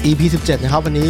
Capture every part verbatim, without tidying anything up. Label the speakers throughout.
Speaker 1: อี พี สิบเจ็ดนะครับวันนี้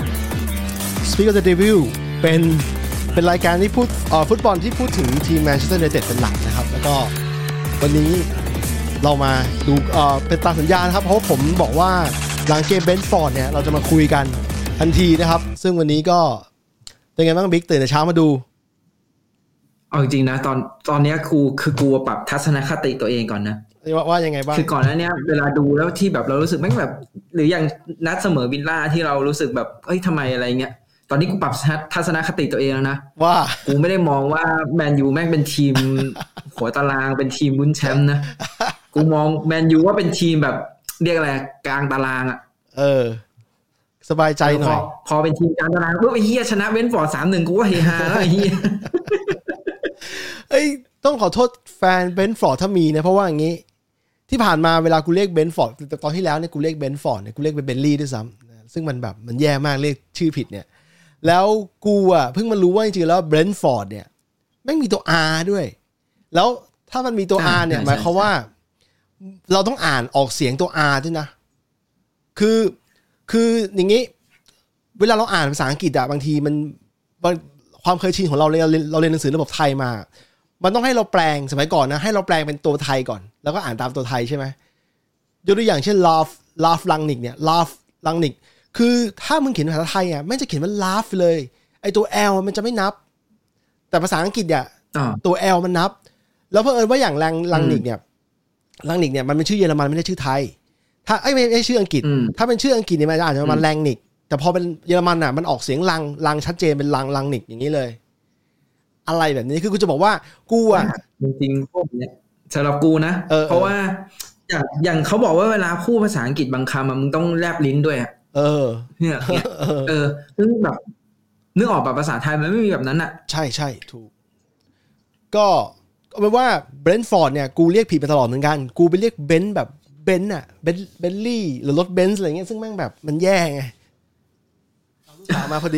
Speaker 1: Speak of the Devil เป็นเป็นรายการที่พูดเอ่อฟุตบอลที่พูดถึงทีมแมนเชสเตอร์ยูไนเต็ดเป็นหลักนะครับแล้วก็วันนี้เรามาดูเอ่อเป็นตามสัญญาณครับเพราะผมบอกว่าหลังเกมเบนฟอร์ดเนี่ยเราจะมาคุยกันทันทีนะครับซึ่งวันนี้ก็เป็นไงบ้างบิ๊กตื่นแต่เช้ามาดู
Speaker 2: เอาจริงๆนะตอนตอนนี้ครูคือกูปรับทัศนคติตัวเองก่อนนะ
Speaker 1: ว่าว่ายังไงบ้าง
Speaker 2: คือก่อนหน้านี้เวลาดูแล้วที่แบบเรารู้สึกแม่งแบบหรืออย่างนัดเสมอวิลล่าที่เรารู้สึกแบบเอ้ยทำไมอะไรเงี้ยตอนนี้กูปรับทัศนคติตัวเองแล้วนะ
Speaker 1: ว่า
Speaker 2: กูไม่ได้มองว่าแมนยูแม่งเป็นทีมหัวตารางเป็นทีมลุ้นแชมป์นะกูมองแมนยูว่าเป็นทีมแบบเรียกอะไรกลางตารางอ่ะ
Speaker 1: เออสบายใจหน่อย
Speaker 2: พอเป็นทีมกลางตารางปุ๊บไอ้เหี้ยชนะเว้นฟอร์ด สามหนึ่ง กูก็เฮฮาแล้วไอ้เหี้ย
Speaker 1: เอ้ยต้องขอโทษแฟนเบนฟอร์ดถ้ามีนะเพราะว่าอย่างงี้ที่ผ่านมาเวลากูเรียกเบนฟอร์ดแต่ตอนที่แล้วเนี่ยกูเรียกเบนฟอร์ดเนี่ยกูเรียกเป็นเบนลี่ด้วยซ้ำซึ่งมันแบบมันแย่มากเรียกชื่อผิดเนี่ยแล้วกูอ่ะเพิ่งมารู้ว่าจริงๆแล้วเบนฟอร์ดเนี่ยแม่งมีตัว R ด้วยแล้วถ้ามันมีตัว R เนี่ยหมายความว่าเราต้องอ่านออกเสียงตัว R ด้วยนะคือคืออย่างงี้เวลาเราอ่านภาษาอังกฤษอะบางทีมันความเคยชินของเราเราเรียนเราเรียนหนังสือระบบไทยมามันต้องให้เราแปลงสมัยก่อนนะให้เราแปลงเป็นตัวไทยก่อนแล้วก็อ่านตามตัวไทยใช่ไหมยกตัวอย่างเช่น laugh laugh ลังนิกเนี่ย laugh ลังนิกคือถ้ามึงเขียนภาษาไทยอ่ะไม่จะเขียนว่า laugh เลยไอตัว L มันจะไม่นับแต่ภาษาอังกฤษเนี่ยตัว L มันนับแล้วเผอิญว่าอย่างลังลังนิกเนี่ยลังนิกเนี่ยมันเป็นชื่อเยอรมันไม่ได้ชื่อไทยถ้าไอ้ไม่ใช่ชื่ออังกฤษถ้าเป็นชื่ออังกฤษเนี่ยมันจะอ่านว่าแรงนิกแต่พอเป็นเยอรมันอ่ะมันออกเสียงลังลังชัดเจนเป็นลังลังนิกอย่างนี้เลยอะไรแบบนี้คือกูจะบอกว่ากูอ่ะ
Speaker 2: จริงๆพวกเนี้ยสำหรับกูนะ เ, เพราะว่าอย่างอย่างเขาบอกว่าเวลาพูดภาษาอังกฤษบางคำมึงต้องแลบลิ้นด้วยอ่ะ
Speaker 1: เออ
Speaker 2: เนี่ยเออซึ่งแบบนึกออกแบบภาษาไทยมันไม่มีแบบนั้นอ่ะ
Speaker 1: ใช่ใช่ถูกก็เอาเป็นว่าเบรนท์ฟอร์ดเนี่ยกูเรียกผิดมาตลอดเหมือนกันกูไปเรียกเบนซ์แบบเบนซ์อ่ะเบนเบนลี่หรือรถเบนซ์อะไรเงี้ยซึ่งแม่งแบบมันแย่ไงถามมาพอดี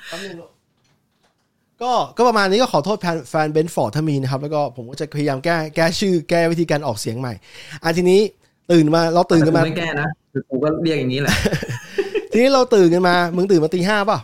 Speaker 1: ก็ก็ประมาณนี้ก็ขอโทษแฟนเบนฟอร์ดถ้ามีนะครับแล้วก็ผมก็จะพยายามแก้แก้ชื่อแก้วิธีการออกเสียงใหม่อ่ะทีนี้ตื่นมาเราตื่นกันมา
Speaker 2: ไม่แก้นะคือกูก็เรียกอย่างนี้แหละ
Speaker 1: ทีนี้เราตื่นกันมามึงตื่นมาตีห้าป่ะ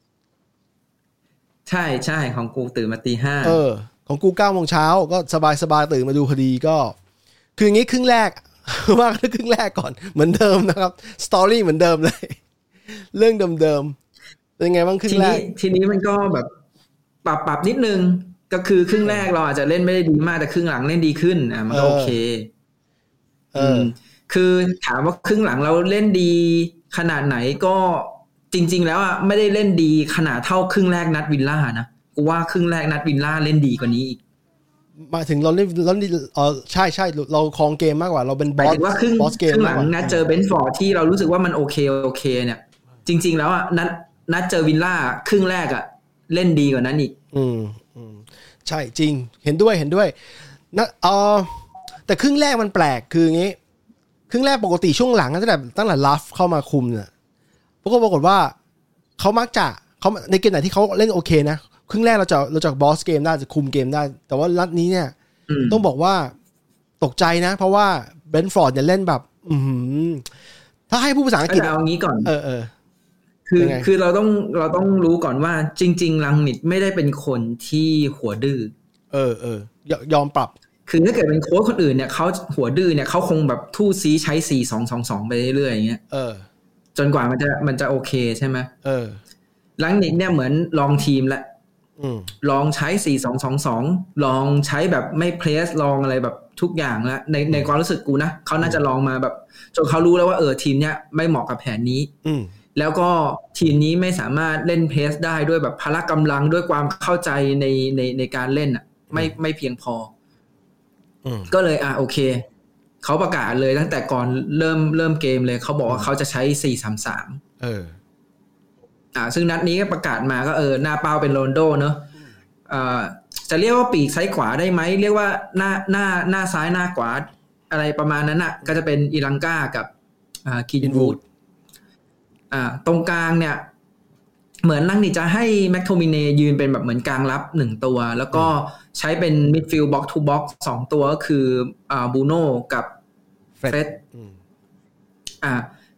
Speaker 2: ใช่ใช่ของกูตื่นมาตีห้า
Speaker 1: เออของกูเก้าโมงเช้าก็สบายสบายตื่นมาดูพอดีก็คืออย่างงี้ครึ่งแรกว่ากันครึ่งแรกก่อนเหมือนเดิมนะครับสตอรี่เหมือนเดิมเลยเรื่องเดิมๆเป็นไงบ้างครึ่งแรก
Speaker 2: ทีนี้มันก็แบบปรับปรับนิดนึงก็คือครึ่งแรกเราอาจจะเล่นไม่ได้ดีมากแต่ครึ่งหลังเล่นดีขึ้นอ่ะมันก็โอเคเออคือถามว่าครึ่งหลังเราเล่นดีขนาดไหนก็จริงๆแล้วอ่ะไม่ได้เล่นดีขนาดเท่าครึ่งแรกนัดวิลล่านะกูว่าครึ่งแรกนัดวิลล่าเล่นดีกว่านี้อีก
Speaker 1: มาถึงเราเล่นเราเออใช่ใช่เราครองเกมมากกว่าเราเป็นบอสบอสเกม
Speaker 2: ครึ่งหลังนัดเจอเบนฟอร์ดที่เรารู้สึกว่ามันโอเคโอเคเนี่ยจริงๆแล้วอ่ะนัดนัดเจอวิลล่าครึ่งแรกอ่ะเล่นดีกว่านั้นอีก
Speaker 1: อืมอืมใช่จริงเห็นด้วยเห็นด้วยนะเออแต่ครึ่งแรกมันแปลกคืออย่างงี้ครึ่งแรกปกติช่วงหลังตั้งแต่ตั้งแต่ลัฟเข้ามาคุมเนี่ยปรากฏปรากฏว่าเขามักจะเขาในเกมไหนที่เขาเล่นโอเคนะครึ่งแรกเราจะเราจะบอสเกมได้จะคุมเกมได้แต่ว่านัดนี้เนี่ยต้องบอกว่าตกใจนะเพราะว่าเบรนท์ฟอร์ดเนี่ยเล่นแบบอืมถ้าให้ผู้ภาษาอังกฤษ
Speaker 2: เอางี้ก่อน
Speaker 1: เออเออ
Speaker 2: คือคือเราต้องเราต้องรู้ก่อนว่าจริงๆลังนิดไม่ได้เป็นคนที่หัวดื้อ
Speaker 1: เออเออยอมปรับ
Speaker 2: คือถ้าเกิดเป็นโค้ชคนอื่นเนี่ยเขาหัวดื้อเนี่ยเขาคงแบบทู่ซีใช้สี่ สอง สอง สองไปเรื่อยๆอย่างเงี้ย
Speaker 1: เออ
Speaker 2: จนกว่ามันจะมันจะโอเคใช่ไหม
Speaker 1: เออ
Speaker 2: ลังนิดเนี่ยเหมือนลองทีมละลองใช้สี่ สอง สอง สองลองใช้แบบไม่เพรสลองอะไรแบบทุกอย่างแล้วในในความรู้สึกกูนะเขาน่าจะลองมาแบบจนเขารู้แล้วว่าเออทีมเนี้ยไม่เหมาะกับแผนนี้แล้วก็ทีมนี้ไม่สามารถเล่นเพสได้ด้วยแบบพละกำลังด้วยความเข้าใจในในในการเล่นอ่ะไม่ไม่เพียงพอก็เลยอ่ะโอเคเขาประกาศเลยตั้งแต่ก่อนเริ่มเริ่มเกมเลยเขาบอกว่าเขาจะใช้ สี่ สาม สาม
Speaker 1: เออ
Speaker 2: อ่าซึ่งนัดนี้ก็ประกาศมาก็เออหน้าเป้าเป็นโรนลโดเนอะอ่าจะเรียกว่าปีกซ้ายขวาได้ไหมเรียกว่าหน้าหน้าหน้าซ้ายหน้าขวาอะไรประมาณนั้นน่ะก็จะเป็นอีลังกากับอ่าคินวูดอ่าตรงกลางเนี่ยเหมือนลังนี่จะให้แม็กโทมิเนยืนเป็นแบบเหมือนกลางรับหนึ่งตัวแล้วก็ใช้เป็นมิดฟิลด์บ็อกซ์ทูบ็อกซ์สองตัวก็คืออ่าบูโน่กับเฟรดอ่า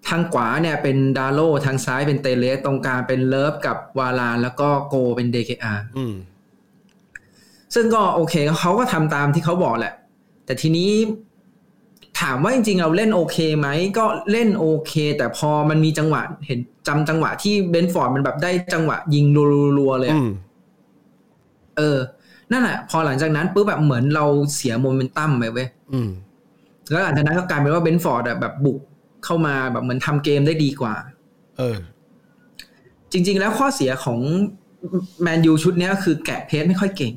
Speaker 2: ทางขวาเนี่ยเป็นดาโลทางซ้ายเป็นเตเลสตรงกลางเป็นเลิฟกับวาลานแล้วก็โกเป็น ดี เค อาร์
Speaker 1: อืม
Speaker 2: ซึ่งก็โอเคเขาก็ทำตามที่เขาบอกแหละแต่ทีนี้ถามว่าจริงๆเราเล่นโอเคไหมก็เล่นโอเคแต่พอมันมีจังหวะเห็นจำจังหวะที่เบนฟอร์ดมันแบบได้จังหวะยิงรัวๆเลยเออนั่นแหละพอหลังจากนั้นปุ๊บแบบเหมือนเราเสียโมเมนตัมไปเว้ยแล้วหลังจากนั้นก็กลายเป็นว่าเบนฟอร์ดแบบบุกเข้ามาแบบเหมือนทำเกมได้ดีกว่า
Speaker 1: เออ
Speaker 2: จริงๆแล้วข้อเสียของแมนยูชุดนี้ก็คือแกะเพจไม่ค่อยเก่ง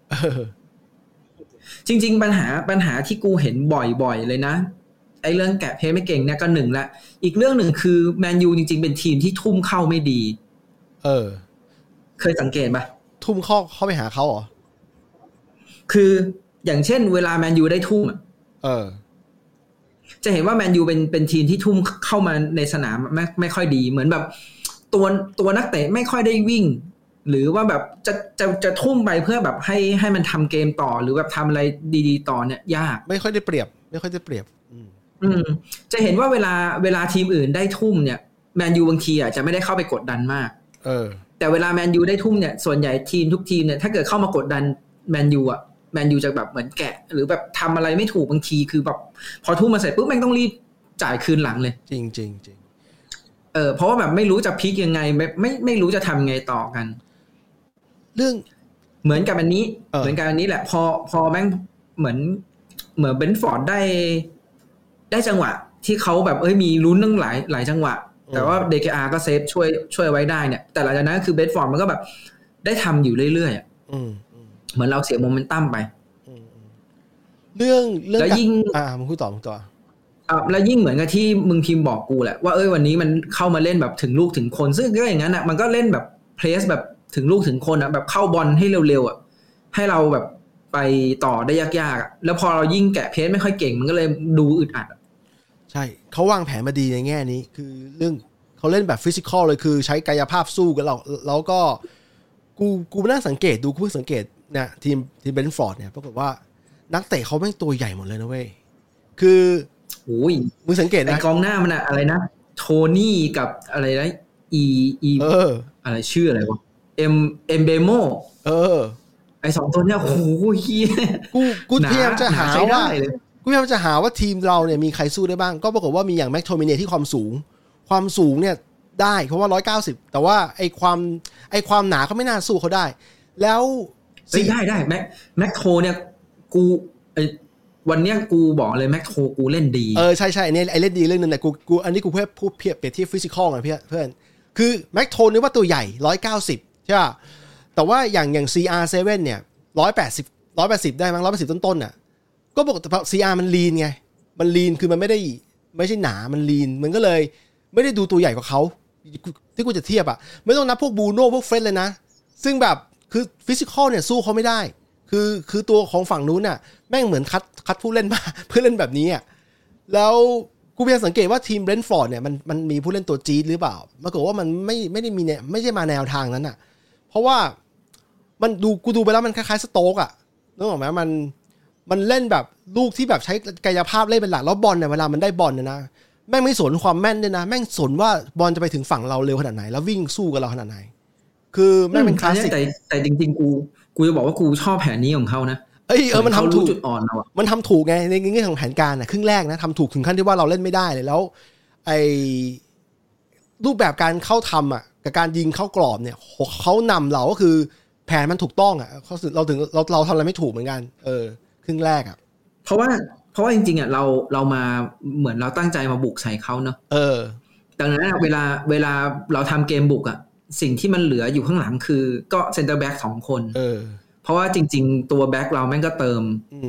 Speaker 2: จริงๆปัญหาปัญหาที่กูเห็นบ่อยๆเลยนะไอ้เรื่องแกะเพจไม่เก่งเนี่ยก็หนึ่งละอีกเรื่องหนึ่งคือแมนยูจริงๆเป็นทีมที่ทุ่มเข้าไม่ดี
Speaker 1: เออ
Speaker 2: เคยสังเกตป่ะ
Speaker 1: ทุ่มเข้าเข้าไปหาเขาเหรอ
Speaker 2: คืออย่างเช่นเวลาแมนยูได้ทุ่ม
Speaker 1: เออ
Speaker 2: จะเห็นว่าแมนยูเป็นเป็นทีมที่ทุ่มเข้ามาในสนามไม่ไม่ค่อยดีเหมือนแบบตัวตัวนักเตะไม่ค่อยได้วิ่งหรือว่าแบบจะจะจะทุ่มไปเพื่อแบบให้ให้มันทำเกมต่อหรือแบบทำอะไรดีๆต่อเนี่ยยาก
Speaker 1: ไม่ค่อยได้เปรียบไม่ค่อยได้เปรียบ
Speaker 2: อืมจะเห็นว่าเวลาเวลาทีมอื่นได้ทุ่มเนี่ยแมนยูบางทีอ่ะจะไม่ได้เข้าไปกดดันมาก
Speaker 1: เออ
Speaker 2: แต่เวลาแมนยูได้ทุ่มเนี่ยส่วนใหญ่ทีมทุกทีมเนี่ยถ้าเกิดเข้ามากดดันแมนยูอ่ะแมนยูจะแบบเหมือนแกะหรือแบบทำอะไรไม่ถูกบางทีคือแบบพอทุ่มมาเสร็จปุ๊บแม่งต้องรีบจ่ายคืนหลังเลย
Speaker 1: จริงจริงจริง
Speaker 2: เออเพราะว่าแบบไม่รู้จะพลิกยังไงไม่ไม่ไม่รู้จะทำยังไงต่อกัน
Speaker 1: เรื่อง
Speaker 2: เหมือนกับอันนี้เหมือนกับอันนี้แหละพอพอแม่งเหมือนเหมือนเบนฟอร์ดได้ได้จังหวะที่เขาแบบเอ้ยมีลุ้นตั้งหลายหลายจังหวะแต่ว่า ดี เค อาร์ ก็เซฟช่วยช่วยไว้ได้เนี่ยแต่หลังจากนั้นคือเบนฟอร์ดมันก็แบบได้ทำอยู่เรื่อยๆอ่ะเหมือนเราเสียโมเมนตัมไป
Speaker 1: เรื่องเรื่อง
Speaker 2: แล้วยิ่ง
Speaker 1: อ่ามึงพูดต่อมึงต่อ
Speaker 2: อ่ะแล้วยิ่งเหมือนกับที่มึงพิมพ์บอกกูแหละว่าเอ้ยวันนี้มันเข้ามาเล่นแบบถึงลูกถึงคนซึ่งก็อย่างนั้นอ่ะมันก็เล่นแบบเพลสแบบถึงลูกถึงคนอ่ะแบบเข้าบอลให้เร็วๆอ่ะให้เราแบบไปต่อได้ยากๆอ่ะแล้วพอเรายิ่งแกะเพสไม่ค่อยเก่งมันก็เลยดูอึดอัด
Speaker 1: ใช่เขาวางแผนมาดีในแง่นี้คือเรื่องเขาเล่นแบบฟิสิกอลเลยคือใช้กายภาพสู้กันเราแล้วก็กูกูนั่งสังเกตดูกูเพิ่งสังเกตเนี่ยทีมทีมเบนฟอร์ดเนี่ยปรากฏว่านักเตะเขาแม่งตัวใหญ่หมดเลยนะเว้ยคือ
Speaker 2: โอ้ย
Speaker 1: มึงสังเกตนะ
Speaker 2: ไอ้กองหน้ามันอะอะไรนะโทนี่กับอะไรนะอีอี
Speaker 1: เออ
Speaker 2: อะไรชื่ออะไรวะเอ็มเอ็มเบโม
Speaker 1: เออ
Speaker 2: ไอ้สองตัวเนี้ยโอ้โหเหี้ย
Speaker 1: กูกูพยายามจะหาว่ากูพยายามจะหาว่าทีมเราเนี่ยมีใครสู้ได้บ้างก็ปรากฏว่ามีอย่างแม็กโทมิเน่ที่ความสูงความสูงเนี่ยได้เพราะว่าหนึ่งร้อยเก้าสิบแต่ว่าไอ้ความไอ้ความหนาเขาไม่น่าสู้เขาได้แล้ว
Speaker 2: ได้ได้แม็กแม็กโทเนี่ยกูไอวันเนี้ยกูบอกเลยแม็กโทกูเล่นดี
Speaker 1: เออใช่ใช่อันนี้ไอเล่นดีเรื่องนึงแต่กูกูอันนี้กูเพื่อพูดเพียบเปรียบที่ฟิสิกอลไงเพื่อนเพื่อนคือแม็กโทนึกว่าตัวใหญ่หนึ่งร้อยเก้าสิบใช่ป่ะแต่ว่าอย่างอย่าง ซี อาร์ เซเว่น เนี่ยหนึ่งร้อยแปดสิบ หนึ่งร้อยแปดสิบได้มั้งหนึ่งร้อยแปดสิบต้นๆน่ะก็บอกแต่ ซี อาร์ มันลีนไงมันลีนคือมันไม่ได้ไม่ใช่หนามันลีนมันก็เลยไม่ได้ดูตัวใหญ่กว่าเขาที่กูจะเทียบอ่ะไม่ต้องนับพวกบูโน่พวกเฟรดเลยนะซึ่งแบบคือฟิสิกอลเนี่ยสู้เขาไม่ได้คือคือตัวของฝั่งนู้นน่ะแม่งเหมือนคัดคัดผู้เล่นมาเพื่อเล่นแบบนี้อ่ะแล้วกูพยายามสังเกตว่าทีมเบรนท์ฟอร์ดเนี่ยมันมันมีผู้เล่นตัวจี๊ดหรือเปล่าปรากฏว่ามันไม่ไม่ได้มีเนี่ยไม่ใช่มาแนวทางนั้นอ่ะเพราะว่ามันดูกูดูไปแล้วมันคล้ายๆสโต๊กอ่ะนึกออกไหมมันมันเล่นแบบลูกที่แบบใช้กายภาพเล่นเป็นหลักแล้วบอลเนี่ยเวลามันได้บอลเนี่ยนะแม่งไม่สนความแม่นด้วยนะแม่งสนว่าบอลจะไปถึงฝั่งเราเร็วขนาดไหนแล้ววิ่งสู้กับเราขนาดไหนคือแม่งเป็นคลาสสิก
Speaker 2: แต่แต่จริงๆกูกูจะบอกว่ากูชอบแผนนี้ของเขานะ
Speaker 1: เอ้ยเออมันทำถูก
Speaker 2: จุดอ่อนเราอ่ะ
Speaker 1: มันทำถูกไงในแง่ของแผนการอ่ะครึ่งแรกนะทำถูกถึงขั้นที่ว่าเราเล่นไม่ได้เลยแล้วไอ้รูปแบบการเข้าทำอ่ะกับการยิงเข้ากรอบเนี่ยเขานำเราก็คือแผนมันถูกต้องอ่ะเขาเราถึงเราเราทำอะไรไม่ถูกเหมือนกันเออครึ่งแรกอ่ะ
Speaker 2: เพราะว่าเพราะว่าจริงๆอ่ะเราเรามาเหมือนเราตั้งใจมาบุกใส่เขาเนาะ
Speaker 1: เออ
Speaker 2: ดังนั้นเวลาเวลาเราทำเกมบุกอ่ะสิ่งที่มันเหลืออยู่ข้างหลังคือก็เซนเตอร์แบ็กสองคน
Speaker 1: เออ
Speaker 2: เพราะว่าจริงๆตัวแบ็กเราแม่งก็เติม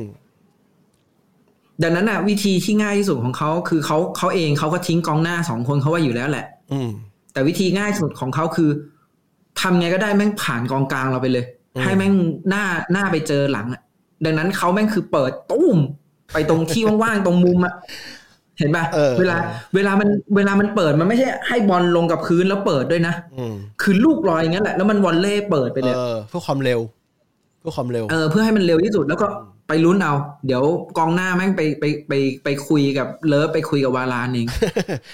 Speaker 2: ดังนั้นอ่ะวิธีที่ง่ายที่สุดของเขาคือเขาเขาเองเขาก็ทิ้งกองหน้าสองคนเขาไว้อยู่แล้วแหละแต่วิธีง่ายสุดของเขาคือทำไงก็ได้แม่งผ่านกองกลางเราไปเลยให้แม่งหน้าหน้าไปเจอหลังอ่ะดังนั้นเขาแม่งคือเปิดตุ้มไปตรงที่ว่างๆตรงมุมอ่ะเห็นป่ะเวลาเวลามันเวลามันเปิดมันไม่ใช่ให้บอลลงกับพื้นแล้วเปิดด้วยนะคือลูกลอยอย่างนั้นแหละแล้วมันวอลเล่เปิดไปเลย
Speaker 1: เพื่อความเร็วเพื่อความเร็ว
Speaker 2: เออเพื่อให้มันเร็วที่สุดแล้วก็ไปลุ้นเอาเดี๋ยวกองหน้าแม่งไปไปไปไปคุยกับเลิฟไปคุยกับวาลานเอง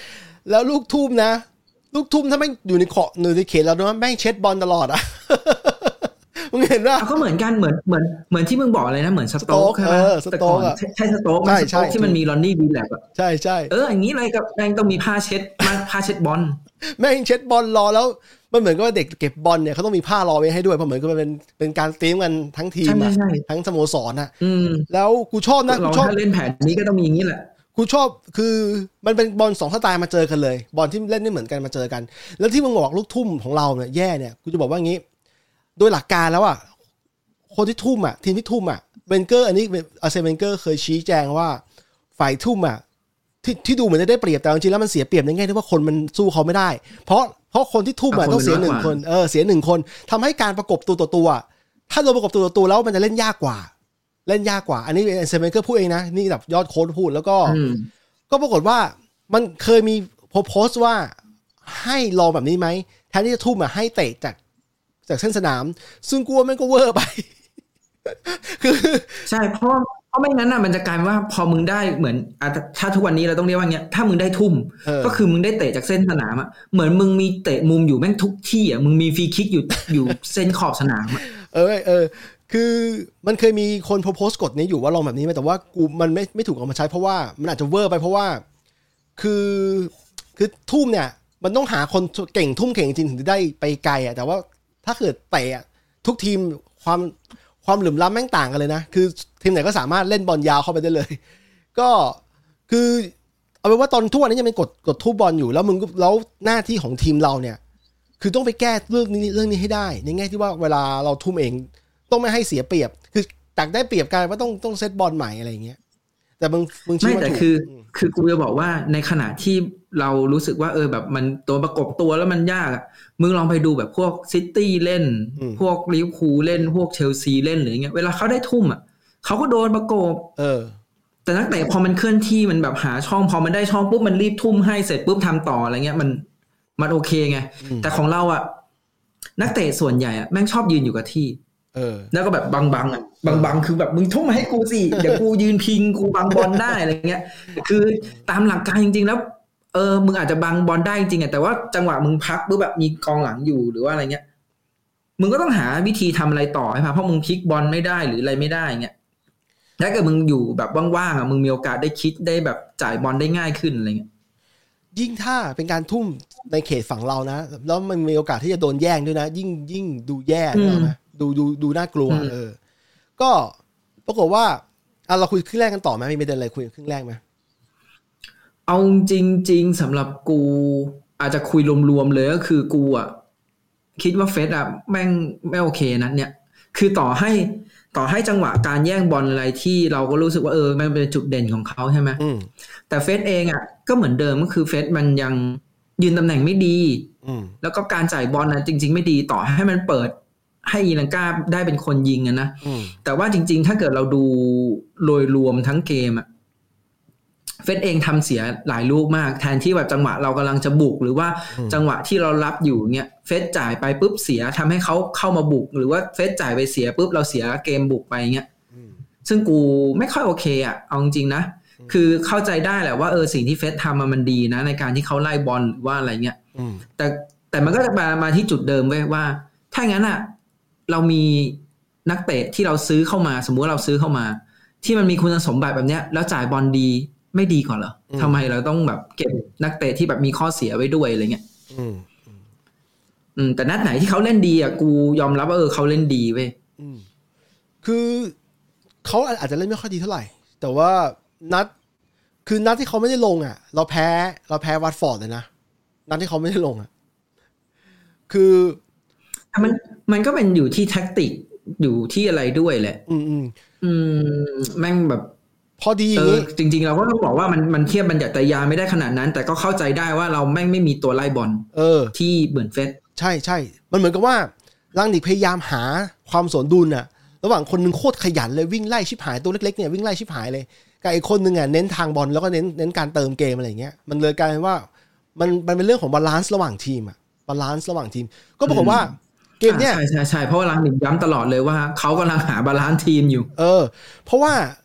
Speaker 1: แล้วลูกทุ่มนะลูกทุ่มถ้าไม่อยู่ในเขาะอยู่ในเขตเราด้วยแม่งเช็ดบอลตลอดอ่ะมึงเห็นป่ะ
Speaker 2: ก็เหมือนกันเหมือนเหมือนเหมือนที่มึงบอกเลยนะเหมือนสโต๊กใช่ไหม
Speaker 1: สโต๊ก
Speaker 2: ใช่สโต๊กมันสโต๊กที่มันมีลอนนี่ดีแลบอ่ะ
Speaker 1: ใช่ใช่
Speaker 2: เอออย่างนี้เลยกับแม่งต้องมีผ้าเช็ดผ้าเช็ดบอล
Speaker 1: แม่งเช็ดบอลรอแล้วมันเหมือนกับว่าเด็กเก็บบอลเนี่ยเขาต้องมีผ้ารอไว้ให้ด้วยเพราะเหมือนกับมันเป็นเป็นการเตรียมกันทั้งทีมทั้งสโมสรอ่ะแล้วกูชอบนะกูชอบ
Speaker 2: เล่นแผนนี้ก็ต้องมีอย่างนี้แหละ
Speaker 1: กูชอบคือมันเป็นบอลสองสไตล์มาเจอกันเลยบอลที่เล่นไม่เหมือนกันมาเจอกันแล้วที่มึงบอกลูกทุ่มของเราเนี่ยแย่เนี่ยกูจะบอกว่างี้โดยหลักการแล้วอ่ะคนที่ทุ่มอ่ะทีมที่ทุ่มอ่ะเวนเกอร์อันนี้อาร์เซนเวนเกอร์เคยชี้แจงว่าฝ่ายทุ่มอ่ะที่ที่ดูเหมือนจะได้เปรียบแต่จริงๆแล้วมันเสียเปรียบในแง่ที่ว่าคนมันสู้เขาไม่ได้เพราะเพราะคนที่ทุ่มอ่ะต้องเสียหนึ่งคนเออเสียหนึ่งคนทำให้การประกบตัวต่อตัวถ้าโดนประกบตัวต่อตัวแล้วมันจะเล่นยากกว่าเล่นยากกว่าอันนี้อาร์เซนเวนเกอร์พูดเองนะนี่แบบยอดโค้ชพูดแล้วก็ก็ปรากฏว่ามันเคยมีโพสต์ว่าให้ลองแบบนี้ไหมแทนที่จะทุ่มอ่ะให้เตะจากจากเส้นสนามซึ่งกลัวมันก็เวอร์ไป
Speaker 2: คือใช่เพราะเพราะไม่งั้นน่ะมันจะกลายว่าพอมึงได้เหมือนถ้าทุกวันนี้เราต้องเรียกว่าเงี้ยถ้ามึงได้ทุ่มก็คือมึงได้เตะจากเส้นสนามอ่ะเหมือนมึงมีเตะมุมอยู่แม่งทุกที่อ่ะมึงมีฟรีคิกอยู่อยู่เส้นขอบสนามอ่ะ
Speaker 1: เออเออคือมันเคยมีคนโพสต์กฎนี้อยู่ว่าลองแบบนี้ไหมแต่ว่ากูมันไม่ไม่ถูกเอามาใช้เพราะว่ามันอาจจะเวอร์ไปเพราะว่าคือคือทุ่มเนี่ยมันต้องหาคนเก่งทุ่มเก่งจริงถึงจะได้ไปไกลอ่ะแต่ว่าถ้าเกิดเตะทุกทีมความความเหลื่อมล้ำแม่งต่างกันเลยนะคือทีมไหนก็สามารถเล่นบอลยาวเข้าไปได้เลยก็คือเอาเป็นว่าตอนทุกวันนี้ยังเป็นกดกดทุ่มบอลอยู่แล้วมึงแล้วหน้าที่ของทีมเราเนี่ยคือต้องไปแก้เรื่องนี้เรื่องนี้ให้ได้ในแง่ที่ว่าเวลาเราทุ่มเองต้องไม่ให้เสียเปรียบคือจากได้เปรียบกันว่าต้องต้องเซตบอลใหม่อะไรอย่างเงี้ยแต่มึงมึง
Speaker 2: ไม่แต่คือคือกูจะบอกว่าในขณะที่เรารู้สึกว่าเออแบบมันตัวประกบตัวแล้วมันยากอ่ะมึงลองไปดูแบบพวกซิตี้เล่นพวกลิเวอร์พูลเล่นพวกเชลซีเล่นหรืออย่างเงี้ยเวลาเขาได้ทุ่มอ่ะเขาก็โดนประกบ
Speaker 1: เออ
Speaker 2: แต่นักเตะพอมันเคลื่อนที่มันแบบหาช่องพอมันได้ช่องปุ๊บมันรีบทุ่มให้เสร็จปุ๊บทำต่ออะไรเงี้ยมันมันโอเคไงแต่ของเราอ่ะนักเตะส่วนใหญ่อ่ะแม่งชอบยืนอยู่กับที่
Speaker 1: เออ
Speaker 2: แล้วก็แบบบังๆอ่ะบังๆคือแบบมึงทุ่มมาให้กูสิเดี๋ยวกูยืนพิงกูบังบอลได้อะไรเงี้ยคือตามหลักการจริงๆแล้วเออมึงอาจจะบังบอลได้จริงๆแต่ว่าจังหวะมึงพักปุ๊บแบบมีกองหลังอยู่หรือว่าอะไรเงี้ยมึงก็ต้องหาวิธีทำอะไรต่อให้พะเพราะมึงพลิกบอลไม่ได้หรืออะไรไม่ได้เงี้ยถ้าเกิดมึงอยู่แบบว่างๆอ่ะมึงมีโอกาสได้คิดได้แบบจ่ายบอลได้ง่ายขึ้นอะไรเงี้ย
Speaker 1: ยิ่งถ้าเป็นการทุ่มในเขตฝั่งเรานะแล้วมันมีโอกาสที่จะโดนแย่งด้วยนะยิ่งยิ่งดูแย่นะดูดูดูน่ากลัวเออก็ปรากฏว่าอ่ะเราคุยครึ่งแรกกันต่อไหมมีประเด็นอะไรคุยครึ่งแรกไหม
Speaker 2: เอาจริงๆสำหรับกูอาจจะคุยรวมๆเลยก็คือกูอ่ะคิดว่าเฟสอ่ะแม่งไม่โอเคนะเนี่ยคือต่อให้ต่อให้จังหวะการแย่งบอลอะไรที่เราก็รู้สึกว่าเออมันเป็นจุดเด่นของเขาใช่ไหมแต่เฟสเองอ่ะก็เหมือนเดิมก็คือเฟสมันยังยืนตำแหน่งไม่ดีแล้วก็การจ่ายบอลนะจริงๆไม่ดีต่อให้มันเปิดให้อีลังกาได้เป็นคนยิงอะนะแต่ว่าจริงๆถ้าเกิดเราดูโดยรวมทั้งเกมอะเฟสเองทำเสียหลายลูกมากแทนที่แบบจังหวะเรากำลังจะบุกหรือว่าจังหวะที่เรารับอยู่เงี้ยเฟสจ่ายไปปุ๊บเสียทำให้เขาเข้ามาบุกหรือว่าเฟสจ่ายไปเสียปุ๊บเราเสียเกมบุกไปเงี้ยซึ่งกูไม่ค่อยโอเคอะเอาจริงๆนะคือเข้าใจได้แหละว่าเออสิ่งที่เฟสทำมันดีนะในการที่เขาไล่บอลหรือว่าอะไรเงี้ยแต่แต่มันก็จะมามาที่จุดเดิมเว้ยว่าถ้างั้นอะเรามีนักเตะที่เราซื้อเข้ามาสมมุติว่าเราซื้อเข้ามาที่มันมีคุณสมบัติแบบเนี้ยแล้วจ่ายบอลดีไม่ดีก่อนเหรอทำไมเราต้องแบบเก็บนักเตะที่แบบมีข้อเสียไว้ด้วยอะไรเงี้ยอืมอืมแต่นัดไหนที่เขาเล่นดีอ่ะกูยอมรับว่าเออเขาเล่นดีเว้ย
Speaker 1: คือเขาอาจจะเล่นไม่ค่อยดีเท่าไหร่แต่ว่านัดคือนัดที่เขาไม่ได้ลงอ่ะเราแพ้เราแพ้วัตฟอร์ดเลยนะนัดที่เขาไม่ได้ลงอ่ะคือ
Speaker 2: มันมันก็เป็นอยู่ที่แท็กติกอยู่ที่อะไรด้วยแหละ
Speaker 1: อืมอืม
Speaker 2: อืมแม่งแบบ
Speaker 1: พอดี
Speaker 2: เออจริงๆเราก็ต้องบอกว่ามันมันเทียบบรรยัติยาไม่ได้ขนาดนั้นแต่ก็เข้าใจได้ว่าเราแม่งไม่มีตัวไล่บอล
Speaker 1: เออ
Speaker 2: ที่เหมือนเฟส
Speaker 1: ใช่ใช่มันเหมือนกับว่าลังนิกพยายามหาความสมดุลน่ะระหว่างคนนึงโคตรขยันเลยวิ่งไล่ชิบหายตัวเล็กๆเนี่ยวิ่งไล่ชิบหายเลยกับอีกคนนึงอ่ะเน้นทางบอลแล้วก็เน้นเน้นการเติมเกมอะไรอย่างเงี้ยมันเลยกลายเป็นว่ามันมันเป็นเรื่องของบาลานซ์ระหว่างทีมอ่ะบาลานซ์ระหว่างทีมก็ปรากฏว่าเกมเนี้ย
Speaker 2: ใช่ใช่ใช่เพราะว่าลังนิกย้ำตลอดเลยว่าเขากำลังหาบาลานซ์ทีมอยู่
Speaker 1: เออเพราะว่า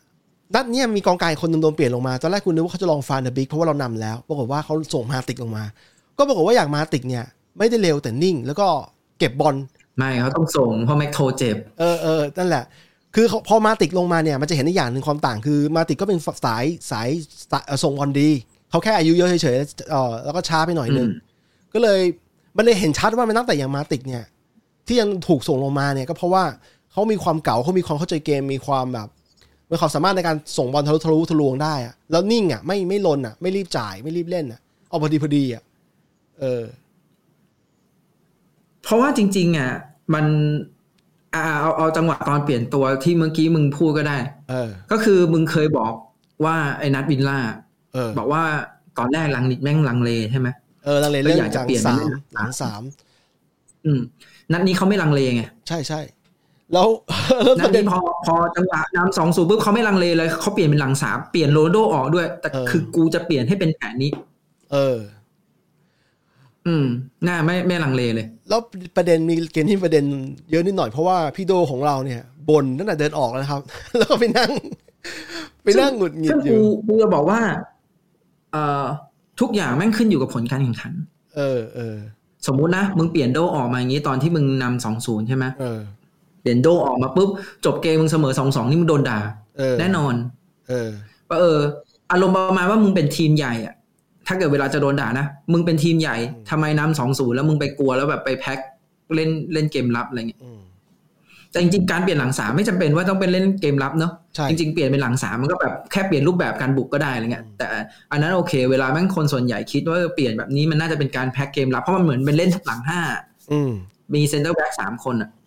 Speaker 1: นัดเนี้ยมีกองกลางคนนึงโดนเปลี่ยนลงมาตอนแรกคุณนึกว่าเขาจะลองฟานเดอร์บิกเพราะว่าเรานำแล้วปรากฏว่าเขาส่งมาติกลงมาก็ปรากฏว่าอย่างมาติกเนี่ยไม่ได้เร็วแต่นิ่งแล้วก็เก็บบอล
Speaker 2: ไม่เขาต้องส่งเพราะแม็กโทเจ็บ
Speaker 1: เออเออนั่นแหละคือพอมาติกลงมาเนี่ยมันจะเห็นอีกอย่างนึงความต่างคือมาติกก็เป็นสายสายส่งบอลดีเขาแค่อายุเยอะเฉยๆเออแล้วก็ช้าไปหน่อยนึงก็เลยมันเลยเห็นชัดว่ามันตั้งแต่อย่างมาติกเนี่ยที่ยังถูกส่งลงมาเนี่ยก็เพราะว่าเขามีความเก่าเขามีความเข้าใจเกมมีความแบบมีความสามารถในการส่งบอลทะลุทะลุทะลวงได้อะแล้วนิ่งอ่ะไม่ไม่ลนอ่ะไม่รีบจ่ายไม่รีบเล่นอ่ะเอาพอดีพอดีอ่ะเออ
Speaker 2: เพราะว่าจริงๆอ่ะมันเอาเอาเอาจังหวะตอนเปลี่ยนตัวที่เมื่อกี้มึงพูดก็ได้
Speaker 1: เออ
Speaker 2: ก็คือมึงเคยบอกว่าไอ้นัทวินล่า
Speaker 1: เออ
Speaker 2: บอกว่าก่อนแรกลังนิดแม่งลังเลใช่ไหม
Speaker 1: เออลังเลเรื่องอยากจะเปลี่ยนสามหลังสาม
Speaker 2: อืมนัดนี้เขาไม่ลังเลไง
Speaker 1: ใช่ใช่แล้ว
Speaker 2: นัดนี้พอพอจังหวะนำสองศูนย์ปุ๊บเขาไม่ลังเลเลยเขาเปลี่ยนเป็นหลังสามเปลี่ยนโรนัลโดออกด้วยแต่คือกูจะเปลี่ยนให้เป็นแผนนี้
Speaker 1: เออ
Speaker 2: อืมน่าไม่ไม่ลังเลเลย
Speaker 1: แล้วประเด็นมีเกณฑ์ที่ประเด็นเยอะนิดหน่อยเพราะว่าพี่โดของเราเนี่ยบ่นตั้งแต่เดินออกแล้วนะครับแล้วก็ไปนั่งไปนั่งหงุดหงิดอยู่
Speaker 2: กูจะบอกว่าเอ่อทุกอย่างแม่งขึ้นอยู่กับผลการแข่งขัน
Speaker 1: เออเออ
Speaker 2: สมมุตินะมึงเปลี่ยนโดออกมาอย่างนี้ตอนที่มึงนำสองศูนย์ใช่ไหม
Speaker 1: เออ
Speaker 2: เปลี่ยนโดออกมาปุ๊บจบเกมมึงเสมอ สองสอง นี่มึงโดนด่าแน่นอน
Speaker 1: เออ
Speaker 2: ว่าเอออารมณ์ประมาณว่ามึงเป็นทีมใหญ่อะถ้าเกิดเวลาจะโดนด่านะมึงเป็นทีมใหญ่ทำไมนำสองศูนย์แล้วมึงไปกลัวแล้วแบบไปแพ็คเล่นเล่นเกมลับอะไรเงี้ยแต่จริงๆการเปลี่ยนหลังสามไม่จำเป็นว่าต้องเป็นเล่นเกมลับเนาะจริงๆเปลี่ยนเป็นหลังสามมันก็แบบแค่เปลี่ยนรูปแบบการบุกก็ได้อะไรเงี้ยแต่อันนั้นโอเคเวลาแม่งคนส่วนใหญ่คิดว่าเปลี่ยนแบบนี้มันน่าจะเป็นการแพ็คเกมลับเพราะมันเหมือนเป็นเล่นหลังห้ามีเซนเตอร์แบ็กสามคนอ่ะ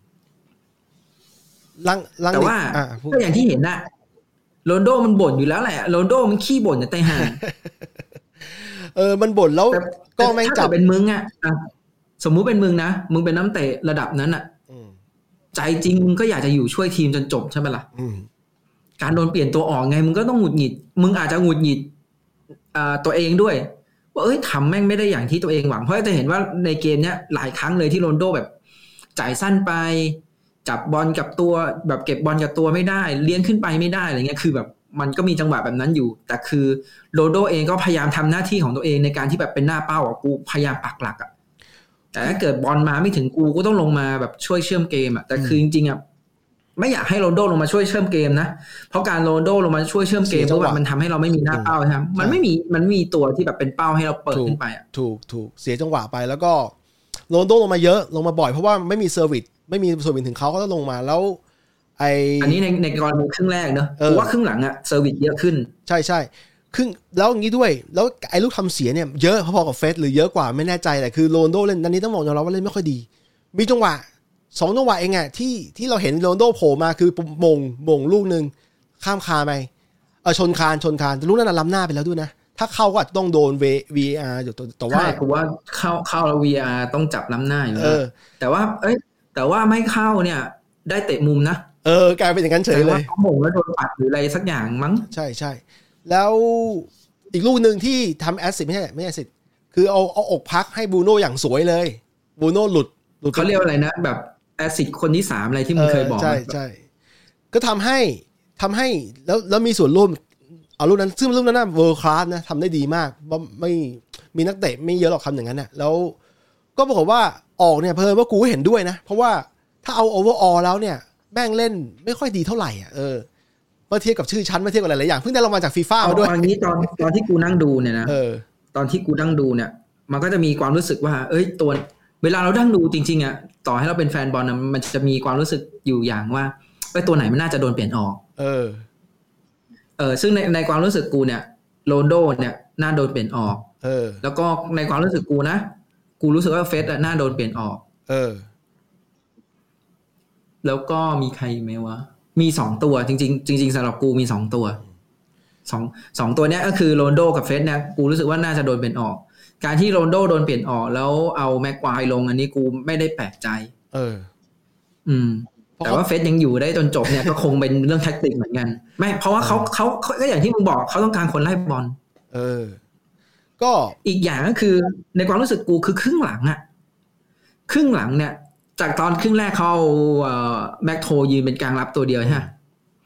Speaker 2: แต่ว่าก็อย่างที่เห็นน่ะโรนโดมันบ่นอยู่แล้วแหละโรนโดมันขี้บ่นจะตายห่า
Speaker 1: เออมันบ่นแล้วก็ไม่จับ
Speaker 2: เป็นมึงอ่ะสมมุติเป็นมึงนะมึงเป็นน้ำเตะระดับนั้นอ่ะใจจริงมึงก็อยากจะอยู่ช่วยทีมจนจบใช่ไหมล่ะการโดนเปลี่ยนตัวออกไงมึงก็ต้องหงุดหงิดมึงอาจจะหงุดหงิดตัวเองด้วยว่าเอ้ยทำแม่งไม่ได้อย่างที่ตัวเองหวังเพราะจะเห็นว่าในเกมเนี้ยหลายครั้งเลยที่โรนโดแบบจ่ายสั้นไปจับบอลกับตัวแบบเก็บบอลกับตัวไม่ได้เลี้ยงขึ้นไปไม่ได้อะไรเงี้ยคือแบบมันก็มีจังหวะแบบนั้นอยู่แต่คือโรนโดเองก็พยายามทำหน้าที่ของตัวเองในการที่แบบเป็นหน้าเป้าอ่ะกูพยายามปักหลักอ่ะแต่ถ้าเกิดบอลมาไม่ถึงกูก็ต้องลงมาแบบช่วยเชื่อมเกมอ่ะแต่คือจริงๆอ่ะไม่อยากให้โรนโดลงมาช่วยเชื่อมเกมนะเพราะการโรนโดลงมาช่วยเชื่อมเกมเพราะว่ามันทำให้เราไม่มีหน้าเป้าใช่ไหมมันไม่มีมันมีตัวที่แบบเป็นเป้าให้เราเปิดขึ้นไปอ่ะ
Speaker 1: ถูกถูกเสียจังหวะไปแล้วก็โรนโดลงมาเยอะลงมาบ่อยเพราะว่าไม่มีเซอร์วิสไม่มีเซอร์วิสถึงเขาก็ต้องลงมาแล้วไอ
Speaker 2: อันนี้ในในกรณีครึ่งแรกเนอะเพราะว่าครึ่งหลังอะเซอร์วิสเยอะขึ้น
Speaker 1: ใช่ใช่ครึ่งแล้วอย่างนี้ด้วยแล้วไอ้ลูกทำเสียเนี่ยเยอะพอๆกับเฟสหรือเยอะกว่าไม่แน่ใจแต่คือโรนโดเล่นอันนี้ต้องบอกยอมรับว่าเล่นไม่ค่อยดีมีจังหวะสองจังหวะเองอะที่ที่เราเห็นโรนโดโผล่มาคือมงมงลูกนึงข้ามคาไปเออชนคานชนคานแต่ลูกนั้นล้ำหน้าไปแล้วด้วยนะถ้าเข้าก็อาจจะต้องโดน วี อาร์ อยู่แต่ว่า
Speaker 2: ใช่คือว่าเข้าเข้าแล้ว วี อาร์ ต้องจับล้ำหน้าอยู่แล้วแต่ว่าเอ้ยแต่ว่าไม่เข้าเนี่ยได้เตะมุมนะ
Speaker 1: เออกลายเป็นอย่างนั้นเฉยเลย
Speaker 2: เขาหม่งแล้วโดนปัดหรืออะไรสักอย่างมั้ง
Speaker 1: ใช่ใช่แล้วอีกลูกหนึ่งที่ทำแอสซิสไม่ใช่ไม่ใช่แอสซิสคือเอาเอาอกพักให้บูโน่อย่างสวยเลยบูโน่หลุดหลุด
Speaker 2: เขาเรียกอะไรนะแบบแอสซิสคนที่สามอะไรที่มึงเคยบอก
Speaker 1: ใช่ใช่ก็ทำให้ทำให้แล้วแล้วมีส่วนร่วมเอาลูกนั้นซึ่งลูกนั้นน่ะเวิลด์คลาสนะทำได้ดีมากไม่มีนักเตะไม่เยอะหรอกคำอย่างนั้นน่ะแล้วก็ปรากฏว่าออกเนี่ยเพิ่มว่ากูเห็นด้วยนะเพราะว่าถ้าเอาโอเวอร์ออลแล้วเนี่ยแม่งเล่นไม่ค่อยดีเท่าไหร่อ่ะเออเมื่อเทียบกับชื่อชั้นเมื่อเทียบกับหลายๆอย่างเพิ่งได้รางวัลจากฟีฟ่ามาด้วย
Speaker 2: ตอนนี้ตอนตอนที่กูนั่งดูเนี่ยนะตอนที่กูนั่งดูเนี่ยมันก็จะมีความรู้สึกว่าเอ้ยตัวเวลาเรานั่งดูจริงๆอ่ะต่อให้เราเป็นแฟนบอลนะมันจะมีความรู้สึกอยู่อย่างว่าไอ้ตัวไหนมันน่าจะโดนเปลี่ยนออก
Speaker 1: เออ
Speaker 2: เออซึ่งในในความรู้สึกกูเนี่ยโรนโดเนี่ยน่าโดนเปลี่ยนออก
Speaker 1: เออ
Speaker 2: แล้วก็ในความรู้สึกกูนะกูรู้สึกว่าเฟสน่าโดนเปลี่ยนออก
Speaker 1: เออ
Speaker 2: แล้วก็มีใครไหมวะมีสองตัวจริงๆจริงๆสำหรับกูมีสองตัวสองสองตัวเนี้ยก็คือโรนโดกับเฟสเนี่ยกูรู้สึกว่าน่าจะโดนเปลี่ยนออกการที่โรนโดโดนเปลี่ยนออกแล้วเอาแม็กควายลงอันนี้กูไม่ได้แปลกใจ
Speaker 1: เออ
Speaker 2: อืมแต่ว่าเฟสยังอยู่ได้จนจบเนี่ยก็คงเป็นเรื่องแท็กติกเหมือนกันไม่เพราะว่าเขาเขาก็อย่างที่มึงบอกเขาต้องการคนไล่บอล
Speaker 1: เออก็
Speaker 2: อีกอย่างก็คือในความรู้สึกกูคือครึ่งหลังอะครึ่งหลังเนี่ยจากตอนครึ่งแรกเขาเอ่อแม็กโทยืนเป็นกลางรับตัวเดียวใช่ไหม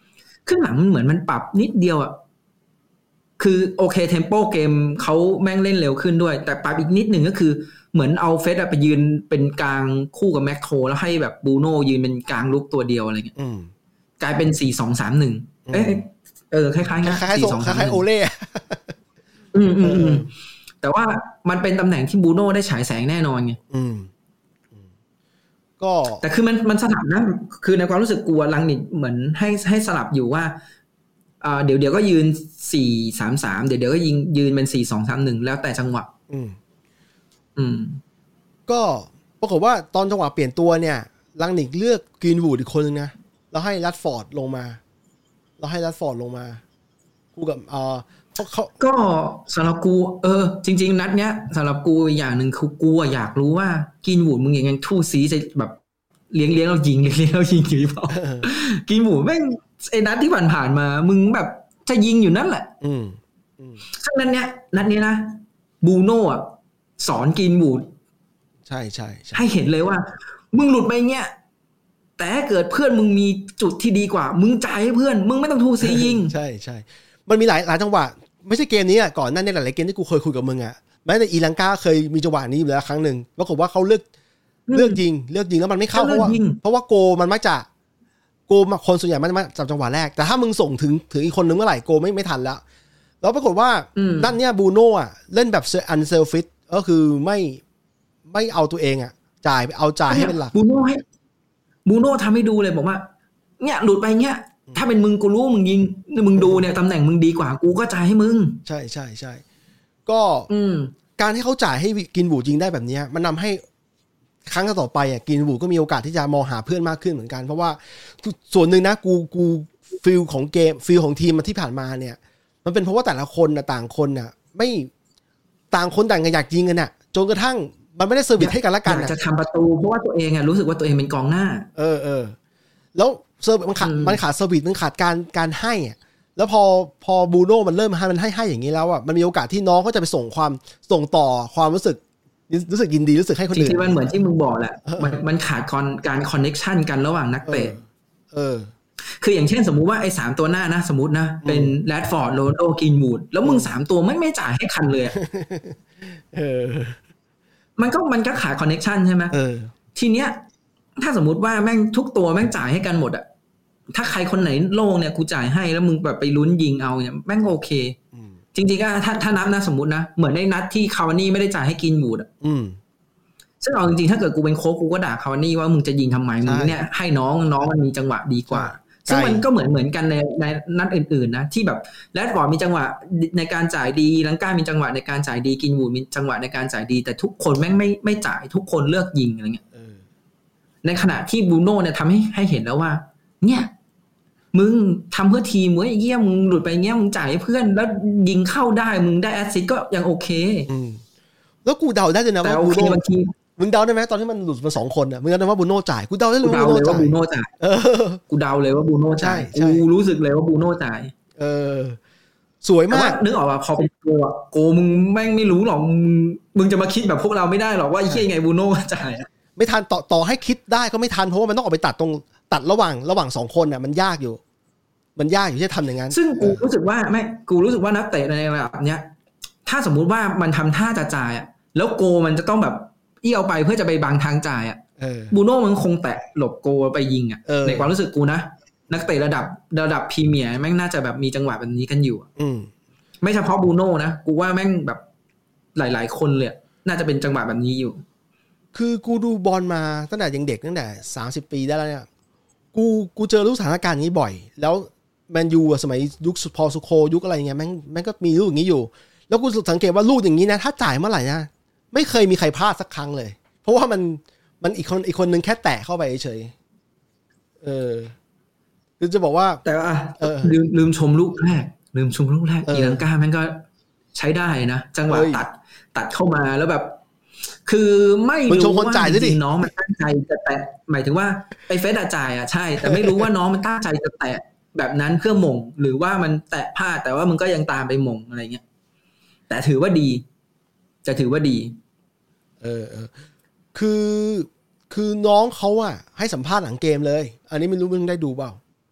Speaker 2: ครึ่งหลังมันเหมือนมันปรับนิดเดียวอ่ะคือโอเคเทมโปเกมเขาแม่งเล่นเร็วขึ้นด้วยแต่ปรับอีกนิดหนึ่งก็คือเหมือนเอาเฟสไปยืนเป็นกลางคู่กับแม็กโทแล้วให้แบบบูโน่ยืนเป็นกลางลุกตัวเดียวอะไรเงี้ยกลายเป็นสี่สองสามหนึ่งเอ๊ะเออคล้ายๆงั้นสี่สองสามหนึ่งคล้ายๆโอเล่อืมอืมอืมแต่ว่ามันเป็นตำแหน่งที่บูโน่ได้ฉายแสงแน่นอนไงอืมก็แต่คือมันมันสลับนะคือในความรู้สึกกลัวลังนิดเหมือนให้ให้สลับอยู่ว่าอ่าเดี๋ยวเดี๋ยวก็ยืนสี่สามสามเดี๋ยวเดี๋ยวก็ยิงยืนเป็นสี่สองสามหนึ่งแล้วแต่จังหวะอืมอืมก็ปรากฏว่าตอนจังหวะเปลี่ยนตัวเนี่ยลังนิดเลือกกรีนวูดอีกคนนึงนะแล้วให้รัดฟอร์ดลงมาแล้วให้รัดฟอร์ดลงมาคู่กับเอ่อเขาก็สำหรับกูเออจริงๆนัดเนี้ยสำหรับกูอย่างหนึ่งคือกูอยากรู้ว่ากินบูดมึงอย่างยังทู่ซีจะแบบเลี้ยงเลี้ยงเรายิงเลี้ยงเลี้ยงเรายิงหรือเปล่ากินบูดแม่งไอ้นัดที่ผ่านผ่านมามึงแบบจะยิงอยู่นั่นแหละอืมซึ่งนัดเนี้ยนัดเนี้ยนะบูโน่อะสอนกินบูดใช่ใช่ให้เห็นเลยว่ามึงหลุดไปเงี้ยแต่ถ้าเกิดเพื่อนมึงมีจุดที่ดีกว่ามึงจ่ายให้เพื่อนมึงไม่ต้องทู่ซียิงใช่ใช่มันมีหลายหลายจังหวะไม่ใช่เกมนี้อ่ะก่อนหน้านี้หลายๆเกมที่กูเคยคุยกับมึงอ่ะแม้แต่อีลังกาเคยมีจังหวะนี้อยู่แล้วครั้งหนึ่งปรากฏว่าเขาเลือกเลือกยิงเลือกยิงแล้วมันไม่เข้าเพราะว่าเพราะว่าโกมันมักจะโกคนส่วนใหญ่มันมาจับจังหวะแรกแต่ถ้ามึงส่งถึงถึงอีกคนนึงเมื่อไหร่โกไม่ไม่ทันแล้วแล้วปรากฏว่าด้านเนี้ยบูโน่อ่ะเล่นแบบอันเซลฟิตก็คือไม่ไม่เอาตัวเองอ่ะจ่ายเอาจ่ายให้เป็นหลักบูโน่ให้บูโน่ทำให้ดูเลยบอกว่าเนี่ยหลุดไปเนี้ยถ้าเป็นมึงกูรู้มึงยิงมึงดูเนี่ยตำแหน่งมึงดีกว่ากูก็จ่ายให้มึงใช่ใช่ใช่ก็การที่เขาจ่ายให้กินบูยิงได้แบบนี้มันนำให้ครั้งต่อไปอ่ะกินบูก็มีโอกาสที่จะมองหาเพื่อนมากขึ้นเหมือนกันเพราะว่าส่วนหนึ่งนะกูกูฟีลของเกมฟีลของทีมมาที่ผ่านมาเนี่ยมันเป็นเพราะว่าแต่ละคนนะต่างคนน่ะไม่ต่างคนต่างกันอยากยิงกันน่ะจนกระทั่งมันไม่ได้เซอร์วิสให้กันละกันอยากจะทำประตูเพราะว่าตัวเองอ่ะรู้สึกว่าตัวเองเป็นกองหน้าเออเออแล้วเซอร์มันขาดมันขาดเซอร์วิสมันขาดการการให้อ่ะแล้วพอพอบูโน่มันเริ่มให้มันให้ให้อย่างนี้แล้วอ่ะมันมีโอกาสที่น้องก็จะไปส่งความส่งต่อความรู้สึกรู้สึกยินดีรู้สึกให้คนอื่นจริงๆมันเหมือนที่มึงบอกแหละมันมันขาดการคอนเนคชั่นกันระหว่างนักเตะเออคืออย่างเช่นสมมุติว่าไอ้สามตัวหน้านะสมมุตินะเป็นแรดฟอร์ดโรนลโดกินวูดแล้วมึงสามตัวไม่ไม่จ่ายให้คันเลยเออมันก็มันก็ขาดคอนเนคชั่นใช่ไหมทีเนี้ยถ้าสมมุติว่าแม่งทุกตัวแม่งจ่ายให้กันหมดอะถ้าใครคนไหนโล่งเนี่ยกูจ่ายให้แล้วมึงแบบไปลุ้นยิงเอาเนี่ยแม่งโอเคจริงๆก็ถ้าถ้านับนะสมมุตินะเหมือนในนัดที่คาวานี่ไม่ได้จ่ายให้กินบูดอ่ะซึ่งเอาจริงๆถ้าเกิดกูเป็นโค้ชกูก็ด่าคาวานี่ว่ามึงจะยิงทำไมมึงเนี่ยให้น้องน้องมันมีจังหวะดีกว่าซึ่งมันก็เหมือนเหมือนกันในในนัดอื่นๆนะที่แบบแรดฟอร์ดมีจังหวะในการจ่ายดีลังก้ามีจังหวะในการจ่ายดีกินบูดมีจังหวะในการจ่ายดีแต่ทุกคนแม่งไม่ไม่จ่ายทุกคนเลือกยิงอะไรเงี้ยในขณะที่บูโน่เนี่ยทำให้ให้เห็นแล้วว่าเนี่ยมึงทำเพื่อทีมเว้ยเยี่ยมมึงหลุดไปเงี้ยมึงจ่ายให้เพื่อนแล้วยิงเข้าได้มึงได้แอสซิสต์ก็ยังโอเคแล้วกูเดาได้เลยนะว่าบูโน่บางทีมึงเดาได้ไหมตอนที่มันหลุดมาสองคนอ่ะมึงเดาได้ว่าบูโน่จ่ายกูเดาได้เลยว่าบูโน่จ่ายบูโน่จ่ายกูเดาเลยว่าบูโน่จ่ายกูรู้สึกเลยว่าบูโน่จ่ายเออสวยมากนึกออกว่าพอเป็นโกอ่ะโกมึงแม่งไม่รู้หรอกมึงมึงจะมาคิดแบบพวกเราไม่ได้หรอกว่าไอ้เหี้ยไงบูโน่จ่ายไม่ทันต่อต่อให้คิดได้ก็ไม่ทันเพราะว่ามันต้องออกไปตัดตรงตัดระหว่างระหว่างสองคนน่ะมันยากอยู่มันยากอยู่ที่จะทำอย่างนั้นซึ่งกูรู้สึกว่าไม่กูรู้สึกว่านักเตะในระดับเนี้ยถ้าสมมุติว่ามันทำท่าจะจ่ายอ่ะแล้วโกมันจะต้องแบบเอี้ยวไปเพื่อจะไปบังทางจ่ายอ่ะบูโน่มันคงแตะหลบโกไปยิงอ่ะในความรู้สึกกูนะนักเตะระดับระดับพรีเมียร์แม่งน่าจะแบบมีจังหวะแบบนี้กันอยู่ไม่เฉพาะบูโน่นะกูว่าแม่งแบบหลายๆคนเลยน่าจะเป็นจังหวะแบบนี้อยู่คือกูดูบอลมาตั้งแต่ยังเด็กตั้งแต่สามสิบปีได้แล้วเนี่ยกูกูเจอรูปสถานการณ์นี้บ่อยแล้วแมนยูสมัยยุคพอสุโคยุคอะไรเงี้ยแม่งแม่งก็มีลูกอย่างนี้อยู่แล้วกูสังเกตว่าลูกอย่างนี้นะถ้าจ่ายเมื่อไหร่นะไม่เคยมีใครพลาดสักครั้งเลยเพราะว่ามันมันอีกคนอีกคนนึงแค่แตะเข้าไปเฉยเออคือจะบอกว่าแต่ว่าลืมลืมชมลูกแรกลืมชมลูกแรกอีลังกาแม่งก็ใช้ได้นะจังหวะตัดตัดเข้ามาแล้วแบบคือไม่รู้ว่าจริงๆน้องมันตั้งใจจะแตะหมายถึงว่าไอ้เฟสอะจ่ายอะใช่แต่ไม่รู้ว่าน้องมันตั้งใจจะแตะแบบนั้นเพื่อหม่งหรือว่ามันแตะพลาดแต่ว่ามันก็ยังตามไปหม่งอะไรเงี้ยแต่ถือว่าดีจะถือว่าดีเออเออคือคือน้องเขาอะให้สัมภาษณ์หลังเกมเลยอันนี้ไม่รู้มึงได้ดูเปล่า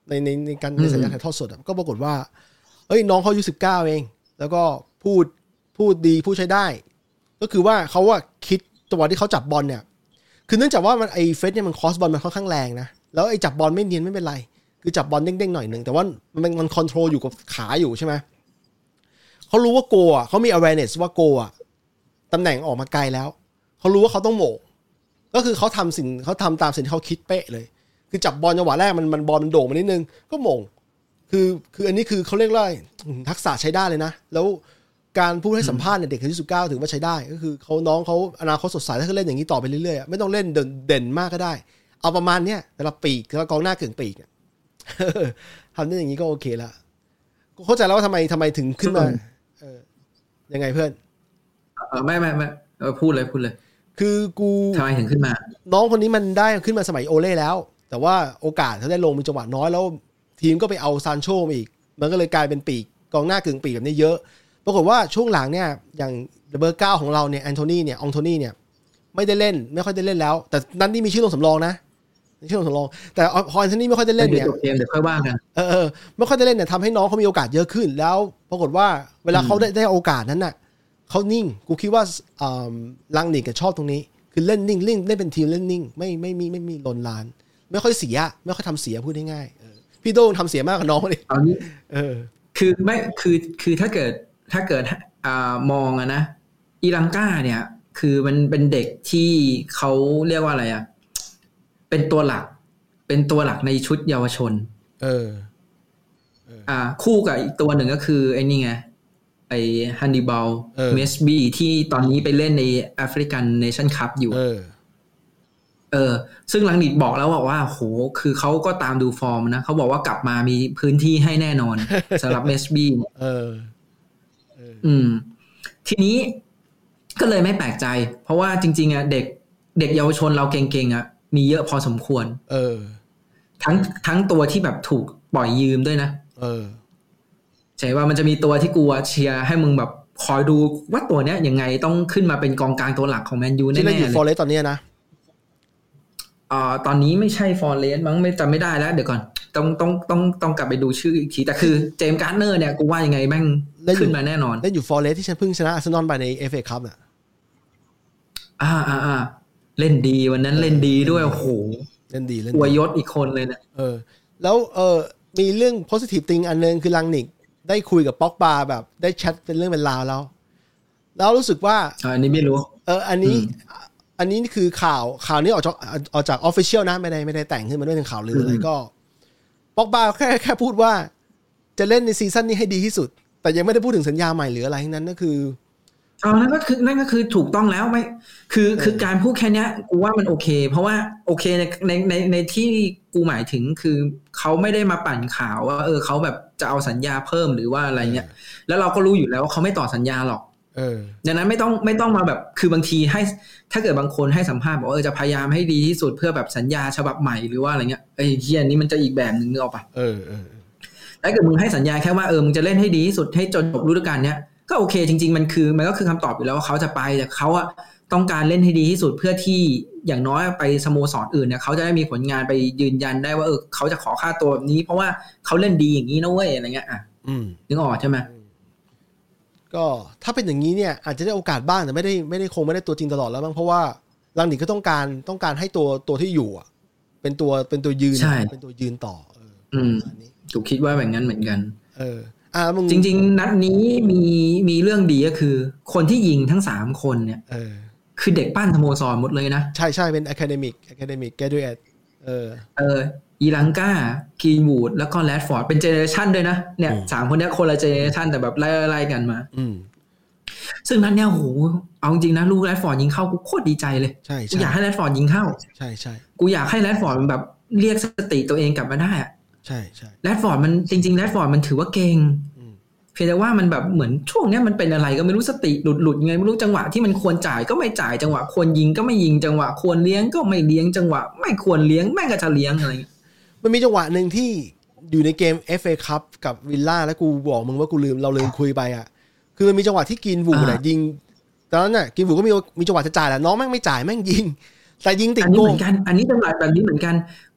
Speaker 1: ในในในการในสัญญาณถ่ายทอดสดก็ปรากฏว่าเอ้ยน้องเขาอายุสิบเก้าเองแล้วก็พูดพูดดีพูดใช้ได้ก็คือว่าเขาว่าคิดจังหวะที่เขาจับบอลเนี่ยคือเนื่องจากว่ามันไอ้เฟสเนี่ยมันคอสบอลมันค่อนข้างแรงนะแล้วไอ้จับบอลไม่เนียนไม่เป็นไรคือจับบอลเด้งๆหน่อยนึงแต่ว่ามันมันคอนโทรลอยู่กับขาอยู่ใช่ไหมเขารู้ว่าโกอ่ะเขามี awareness ว่าโกอ่ะตำแหน่งออกมาไกลแล้วเขารู้ว่าเขาต้องโหม่ก็คือเขาทำสิ่งเขาทำตามสิ่งที่เขาคิดเป๊ะเลยคือจับบอลจังหวะแรกมันมันบอลมันโด่งมานิดนึงก็โหม่งคือคืออันนี้คือเขาเรียกว่าทักษะใช้ได้เลยนะแล้วการพูดให้สัมภาษณ์เนี่ยเด็กอายุสิบเก้าถือว่าใช้ได้ก็คือเขาน้องเขาอนาคตสดใสถ้าเขาเล่นอย่างนี้ต่อไปเรื่อยๆไม่ต้องเล่นเด่นเด่นมากก็ได้เอาประมาณเนี้ยแต่ละปีกแล้วกองหน้าเก่งปีกเนี่ยทำได้อย่างนี้ก็โอเคละเข้าใจแล้วว่าทำไมทำไมถึงขึ้นมาเออยังไงเพื่อน
Speaker 2: เออไม่ไม่ไม่เออพูดเลยพูดเลย
Speaker 1: คือกู
Speaker 2: ทำไมถึงขึ้นมา
Speaker 1: น้องคนนี้มันได้ขึ้นมาสมัยโอเล่แล้วแต่ว่าโอกาสเขาได้ลงมีจังหวะน้อยแล้วทีมก็ไปเอาซานโชมาอีกมันก็เลยกลายเป็นปีกกองหน้ากึ่งปีกแบบนี้เยอะปรากฏว่าช่วงหลังเนี่ยอย่างเบอร์เก้าของเราเนี่ยแอนโทนีเนี่ยองโทนีเนี่ยไม่ได้เล่นไม่ค่อยได้เล่นแล้วแต่นั้นนี่มีชื่อลงสำรองนะชื่อลงสำรองแต่พอแอนโทนีไม่ค่อยได้เล่นเนี่ย
Speaker 2: เดี๋ยวค่อยว่ากัน
Speaker 1: เออๆไม่ค่อยได้เล่นเนี่ยทำให้น้องเขามีโอกาสเยอะขึ้นแล้วปรากฏว่าเวลาเขาได้ได้โอกาสนั้นน่ะเขานิ่งกูคิดว่าลังนิกก็ชอบตรงนี้คือเล่นนิ่งเล่นเล่นเป็นทีมเล่นนิ่งไม่ไม่มีไม่มีลนลานไม่ค่อยเสียไม่ค่อยทำเสียพูดง่ายๆพี่โต้งทำเสียมากกับน้องเลย
Speaker 2: ตอนนี้
Speaker 1: เออ
Speaker 2: คือไม่คือคือถ้าเกิดถ้าเกิดอ่ามองอะนะอีลังกาเนี่ยคือมันเป็นเด็กที่เขาเรียกว่าอะไรอะเป็นตัวหลักเป็นตัวหลักในชุดเยาวชน
Speaker 1: เออ
Speaker 2: อ่าคู่กับอีกตัวหนึ่งก็คือไอ้นี่ไงไอ้ฮันนิบาลเมสบีที่ตอนนี้ไปเล่นในแอฟริกันเนชั่นคัพอยู่เออเออซึ่งลังนิดบอกแล้วบอกว่าโหคือเขาก็ตามดูฟอร์มนะเขาบอกว่ากลับมามีพื้นที่ให้แน่นอนสำหรับเมสบี
Speaker 1: เออ
Speaker 2: อืมทีนี้ก็เลยไม่แปลกใจเพราะว่าจริงๆอ่ะเด็กเด็กเยาวชนเราเก่งๆอ่ะมีเยอะพอสมควร
Speaker 1: เออ
Speaker 2: ทั้งทั้งตัวที่แบบถูกปล่อยยืมด้วยนะ
Speaker 1: เออ
Speaker 2: ใช่ว่ามันจะมีตัวที่กูเชียร์ให้มึงแบบคอยดูว่าตัวเนี้ยยังไงต้องขึ้นมาเป็นกองกลางตัวหลักของแมนยูแน่ๆเลยที่เล่น
Speaker 1: อยู่ฟอร์เรสต์ตอนนี้นะ
Speaker 2: อ่าตอนนี้ไม่ใช่ฟอร์เรสต์มั้งไม่จำไม่ได้แล้วเดี๋ยวก่อนต้องต้องต้องต้องกลับไปดูชื่ออีกทีแต่คือเจมส์การ์เนอร์เนี่ยกูว่ายังไงแม่งขึ้นมาแน่นอน
Speaker 1: เล่นอยู่ฟอร์เรสต์ที่ฉันเพิ่งชนะอาร์เซนอลไปใน เอฟ เอ Cup น่ะ
Speaker 2: อ่าๆๆเล่นดีวันนั้นเล่นดีด้วยโอ้โห
Speaker 1: เล่นดีเล่น
Speaker 2: อวยยศอีกคนเลยนะ
Speaker 1: เออแล้วเออมีเรื่อง positive thing อันนึงคือลังนิกได้คุยกับป็อกบาแบบได้แชทเป็นเรื่องเป็นราวแล้วแล้วรู้สึกว่า
Speaker 2: อันนี้ไม่รู้
Speaker 1: เอออันนี้อันนี้คือข่าวข่าวนี้ออกจากออกจาก official นะไม่ได้ไม่ได้แต่งขึ้นมาด้วยเป็นข่าวลืออะไรก็ป็อกบาแค่แค่พูดว่าจะเล่นในซีซั่นนี้ให้ดีที่สุดแต่ยังไม่ได้พูดถึงสัญญาใหม่หรืออะไรทั้งนั้นก็คือ
Speaker 2: อ๋อนั่นก็คือนั่นก็คือถูกต้องแล้วไม่คือคือการพูดแค่นี้กูว่ามันโอเคเพราะว่าโอเคในในในในที่กูหมายถึงคือเขาไม่ได้มาปั่นข่าวว่าเออเขาแบบจะเอาสัญญาเพิ่มหรือว่าอะไรเงี้ยแล้วเราก็รู้อยู่แล้วว่าเขาไม่ต่อสัญญาหรอก
Speaker 1: เออ
Speaker 2: ดังนั้นไม่ต้องไม่ต้องมาแบบคือบางทีให้ถ้าเกิดบางคนให้สัมภาษณ์บอกว่าเออจะพยายามให้ดีที่สุดเพื่อแบบสัญญาฉบับใหม่หรือว่าอะไรเงี้ยไอ้เหี้ยนี้มันจะอีกแบบนึงนึกออกป่ะ
Speaker 1: เออเออ
Speaker 2: ถ้าเกิดมึงให้สัญญาแค่ว่าเออมึงจะเล่นให้ดีที่สุดให้จนจบฤดูกาลเนี้ยก็โอเคจริงๆมันคือมันก็คือคำตอบอยู่แล้วว่าเขาจะไปแต่เขาอะต้องการเล่นให้ดีที่สุดเพื่อที่อย่างน้อยไปสโมสรอื่นเนี่ยเขาจะได้มีผลงานไปยืนยันได้ว่าเออเขาจะขอค่าตัวแบบนี้เพราะว่าเขาเล่นดีอย่างนี้นะเว้ยอะไรเงี้ยอ่ะนึกออกใช่ไหม
Speaker 1: ก็ถ้าเป็นอย่างนี้เนี่ยอาจจะได้โอกาสบ้างแต่ไม่ได้ไม่ได้คงไม่ได้ตัวจริงตลอดแล้วมั้งเพราะว่าลังนิกก็ต้องการต้องการให้ตัวตัวที่อยู่อ่ะเป็นตัวเป็นตัวยืนเป็นตัวยืนต่อเออ
Speaker 2: อืมถูกคิดว่าแบบนั้นเหมือนกัน
Speaker 1: เอออ่า
Speaker 2: จริงๆนัดนี้มีมีเรื่องดีก็คือคนที่ยิงทั้งสามคนเนี่ย
Speaker 1: เออ
Speaker 2: คือเด็กปั้นสโมสรหมดเลยนะ
Speaker 1: ใช่ๆเป็น academic academic graduate เออ
Speaker 2: เอออีลังกากรีนวูดแล้วก็แรดฟอร์ดเป็นเจเนอเรชันด้วยนะเนี่ยสามคนเนี้ยคนละเจเนอเรชันแต่แบบไล่ๆกันมา
Speaker 1: อืม
Speaker 2: ซึ่งนั้นเนี่ยโหเอาจริงนะลูกแรดฟอร์ดยิงเข้ากูโคตรดีใจเลย
Speaker 1: ใช่
Speaker 2: กูอยากให้แรดฟอร์ดยิงเข้า
Speaker 1: ใช่ๆ
Speaker 2: กูอยากให้แรดฟอร์ดมันแบบเรียกสติตัวเองกลับมาได้อะ
Speaker 1: ใช่ใช่
Speaker 2: แรดฟอร์ดมันจริงๆแรดฟอร์ดมันถือว่าเก่งเพียงแต่ว่ามันแบบเหมือนช่วงนี้มันเป็นอะไรก็ไม่รู้สติหลุดหลุดไงไม่รู้จังหวะที่มันควรจ่ายก็ไม่จ่ายจังหวะควรยิงก็ไม่ยิงจังหวะควรเลี้ยงก็ไม่เลี้ยงจังหวะไม่ควรเลี้ยงแม่งก็จะเลี้ยงอะไร
Speaker 1: มันมีจังหวะหนึ่งที่อยู่ในเกม เอฟ เอ Cup กับวิลล่าแล้วกูบอกมึงว่ากูลืมเราลืมคุยไปอ่ะคือมันมีจังหวะที่กินวูน่ะยิงตอนนั้นน่ะกินวูก็มีมีจังหวะจะจ่ายแหละน้องแม่งไม่จ่ายแม่งยิงแต่ยิงติดโก
Speaker 2: อันนี้เหมือนกันอันนี้จังหวะแบบนี้เหมือนกัน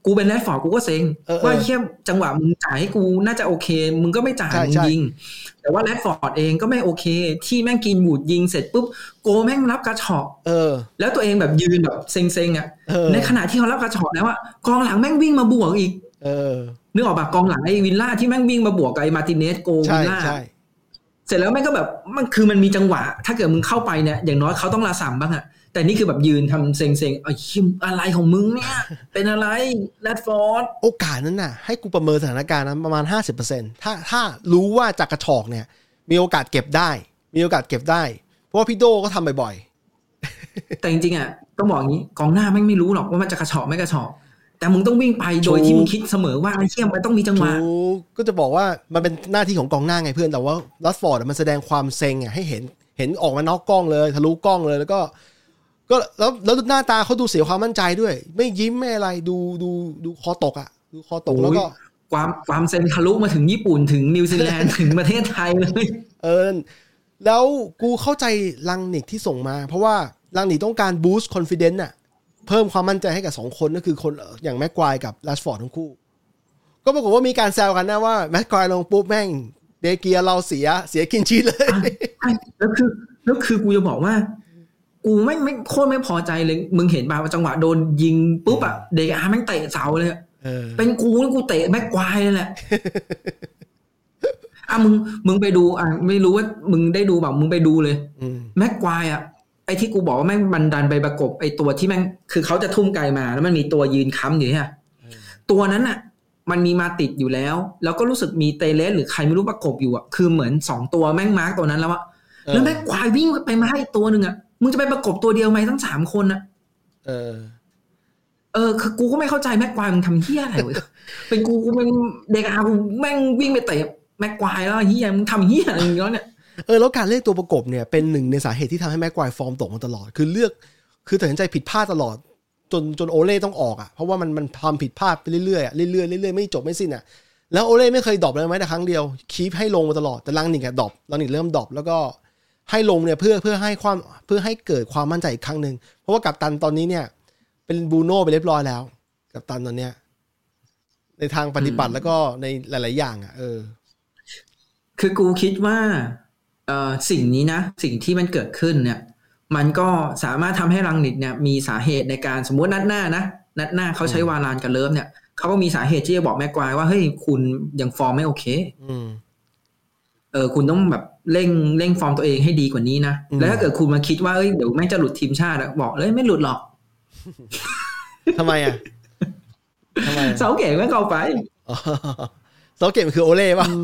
Speaker 2: กูเป็นแรดฟอร์ดกูก็เซ็งว่าแค่จังหวะมึงจ่ายให้กูน่าจะโอเคมึงก็ไม่จ่ายมึงยิงแต่ว่าแรดฟอร์ดเองก็ไม่โอเคที่แม่งกินบูดยิงเสร็จปุ๊บโกแม่งรับกระชอก
Speaker 1: เออ
Speaker 2: แล้วตัวเองแบบยืนแบบเซ็งๆอ่ะในขณะที่เขารับกระชอกแล้วอ่ะกองหลังแม่งวิ่งมาบวกอีก
Speaker 1: เออ
Speaker 2: นึกออกป่ะกองหลังไอ้วิลล่าที่แม่งวิ่งมาบวกกับไอ้มาร์ติเนสโกวิลล่าเสร็จแล้วแม่งก็แบบมันคือมันมีจังหวะถ้าเกิดมึงเข้าไปเนี่ยอย่างน้อยเขาต้องลาสามบ้างอะแต่นี่คือแบบยืนทำเซ็งๆไอ้คิมอะไรของมึงเนี่ยเป็นอะไรแรดฟอร์ด
Speaker 1: โอกาสนั้นน่ะให้กูประเมินสถานการณ์นั้นประมาณ ห้าสิบเปอร์เซ็นต์ ถ้าถ้ารู้ว่าจากกระชอกเนี่ยมีโอกาสเก็บได้มีโอกาสเก็บได้เพราะว่าพี่โดก็ทำบ่อย
Speaker 2: ๆแต่จริงๆอ่ะต้องบอกอย่างนี้กองหน้าแม่งไม่รู้หรอกว่ามันจะกระชอกไม่กระชอกแต่มึงต้องวิ่งไปโดยที่มึงคิดเสมอว่าไอ้เชี่ยมันต้องมีจังหวะ
Speaker 1: ก็จะบอกว่ามันเป็นหน้าที่ของกองหน้าไงเพื่อนแต่ว่าแรดฟอร์ดมันแสดงความเซ็งอ่ะให้เห็นเห็นออกมานอกกล้องเลยทะลุกล้องเลยแล้วก็ก็แล้วแล้วหน้าตาเขาดูเสียความมั่นใจด้วยไม่ยิ้มไม่อะไรดูดูดูคอตกอ่ะดูคอตกแล้วก็
Speaker 2: ความความเซ็งทะลุมาถึงญี่ปุ่นถึงนิวซีแลนด์ถึงประเทศไทยเลย
Speaker 1: เออแล้วกูเข้าใจลังนิกที่ส่งมาเพราะว่าลังนิกต้องการบูสต์คอนฟิเดนซ์อ่ะเพิ่มความมั่นใจให้กับสองคนก็คือคนอย่างแม็กควายกับแรชฟอร์ดทั้งคู่ก็ปรากฏว่ามีการแซวกันนะว่าแม็กควายลงปุ๊บแม่งเดเกียเราเสียเสียกินชีสเลย
Speaker 2: แล้วคือแล้วคือกูจะบอกว่ากูไม่ไม่โคตรไม่พอใจเลยมึงเห็นป่ะว่าจังหวะโดนยิงปุ๊บอะเดกอาแม่งเตะเสาเลยเป็นกูแล้วกูเตะแม็กควายเลยแหละอ่ะมึงมึงไปดูอ่ะไม่รู้ว่ามึงได้ดูแบบมึงไปดูเลยแม็กควายอะไอ้ที่กูบอกว่าแม่งบันดันไปประกบไอ้ตัวที่แม่งคือเขาจะทุ่มไกลมาแล้วมันมีตัวยืนค้ำอยู่เนี่ยตัวนั้นอ่ะมันมีมาติดอยู่แล้วแล้วก็รู้สึกมีเตเลสหรือใครไม่รู้ประกบอยู่อ่ะคือเหมือนสองตัวแม่งมาร์กตัวนั้นแล้วอะแล้วแม่งควายวิ่งไปมาให้ตัวนึงอ่ะมึงจะไปประกบตัวเดียวไหมทั้งสามคนอ่ะ
Speaker 1: เออ
Speaker 2: เออคือกูก็ไม่เข้าใจแม็กควายมึงทำเหี้ยอะไรวะเป็นกูกูเป็นเด็กอากูแม่งวิ่งไปเตะแม็กควายแล้วเหี้ยมึงทำเหี้ยอะไรอย่างเงี้ยเนี่ย
Speaker 1: เออแล้วการเลือกตัวประกบเนี่ยเป็นหนึ่งในสาเหตุที่ทำให้แม็กควายฟอร์มตกมาตลอดคือเลือกคือตัดสินใจผิดพลาดตลอดจนจนโอเล่ต้องออกอ่ะเพราะว่ามันมันทำผิดพลาดไปเรื่อยๆอ่ะเรื่อยๆเรื่อยๆไม่จบไม่สิ้นอ่ะแล้วโอเล่ไม่เคยดรอปเลยไหมแต่ครั้งเดียวคีปให้ลงมาตลอดแต่ลังนิกอะดรอปลังนิกเริ่มดรอปแล้วก็ให้ลงเนี่ยเพื่อเพื่อให้ความเพื่อให้เกิดความมั่นใจอีกครั้งนึงเพราะว่ากัปตันตอนนี้เนี่ยเป็นบูโน่ไปเรียบร้อยแล้วกัปตันตอนเนี้ยในทางปฏิบัติแล้วก็ในหลายๆอย่างอ่ะเออ
Speaker 2: คือกูคิดว่าเอ่อสิ่งนี้นะสิ่งที่มันเกิดขึ้นเนี่ยมันก็สามารถทำให้รังนิกเนี่ยมีสาเหตุในการสมมตินัดหน้านะนัดหน้าเขาใช้วาลานกับเลิฟเนี่ยเขาก็มีสาเหตุที่จะบอกแม็กควายว่าเฮ้ยคุณยังฟอร์มไม่โอเคเออคุณต้องแบบเร่งเร่งฟอร์มตัวเองให้ดีกว่านี้นะแล้วถ้าเกิดคุณมาคิดว่าเอ้ยเดี๋ยวแม่งจะหลุดทีมชาติบอกเลยไม่หลุดหรอก
Speaker 1: ทำไมอ่ะทำไม
Speaker 2: เสาเก่งไม่เข้าไป
Speaker 1: เสาเก่งคือโอเล่ป่ะ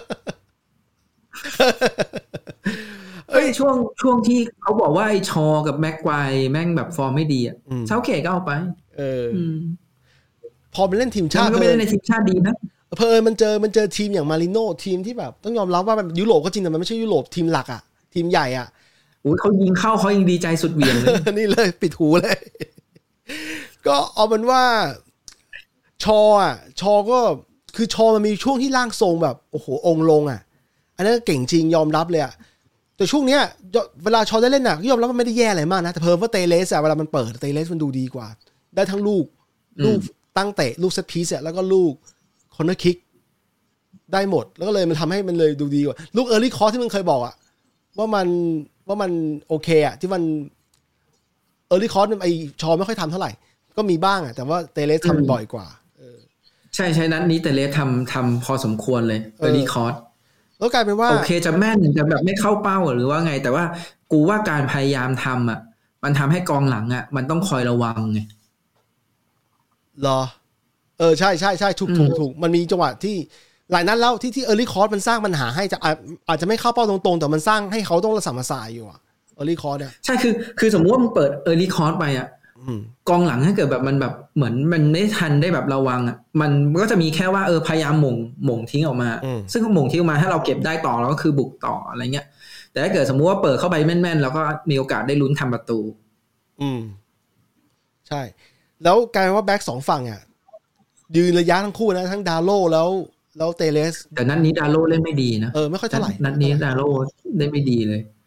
Speaker 2: เอ้ยช่วงช่วงที่เขาบอกว่าไอ้ชอกับแม็กควายแม่งแบบฟอร์มไม่ดีอ่ะเสาเก่งก็เอาไป
Speaker 1: เออพอไปเล่นทีมชาติ
Speaker 2: ก็ไม่ได้ในทีมชาติดีนะ
Speaker 1: เพอมันเจอมันเจอทีมอย่างมาริโน่ทีมที่แบบต้องยอมรับว่ามันยุโรปก็จริงแต่มันไม่ใช่ยุโรปทีมหลักอ่ะทีมใหญ่อ่ะ
Speaker 2: โอ้ยเขายิงเข้าเขายังดีใจสุดเหวี่ยงเลย
Speaker 1: นี่เลยปิดหูเลยก็เอาเป็นว่าชออ่ะชอก็คือชอมันมีช่วงที่ร่างทรงแบบโอ้โหองค์ลงอ่ะอันนั้นเก่งจริงยอมรับเลยอ่ะแต่ช่วงเนี้ยเวลาชอได้เล่นน่ะยอมรับว่าไม่ได้แย่อะไรมากนะแต่เพิ่มว่าเตเลสอ่ะเวลามันเปิดเตเลสมันดูดีกว่าได้ทั้งลูกลูกตั้งเตะลูกเซตพีซอ่ะแล้วก็ลูกคอร์เนอร์คิกได้หมดแล้วก็เลยมันทำให้มันเลยดูดีกว่าลูกเออร์ลี่คอร์สที่มึงเคยบอกอ่ะว่ามันว่ามันโอเคอ่ะที่มันเออร์ลี่คอร์สไอชอไม่ค่อยทำเท่าไหร่ก็มีบ้างอ่ะแต่ว่าเตเลสทำบ่อยกว่า
Speaker 2: ใช่ใช่นัดนี้เตเลสทำทำพอสมควรเลยเออร์ลี่คอร์ส
Speaker 1: แล้วกลายเป็นว่า
Speaker 2: โอเคจะแม่นจะแบบไม่เข้าเป้าหรือว่าไงแต่ว่ากูว่าการพยายามทำอ่ะมันทำให้กองหลังอ่ะมันต้องคอยระวังไง
Speaker 1: เหรอเออใช่ใช่ใช่ถูกถูกถูกมันมีจังหวะที่หลายนัดแล้วที่ที่เออร์ลี่คอร์สมันสร้างปัญหาให้จะอาจจะไม่เข้าเป้าตรงๆแต่มันสร้างให้เขาต้องระสำระสายอยู่อ่ะเออร์ลี่คอร์สเนี่ย
Speaker 2: ใช่คือคือสมมติว่ามึงเปิดเออร์ลี่คอร์สไปอ่ะกองหลังถ้าเกิดแบบมันแบบเหมือนมันไม่ทันได้แบบระวังอ่ะมันก็จะมีแค่ว่าเออพยายามหม่งหม่งทิ้งออกมาซึ่งหม่งทิ้งออกมาถ้าเราเก็บได้ต่อเราก็คือบุกต่ออะไรเงี้ยแต่ถ้าเกิดสมมุติว่าเปิดเข้าไปแม่นๆเราก็มีโอกาสได้ลุ้นทำประตู
Speaker 1: อืมใช่แล้วกลายเป็นว่าแบ็คสองฝั่งอ่ะยืนระยะทั้งคู่นะทั้งดาโลแล้วแล้วเตเลส
Speaker 2: แต่นัดนี้ดาโลเล่นไม่ดีนะ
Speaker 1: เออไม่ค่อยเท่าไหร่
Speaker 2: นัดนี้ดาโลเล่นไม่ดีเลยกู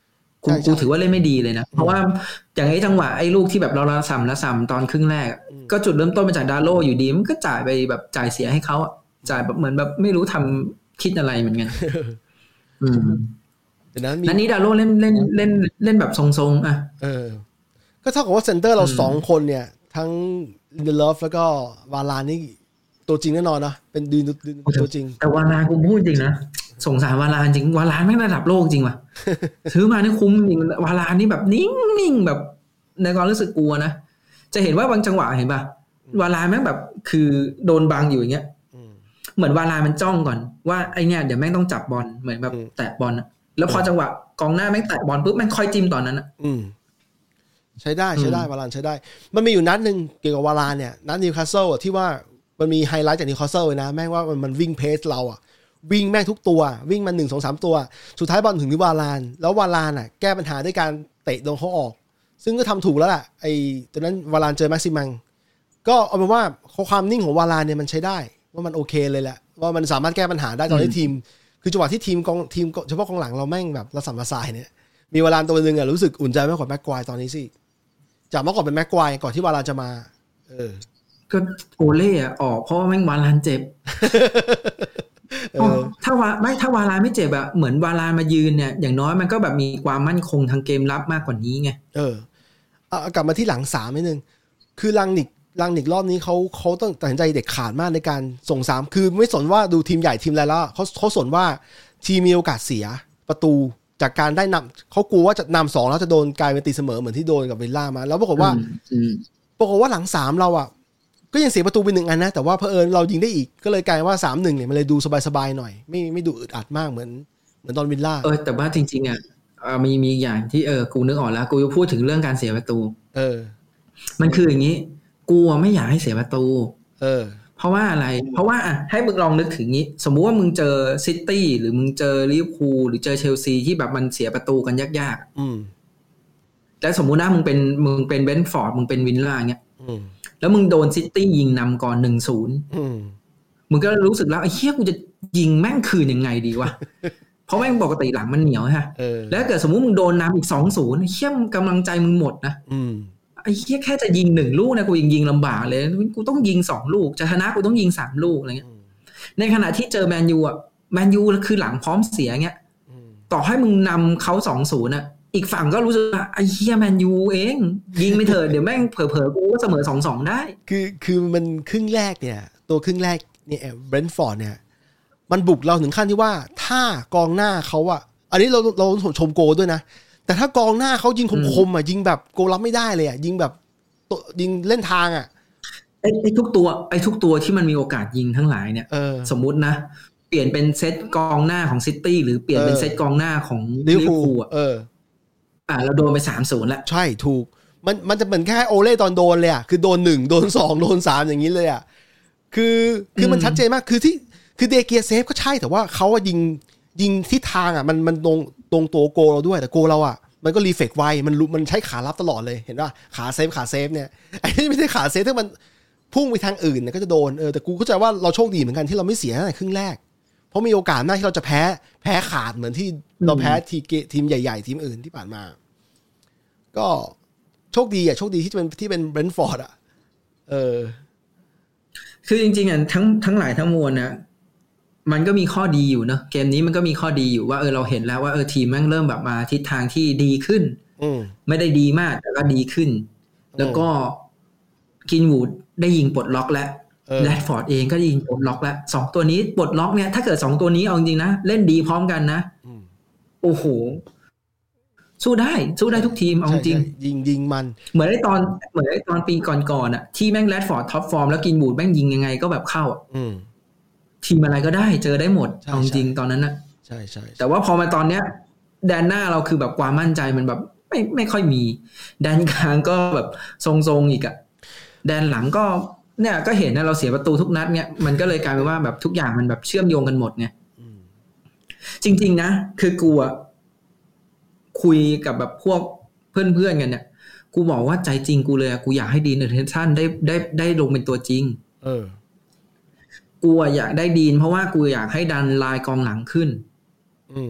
Speaker 2: กูกูถือว่าเล่นไม่ดีเลยนะเพราะว่าอย่างไอ้จังหวะไอ้ลูกที่แบบเราละสามละสามตอนครึ่งแรกก็จุดเริ่มต้นมาจากดาโลอยู่ดีมันก็จ่ายไปแบบจ่ายเสียให้เขาอ่ะจ่ายแบบเหมือนแบบไม่รู้ทำคิดอะไรเหมือนกันอืมแต่นั้นนี้ดาโลเล่นเล่นเล่นเล่นแบบทรงๆอ่ะ
Speaker 1: เออก็เท่ากับว่าเซนเตอร์เราสองคนเนี่ยทั้งลินเดเลฟแล้วก็วาลานนี่ตัวจริงแน่นอนนะเป็นดืนตัวจริง
Speaker 2: แต่วาลานกูพูดจริงนะสงสารวาลานจริงวาลานไม่ระดับโลกจริงว่ะซื้อมานี่คุ้มจริงวาลานนี่แบบนิ่งๆแบบในความรู้สึกกลัวนะจะเห็นว่าบางจังหวะเห็นป่ะวาลานแม่งแบบคือโดนบังอยู่อย่างเงี้ยเหมือนวาลานมันจ้องก่อนว่าไอเนี้ยเดี๋ยวแม่งต้องจับบอลเหมือนแบบแตะบอลแล้วพอจังหวะกองหน้าแม่งแตะบอลปุ๊บแม่งค่อยจิ้มตอนนั้นอ่ะ
Speaker 1: ใช้ได้ใช้ได้วาลานใช้ได้มันมีอยู่นัดนึงเกี่ยวกับวาลานเนี่ยนัดนิวคาสเซิลที่ว่ามันมีไฮไลท์จากนิวคาสเซิลเลยนะแม่งว่ามันวิ่งเพสเราอ่ะวิ่งแม่งทุกตัววิ่งมาหนึ่ง สอง สามตัวสุดท้ายบอลถึงที่วาลานแล้ววาลานอ่ะแก้ปัญหาด้วยการเตะลงเขาออกซึ่งก็ทำถูกแล้วล่ะไอ้ตอนนั้นวาลานเจอแม็กซิมังก็เอาเป็นว่าความนิ่งของวาลานเนี่ยมันใช้ได้ว่ามันโอเคเลยแหละว่ามันสามารถแก้ปัญหาได้ตอนที่ทีมคือจังหวะที่ทีมกองทีมเฉพาะกองหลังเราแม่งแบบระสำระสายเนี่ยมีวาลานตัวนึงอ่ะรู้สึกอุ่นใจมากกว่าแม็กควายตอนนี้สิจากเมื่อก่อนเป็นแม็กควายก่อนที่วาลานจะมาเออ
Speaker 2: ก็โอเล่ออกเพราะว่าแม่งวาลานเจ็บถ้าวาไม่ถ้าวาลานไม่เจ็บอะเหมือนวาลานมายืนเนี่ยอย่างน้อยมันก็แบบมีความมั่นคงทางเกมรับมากกว่านี้ไง
Speaker 1: เออเอากลับมาที่หลังสามนิดนึงคือลังนิกลังนิกรอบนี้เขาเขาต้องตัดสินใจเด็ดขาดมากในการส่งสามคือไม่สนว่าดูทีมใหญ่ทีมอะไรแล้วเขาเขาสนว่าทีมมีโอกาสเสียประตูจากการได้นำเขากลัวว่าจะนำสองแล้วจะโดนกลายเป็นตีเสมอเหมือนที่โดนกับวิลล่ามาแล้วปรากฏว่าปรากฏว่าหลังสามเราอ่ะก็ยังเสียประตูไปหนึ่งอันนะแต่ว่าเผอิญเรายิงได้อีกก็เลยกลายว่า สามหนึ่ง เนี่ยมันเลยดูสบายๆหน่อยไม่ไม่ดูอึดอัดมากเหมือนเหมือนตอนวิลล่า
Speaker 2: เออแต่ว่าจริงๆอ่ะมีมีอย่างที่เออกูนึกออกแล้วกูจะพูดถึงเรื่องการเสียประตู
Speaker 1: เออ
Speaker 2: มันคืออย่างนี้กูไม่อยากให้เสียประตู
Speaker 1: เออ
Speaker 2: เพราะว่าอะไรเพราะว่าอ่ะให้มึงลองนึกถึงงี้สมมุติว่ามึงเจอซิตี้หรือมึงเจอลิเวอร์พูลหรือเจอเชลซีที่แบบมันเสียประตูกันยาก
Speaker 1: ๆอืม
Speaker 2: แล้วสมมุตินะมึงเป็นมึงเป็นเบนฟอร์ดมึงเป็นวิลล่าเงี้ยแล้วมึงโดนซิตี้ยิงนำก่อน หนึ่งศูนย์
Speaker 1: อืม
Speaker 2: มึงก็รู้สึกแล้วไอ้เหี้ยกูจะยิงแม่งคืนยังไงดีวะ เพราะแม่งปกติหลังมันเหนียวฮะแล้วเกิดสมมุติมึงโดนนำอีก สองศูนย์ เหี้ยกำลังใจมึงหมดนะไอ้เหี้ยแค่จะยิงหนึ่งลูกนะกูยังยิงลำบากเลยกูต้องยิงสองลูกจะชนะกูต้องยิงสามลูกอะไรเงี้ยในขณะที่เจอแมนยูอ่ะแมนยูคือหลังพร้อมเสียเงี้ยต่อให้มึงนำเขา สองศูนย์ อ่ะอีกฝั่งก็รู้สึกว่าไอ้เหี้ยแมนยูเองยิงไม่เถอะเดี๋ยวแม่งเผลอๆกูก็เสมอ สองสอง ได้
Speaker 1: คือคือมันครึ่งแรกเนี่ยตัวครึ่งแรกเนี่ยเบรนท์ฟอร์ดเนี่ยมันบุกเราถึงขั้นที่ว่าถ้ากองหน้าเขาอ่ะอันนี้เราเราชมโกด้วยนะแต่ถ้ากองหน้าเขายิงคมๆอ่ะยิงแบบโกรับไม่ได้เลยอ่ะยิงแบบยิงเล่นทางอ่ะ
Speaker 2: ไอ้ไอ้ทุกตัวไอ้ทุกตัวที่มันมีโอกาสยิงทั้งหลายเนี่ยสมมุตินะเปลี่ยนเป็นเซตกองหน้าของซิตี้หรือเปลี่ยนเป็นเซตกองหน้าของลิเวอร์พูลอ่ะ
Speaker 1: เออ
Speaker 2: อ่าเราโดนไป สามศูนย์ แล้ว
Speaker 1: ใช่ถูกมันมันจะเหมือนแค่โอเล่ตอนโดนเลยอ่ะคือโดนหนึ่งโดนสองโดนสามอย่างนี้เลยอ่ะคือคือมันชัดเจนมากคือที่คือเดเกียเซฟก็ใช่แต่ว่าเขายิงยิงทิศทางอ่ะมันมันตรงตรงตัวโกเราด้วยแต่โกเราอ่ะมันก็รีเฟกไวมันมันใช้ขารับตลอดเลยเห็นป่ะขาเซฟขาเซฟเนี่ยไอ้ไม่ใช่ขาเซฟถ้ามันพุ่งไปทางอื่นเนี่ยก็จะโดนเออแต่กูเข้าใจว่าเราโชคดีเหมือนกันที่เราไม่เสียในครึ่งแรกเพราะมีโอกาสมากที่เราจะแพ้แพ้ขาดเหมือนที่เราแพ้ทีเกทีมใหญ่ๆทีมอื่นที่ผ่านมาก็โชคดีอ่ะโชคดีที่เป็นที่เป็นเบรนท์ฟอร์ดอ่ะเออ
Speaker 2: คือจริงๆอ่ะทั้งทั้งหลายทั้งมวลนะมันก็มีข้อดีอยู่เนอะเกมนี้มันก็มีข้อดีอยู่ว่าเออเราเห็นแล้วว่าเออทีมแม่งเริ่มแบบมาทิศทางที่ดีขึ้นไม่ได้ดีมากแต่ก็ดีขึ้นแล้วก็กินวูดได้ยิงปลดล็อกแล้วแรดฟอร์ดเองก็ยิงปลดล็อกแล้วสองตัวนี้ปลดล็อกเนี่ยถ้าเกิดสองตัวนี้เอาจริงๆนะเล่นดีพร้อมกันนะโอ้โหสู้ได้สู้ได้ทุกทีมเอาจริง
Speaker 1: ยิงยิงมัน
Speaker 2: เหมือนไอ้ตอนเหมือนไอ้ตอนปีก่อนๆอ่ะที่แม่งแรดฟอร์ดท็อปฟอร์มแล้วกินวูดแม่งยิงยังไงก็แบบเข้าอ่ะทีมอะไรก็ได้เจอได้หมดเอาจริงตอนนั้นนะ
Speaker 1: ใช่ใช่
Speaker 2: แต่ว่าพอมาตอนเนี้ยแดนหน้าเราคือแบบความมั่นใจมันแบบไม่ไม่ค่อยมีแดนกลางก็แบบทรงๆอีกอะแดนหลังก็เนี่ยก็เห็นนะเราเสียประตูทุกนัดเนี่ยมันก็เลยกลายเป็นว่าแบบทุกอย่างมันแบบเชื่อมโยงกันหมดไงจริงๆนะคือกูอะคุยกับแบบพวกเพื่อนๆกันเนี่ยกูบอกว่าใจจริงกูเลยกูอยากให้ดีนเอเดอร์สันได้ได้ได้ลงเป็นตัวจริง
Speaker 1: เออ
Speaker 2: กูอยากได้ดีนเพราะว่ากูอยากให้ดันลายกองหลังขึ้น
Speaker 1: อืม
Speaker 2: เพราะ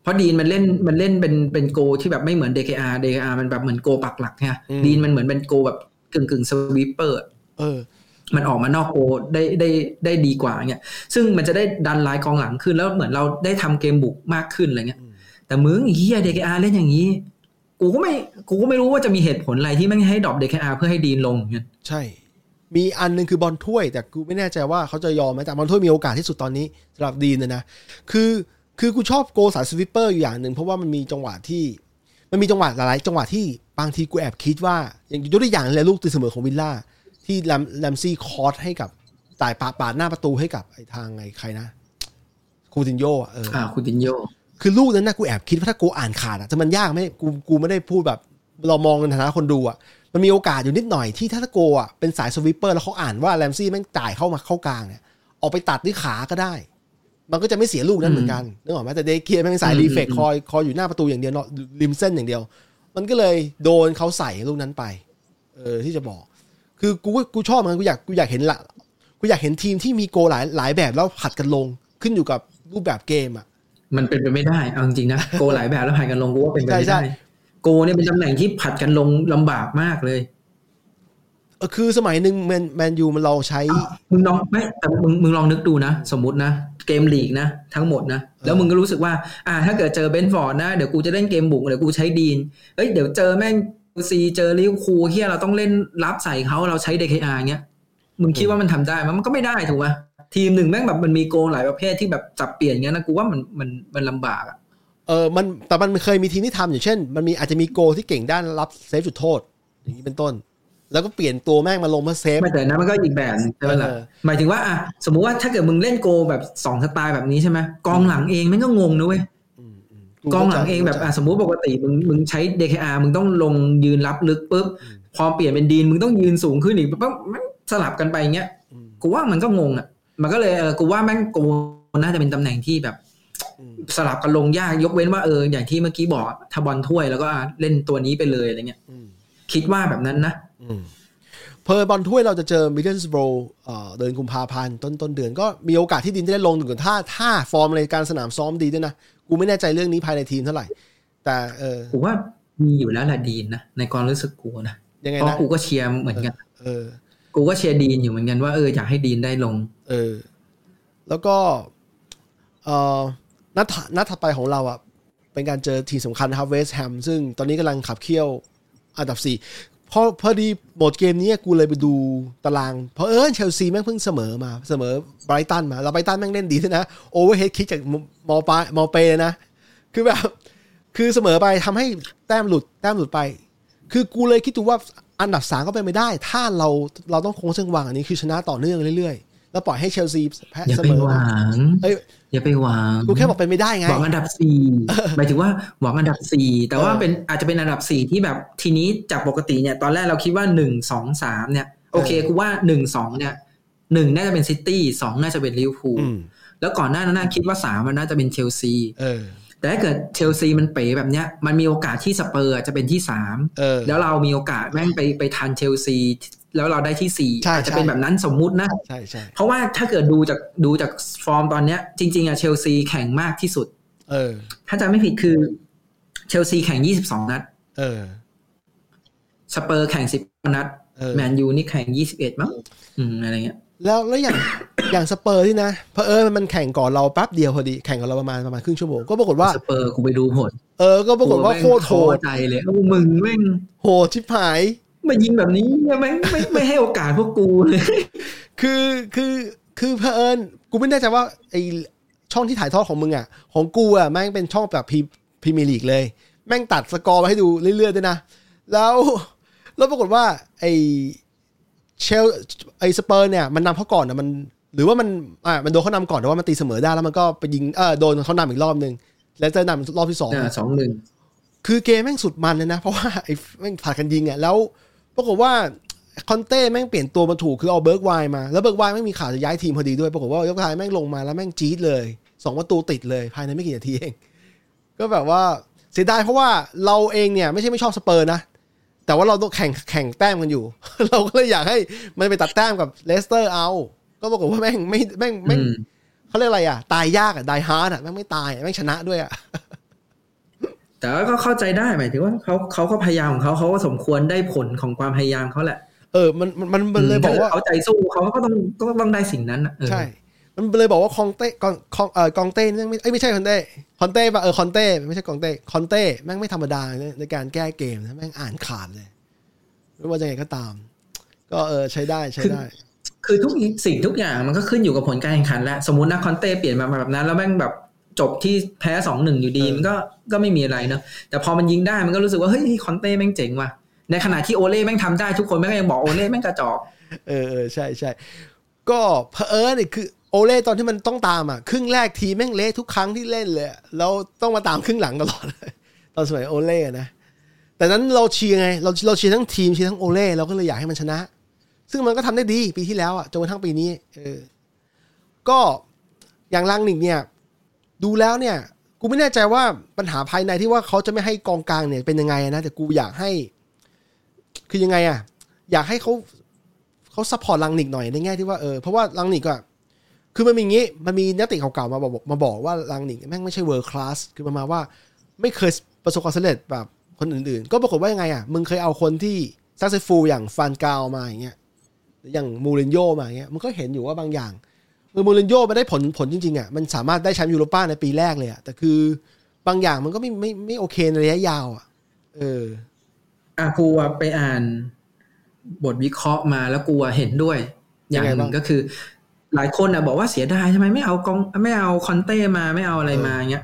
Speaker 2: ราะดีนมันเล่นมันเล่นเป็นเป็นโกที่แบบไม่เหมือน ดี เค อาร์ ดี เค อาร์ มันแบบเหมือนโกปักหลักไงดีนมันเหมือนเป็นโกแบบกึ่งกึ่งสวีปเปอร์
Speaker 1: เออ
Speaker 2: มันออกมานอกโกได้ได้ได้ดีกว่าเงี้ยซึ่งมันจะได้ดันไลน์กองหลังขึ้นแล้วเหมือนเราได้ทำเกมบุกมากขึ้นอะไรเงี้ยแต่มึงเฮีย ดี เค อาร์ เล่นอย่างนี้กูก็ไม่กูก็ไม่รู้ว่าจะมีเหตุผลอะไรที่ไม่ให้ดรอป ดี เค อาร์ เพื่อให้ดีนลงเงี้ย
Speaker 1: ใช่มีอันนึงคือบอลถ้วยแต่กูไม่แน่ใจว่าเขาจะยอมไหมแต่บอลถ้วยมีโอกาสที่สุดตอนนี้สำหรับดีนนะนะคือคือกูชอบโกสายสวิปเปอร์อยู่อย่างหนึ่งเพราะว่ามันมีจังหวะที่มันมีจังหวะหลายๆจังหวะที่บางทีกูแอบคิดว่าอย่างยกตัวอย่างเลยลูกตีเสมอของวิลล่าที่แรมแรมซี่คอร์สให้กับจ่ายปาปาดหน้าประตูให้กับไอ้ทางไงใครนะคูตินโญ่เออ
Speaker 2: อ่าคูตินโญ่
Speaker 1: คือลูกนั้นนะกูแอบคิดว่าถ้ากูอ่านขาดอ่ะจะมันยากไหมกูกูไม่ได้พูดแบบเรามองในฐานะคนดูอ่ะมันมีโอกาสอยู่นิดหน่อยที่ถ้าโกอ่ะเป็นสายสวิปเปอร์แล้วเขาอ่านว่าแรมซี่แม่งจ่ายเข้ามาเข้ากลางเนี่ยออกไปตัดด้วยขาก็ได้มันก็จะไม่เสียลูกนั้นเหมือนกันนึกออกไหมแต่เดเกียแม่งสายรีเฟกคอยคอยอยู่หน้าประตูอย่างเดียวเนาะริมเส้นอย่างเดียวมันก็เลยโดนเขาใส่ลูกนั้นไปเออที่จะบอกคือกูกูชอบมันกูอยากกูอยากเห็นละกูอยากเห็นทีมที่มีโกหลายหลายแบบแล้วผัดกันลงขึ้นอยู่กับรูปแบบเกมอ่ะ
Speaker 2: มันเป็นไปไม่ได้เอาจริงๆนะโกหลายแบบแล้วผัดกันลงกูว่าเป็นไปไม่ได้โกเนี่ยเป็นตำแหน่งที่ผัดกันลงลำบากมากเลย
Speaker 1: เออคือสมัยหนึ่งแมนแมนยูมันลองใช้
Speaker 2: มึงลองไม่แต่มึงมึงลองนึกดูนะสมมุตินะเกมลีกนะทั้งหมดนะแล้วมึงก็รู้สึกว่าอ่าถ้าเกิดเจอเบนฟอร์ดนะเดี๋ยวกูจะเล่นเกมบุกเดี๋ยวกูใช้ดีนเอ้ยเดี๋ยวเจอแม่งซีเจอลิเวอร์พูลเฮียเราต้องเล่นรับใส่เขาเราใช้ ดี เค อาร์ เงี้ยมึงคิดว่ามันทำได้มันก็ไม่ได้ถูกไหมทีมหนึ่งแม่งแบบมันมีโกหลายประเภทที่แบบจับเปลี่ยนเงี้ยนะกูว่ามันมันมันลำบากอ่ะ
Speaker 1: เออมันแต่มันเคยมีทีมที่ทำอย่างเช่นมันมีอาจจะมีโกที่เก่งด้านรับเซฟจุดโทษอย่างนี้เป็นต้นแล้วก็เปลี่ยนตัวแม่งมาลงมาเซฟ
Speaker 2: ไม่แต่นั้นมันก็อีกแบบใช่ไหมล่ะหมายถึงว่าอ่ะสมมุติว่าถ้าเกิดมึงเล่นโกแบบสองสไตล์แบบนี้ใช่ไหมกองหลังเองแม่งก็งงนะเว้ยกองหลังเองแบบอ่ะสมมุติปกติมึงมึงใช้ ดี เค อาร์ มึงต้องลงยืนรับลึกปุ๊บพอเปลี่ยนเป็นดีนมึงต้องยืนสูงขึ้นอีกปั๊บมันสลับกันไปเงี้ยกูว่ามันก็งงอ่ะมันก็เลยเออกูว่าแม่งโกน่าจะเป็นตำแหน่งที่แบบสลับกันลงยากยกเว้นว่าเอออย่างที่เมื่อกี้บอกถ้าบอลถ้วยแล้วก็เล่นตัวนี้ไปเลยอะไรเงี้ยคิดว่าแบบนั้นนะ
Speaker 1: เพอบอลถ้วยเราจะเจอมิดเดิลสโบร์เดือนกุมภาพันธ์ต้นต้นเดือนก็มีโอกาสที่ดินจะได้ลงถึงถ้าถ้าฟอร์มในการสนามซ้อมดีด้วยนะกูไม่แน่ใจเรื่องนี้ภายในทีมเท่าไหร่แต่เออ
Speaker 2: ผมว่ามีอยู่แล้วแหละดีนนะในความรู้สึกกูนะ
Speaker 1: ยังไงนะ
Speaker 2: เพราะกูก็เชียร์เหมือนกัน
Speaker 1: เออ
Speaker 2: กูก็เชียร์ดีนอยู่เหมือนกันว่าเอออยากให้ดีนได้ลง
Speaker 1: เออแล้วก็เอ่อนัดนัดถัดไปของเราอ่ะเป็นการเจอทีมสำคัญนะครับเวสต์แฮมซึ่งตอนนี้กำลังขับเคี่ยวอันดับสี่พอพอดีหมดเกมนี้กูเลยไปดูตารางเพราะเออเชลซีแม่งเพิ่งเสมอมาเสมอไบรตันมาแล้วไบรตันแม่งเล่นดีด้วยนะโอเวอร์เฮดคิกจากมอปามอเปนะคือแบบคือเสมอไปทำให้แต้มหลุดแต้มหลุดไปคือกูเลยคิดดูว่าอันดับสามก็เป็นไม่ได้ถ้าเราเราต้องคงเชิงวางอันนี้คือชนะต่อเนื่องเรื่อยๆแล้วปล่อยให้เชลซีแพ้เสมอ
Speaker 2: เอ้ยอย่าไปหวัง
Speaker 1: กูแค่บอกเป็นไม่ได้ไง
Speaker 2: หวังอันดับสี่หมายถึงว่าหวังอันดับสี่แต่ว่าเป็นอาจจะเป็นอันดับสี่ที่แบบทีนี้จากปกติเนี่ยตอนแรกเราคิดว่าหนึ่ง สอง สามเนี่ยโอเคกูว่าหนึ่ง สองเนี่ยหนึ่งน่าจะเป็นซิตี้สองน่าจะเป็นลิเวอร์พูลแล้วก่อนหน้านั้นน่าคิดว่าสามมันน่าจะเป็นเชลซี
Speaker 1: เออ
Speaker 2: แต่ถ้าเกิดเชลซีมันเป๋แบบเนี้ยมันมีโอกาสที่สเปอร์จะเป็นที่สามแล้วเรามีโอกาสแม่งไปไปทันเชลซีแล้วเราได้ที่สี่อาจจะเป็นแบบนั้นสมมุตินะ
Speaker 1: ใช่ๆ
Speaker 2: เพราะว่าถ้าเกิดดูจากดูจากฟอร์มตอนเนี้ยจริงๆอ่ะเชลซีแข่งมากที่สุด
Speaker 1: เออ
Speaker 2: ถ้าจำไม่ผิดคือเชลซีแข่งยี่สิบสองนัด
Speaker 1: เออ
Speaker 2: สเปอร์แข่งสิบนัดแมนยูนี่แข่งยี่สิบเอ็ดมั้งอืมอะไรเงี้ย
Speaker 1: แล้วแล้วอย่าง อย่างสเปอร์ที่นะเพราะเออมันแข่งก่อนเราแป๊บเดียวพอดีแข่งกับเราประมาณประมาณครึ่งชั่วโมงก็ปรากฏว่า
Speaker 2: สเปอร์กูไปดูผล
Speaker 1: เออก็ปรากฏว่าโคตรโหด
Speaker 2: ใจเลยมึงแม่ง
Speaker 1: โหดชิบหาย
Speaker 2: มายิงแบบนี้ไม่ไม่ไม่ให้โอกาสพวกกูเลย
Speaker 1: คือคือคือเผอิญกูไม่แน่ใจว่าไอช่องที่ถ่ายทอดของมึงอ่ะของกูอ่ะแม่งเป็นช่องแบบพรีพรีเมียร์ลีกเลยแม่งตัดสกอร์มาให้ดูเรื่อยๆด้วยนะแล้วแล้วปรากฏว่าไอเชลไอสเปอร์เนี่ยมันนำเขาก่อนนะมันหรือว่ามันอ่ามันโดนเขานำก่อนแต่ว่ามันตีเสมอได้แล้วมันก็ไปยิงเออโดนเขานำอีกรอบนึงแล้วจะนำรอบที่สอง
Speaker 2: อ่า สองหนึ่ง
Speaker 1: คือเกมแม่งสุดมันเลยนะเพราะว่าไอ้แม่งผลัดกันยิงอ่ะแล้วปรากฏว่าคอนเต้แม่งเปลี่ยนตัวมาถูกคือเอาเบิร์กไวน์มาแล้วเบิร์กไวน์แม่งมีข่าวจะย้ายทีมพอดีด้วยปรากฏว่ายกทายแม่งลงมาแล้วแม่งจี๊ดเลยสองประตูติดเลยภายในไม่กี่นาทีเองก็แบบว่าเสียดายเพราะว่าเราเองเนี่ยไม่ใช่ไม่ชอบสเปอร์นะแต่ว่าเราต้องแข่งแข่งแต้มกันอยู่ เราก็เลยอยากให้มันไปตัดแต้มกับเลสเตอร์เอาก็ปรากฏว่าแม่งไม่แม่งแม่งเขาเรียกอะไรอ่ะตายยากอ่ะไดฮาร์ดอ่ะแม่งไม่ตายแม่งชนะด้วยอ่ะ
Speaker 2: แต่ก็เข้าใจได้หมายถึงว่าเขาเขาก็พยายามของเขาเขาก็สมควรได้ผลของความพยายามเขาแหละ
Speaker 1: เออมันมันมันเลยบอกว่า
Speaker 2: เขาใจสู้เขาก็ต้องก็ต้องได้สิ่งนั้น
Speaker 1: ใช่มันเลยบอกว่าคองเต้กองคองเอ่อกองเต้แม่งไม่ไม่ใช่คอนเต้คอนเต้ป่ะเออคอนเต้ไม่ใช่กองเต้คอนเต้แม่งไม่ธรรมดาในการแก้เกมนะแม่งอ่านขาดเลยไม่ว่าจะไงก็ตามก็เออใช้ได้ใช้ได้
Speaker 2: คือทุกสิ่งทุกอย่างมันก็ขึ้นอยู่กับผลการแข่งขันแล้วสมมุตินะคอนเต้เปลี่ยนมาแบบนั้นแล้วแม่งแบบจบที่แพ้ สองหนึ่ง อยู่ดีมันก็ก็ไม่มีอะไรเนอะแต่พอมันยิงได้มันก็รู้สึกว่าเฮ้ยคอนเต้แม่งเจ๋งว่ะในขณะที่โอเล่แม่งทำได้ทุกคนแม่งยังบอกโอเล่แม่งกระจอก
Speaker 1: เออเออใช่ใช่ก็เผอิญนี่คือโอเล่ตอนที่มันต้องตามอ่ะครึ่งแรกทีแม่งเละทุกครั้งที่เล่นเลยแล้วต้องมาตามครึ่งหลังตลอดตอนสมัยโอเล่นะแต่นั้นเราเชียร์ไงเราเราเชียร์ทั้งทีมเชียร์ทั้งโอเล่เราก็เลยอยากให้มันชนะซึ่งมันก็ทำได้ดีปีที่แล้วอ่ะจนกระทั่งปีนี้เออก็อย่างลังนิกเนี่ยดูแล้วเนี่ยกูไม่แน่ใจว่าปัญหาภายในที่ว่าเขาจะไม่ให้กองกลางเนี่ยเป็นยังไงนะแต่กูอยากให้คือยังไงอ่ะอยากให้เขาเขาซัพพอร์ตลังนิกหน่อยในแง่ที่ว่าเออเพราะว่าลังนิกอ่ะคือมันมีงี้มันมีนักเตะเก่าๆมาบอกมาบอกว่าลังนิกแม่งไม่ใช่เวิร์คคลาสคือประมาณว่าไม่เคยประสบความสำเร็จแบบคนอื่นๆก็ปรากฏว่ายังไงอ่ะมึงเคยเอาคนที่ซักเซสฟูลอย่างฟานกาลมาอย่างเงี้ยอย่างมูรินโญ่มาอย่างเงี้ยมันก็เห็นอยู่ว่าบางอย่างเออมูรินโญ่มันได้ผลผลจริงๆอ่ะมันสามารถได้แชมป์ยูโรป้าในปีแรกเลยอ่ะแต่คือบางอย่างมันก็ไม่ไม่ไม่โอเคในระยะยาวอ่ะเออ
Speaker 2: อ่ะกูไปอ่านบทวิเคราะห์มาแล้วกูเห็นด้วยอย่างหนึ่งก็คือหลายคนอ่ะบอกว่าเสียดายทำไมไม่เอากองไม่เอาคอนเต้มาไม่เอาอะไรมาเงี้ย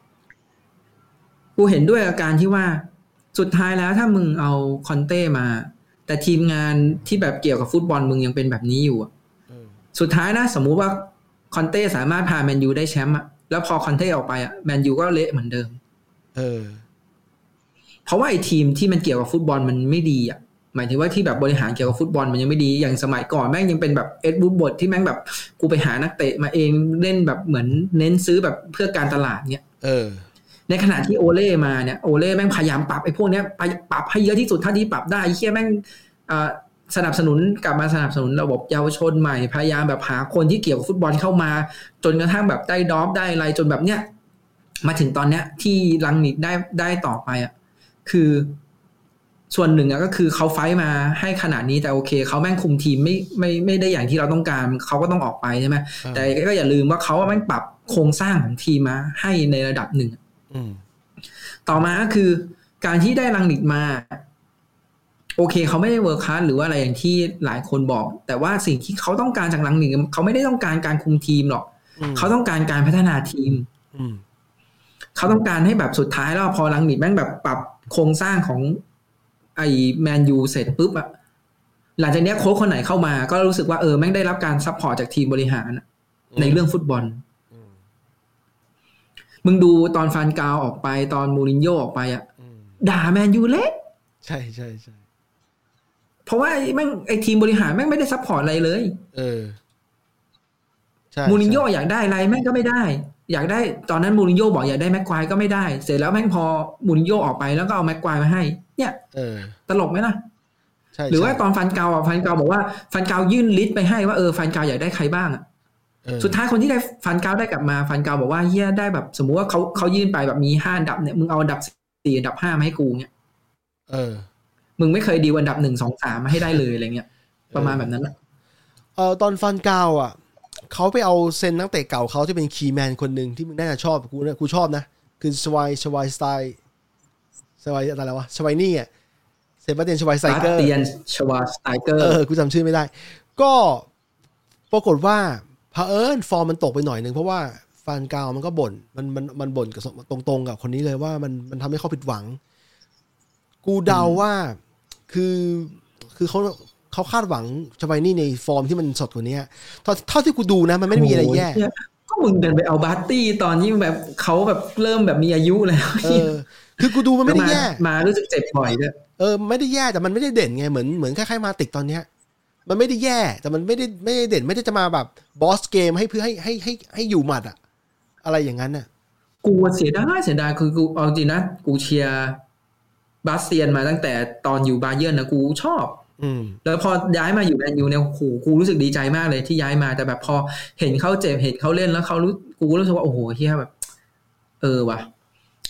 Speaker 2: กูเห็นด้วยกับการที่ว่าสุดท้ายแล้วถ้ามึงเอาคอนเต้มาแต่ทีมงานที่แบบเกี่ยวกับฟุตบอลมึงยังเป็นแบบนี้อยู่อ่ะสุดท้ายนะสมมุติว่าคอนเต้สามารถพาแมนยูได้แชมป์อ่ะแล้วพอคอนเต้ออกไปอ่ะแมนยูก็เละเหมือนเดิม
Speaker 1: เออ
Speaker 2: เพราะว่าไอ้ทีมที่มันเกี่ยวกับฟุตบอลมันไม่ดีอ่ะหมายถึงว่าที่แบบบริหารเกี่ยวกับฟุตบอลมันยังไม่ดีอย่างสมัยก่อนแม่งยังเป็นแบบเอ็ดวูดบอร์ดที่แม่งแบบกูไปหานักเตะมาเองเล่นแบบเหมือนเน้นซื้อแบบเพื่อการตลาดเนี้ย
Speaker 1: เออ
Speaker 2: ในขณะที่โอเล่มาเนี่ยโอเล่แม่งพยายามปรับไอ้พวกเนี้ยไปปรับให้เยอะที่สุดเท่าที่ปรับได้ไอ้เหี้ยแม่งอ่าสนับสนุนกลับมาสนับสนุนระบบเยาวชนใหม่พยายามแบบหาคนที่เกี่ยวกับฟุตบอลเข้ามาจนกระทั่งแบบได้ดอฟได้อะไรจนแบบเนี้ยมาถึงตอนเนี้ยที่ลังนิกได้ได้ต่อไปอ่ะคือส่วนหนึ่งอะก็คือเขาไฟท์มาให้ขนาดนี้แต่โอเคเขาแม่งคุมทีมไม่ไม่ไม่ได้อย่างที่เราต้องการเขาก็ต้องออกไปใช่ไหมแต่ก็อย่าลืมว่าเขาแม่งปรับโครงสร้างของทีมมาให้ในระดับหนึ่งต่อมาก็คือการที่ได้ลังนิกมาโอเคเขาไม่ได้เวิร์คคลาสหรือว่าอะไรอย่างที่หลายคนบอกแต่ว่าสิ่งที่เขาต้องการจากลังนิกเขาไม่ได้ต้องการการคุมทีมหรอกเขาต้องการการพัฒนาทีมเขาต้องการให้แบบสุดท้ายแล้วพอลังนิกแม่งแบบปรับโครงสร้างของไอ้แมนยูเสร็จปุ๊บอะหลังจากนี้โค้ชคนไหนเข้ามาก็รู้สึกว่าเออแม่งได้รับการซัพพอร์ตจากทีมบริหารในเรื่องฟุตบอลมึงดูตอนฟานกาลออกไปตอนมูรินโญ่ออกไปอะด่าแมนยูเละ
Speaker 1: ใช่ใช่ใช่
Speaker 2: เพราะว่าแม่งไอ้ทีมบริหารแม่งไม่ได้ซัพพอร์ตอะไรเลย
Speaker 1: เออใช่
Speaker 2: มูรินโญ่อยากได้อะไรแม่งก็ไม่ได้อยากได้ตอนนั้นมูรินโญ่บอกอยากได้แม็กควายก็ไม่ได้เสร็จแล้วแม่งพอมูรินโญ่ออกไปแล้วก็เอาแม็กควายมาให้เนี่ยตลกไหมล่ะหรือว่าตอนฟันเกาอ่ะฟันเกาบอกว่าฟันเกายื่นลิสต์ไปให้ว่าเออฟันเกาอยากได้ใครบ้างอ่ะสุดท้ายคนที่ได้ฟันเกาได้กลับมาฟันเกาบอกว่าเฮียได้แบบสมมุติว่าเขาเขายื่นไปแบบมีห้าอันดับเนี่ยมึงเอาอันดับสี่อันดับห้ามาให้กูเนี่ย
Speaker 1: เออ
Speaker 2: มึงไม่เคยดีอันดับหนึ่งสองสามมาให้ได้เลยอะไรเงี้ยประมาณแบบนั้น
Speaker 1: เออตอนฟันเกาอ่ะเขาไปเอาเซนนักเตะเก่าเขาที่เป็นคีย์แมนคนหนึ่งที่มึงน่าจะชอบกูเนี่ยกูชอบนะคือชวายชวายสไตล์ชวายอะไรวะชวายนี่อ่ะเซบาสเตียนชวายไซเกอร์
Speaker 2: เตียนชวายสไตเกอร์
Speaker 1: เออกูจำชื่อไม่ได้ก็ปรากฏว่าเผอิญฟอร์มมันตกไปหน่อยนึงเพราะว่าฟานกาลมันก็บ่นมันมันมันบ่นกับตรงๆกับคนนี้เลยว่ามันมันทำให้เขาผิดหวังกูเดาว่าคือคือเขาเขาคาดหวังชวายนี่ในฟอร์มที่มันสดกว่านี้เท่าเท่าที่กูดูนะมันไม่ได้มีอะไรแย่
Speaker 2: ก็มึงเดินไปเอาบาร์ตี้ตอนที่แบบเขาแบบเริ่มแบบมีอายุแล้ว
Speaker 1: เออคือกูดูมันไม่ได้แย่
Speaker 2: มารู้สึกเจ็บบ่อยด้วย
Speaker 1: เออไม่ได้แย่แต่มันไม่ได้เด่นไงเหมือนเหมือนคล้ายๆมาติกตอนเนี้ยมันไม่ได้แย่แต่มันไม่ได้ไม่ได้เด่นไม่ได้จะมาแบบบอสเกมให้เพื่อให้ให้ให้ให้อยู่หมัดอะอะไรอย่างนั้นน่ะ
Speaker 2: กูเสียดายเสียดายคือกูเอาจริงนะกูเชียร์บาสเตียนมาตั้งแต่ตอนอยู่บาเยิร์นนะกูชอบแล้วพอย้ายมาอยู่แมนยูเนี่ยโหกูรู้สึกดีใจมากเลยที่ย้ายมาแต่แบบพอเห็นเขาเจ็บเห็นเขาเล่นแล้วเขารู้กูรู้สึกว่าโอ้โหเฮียแบบเออว่ะ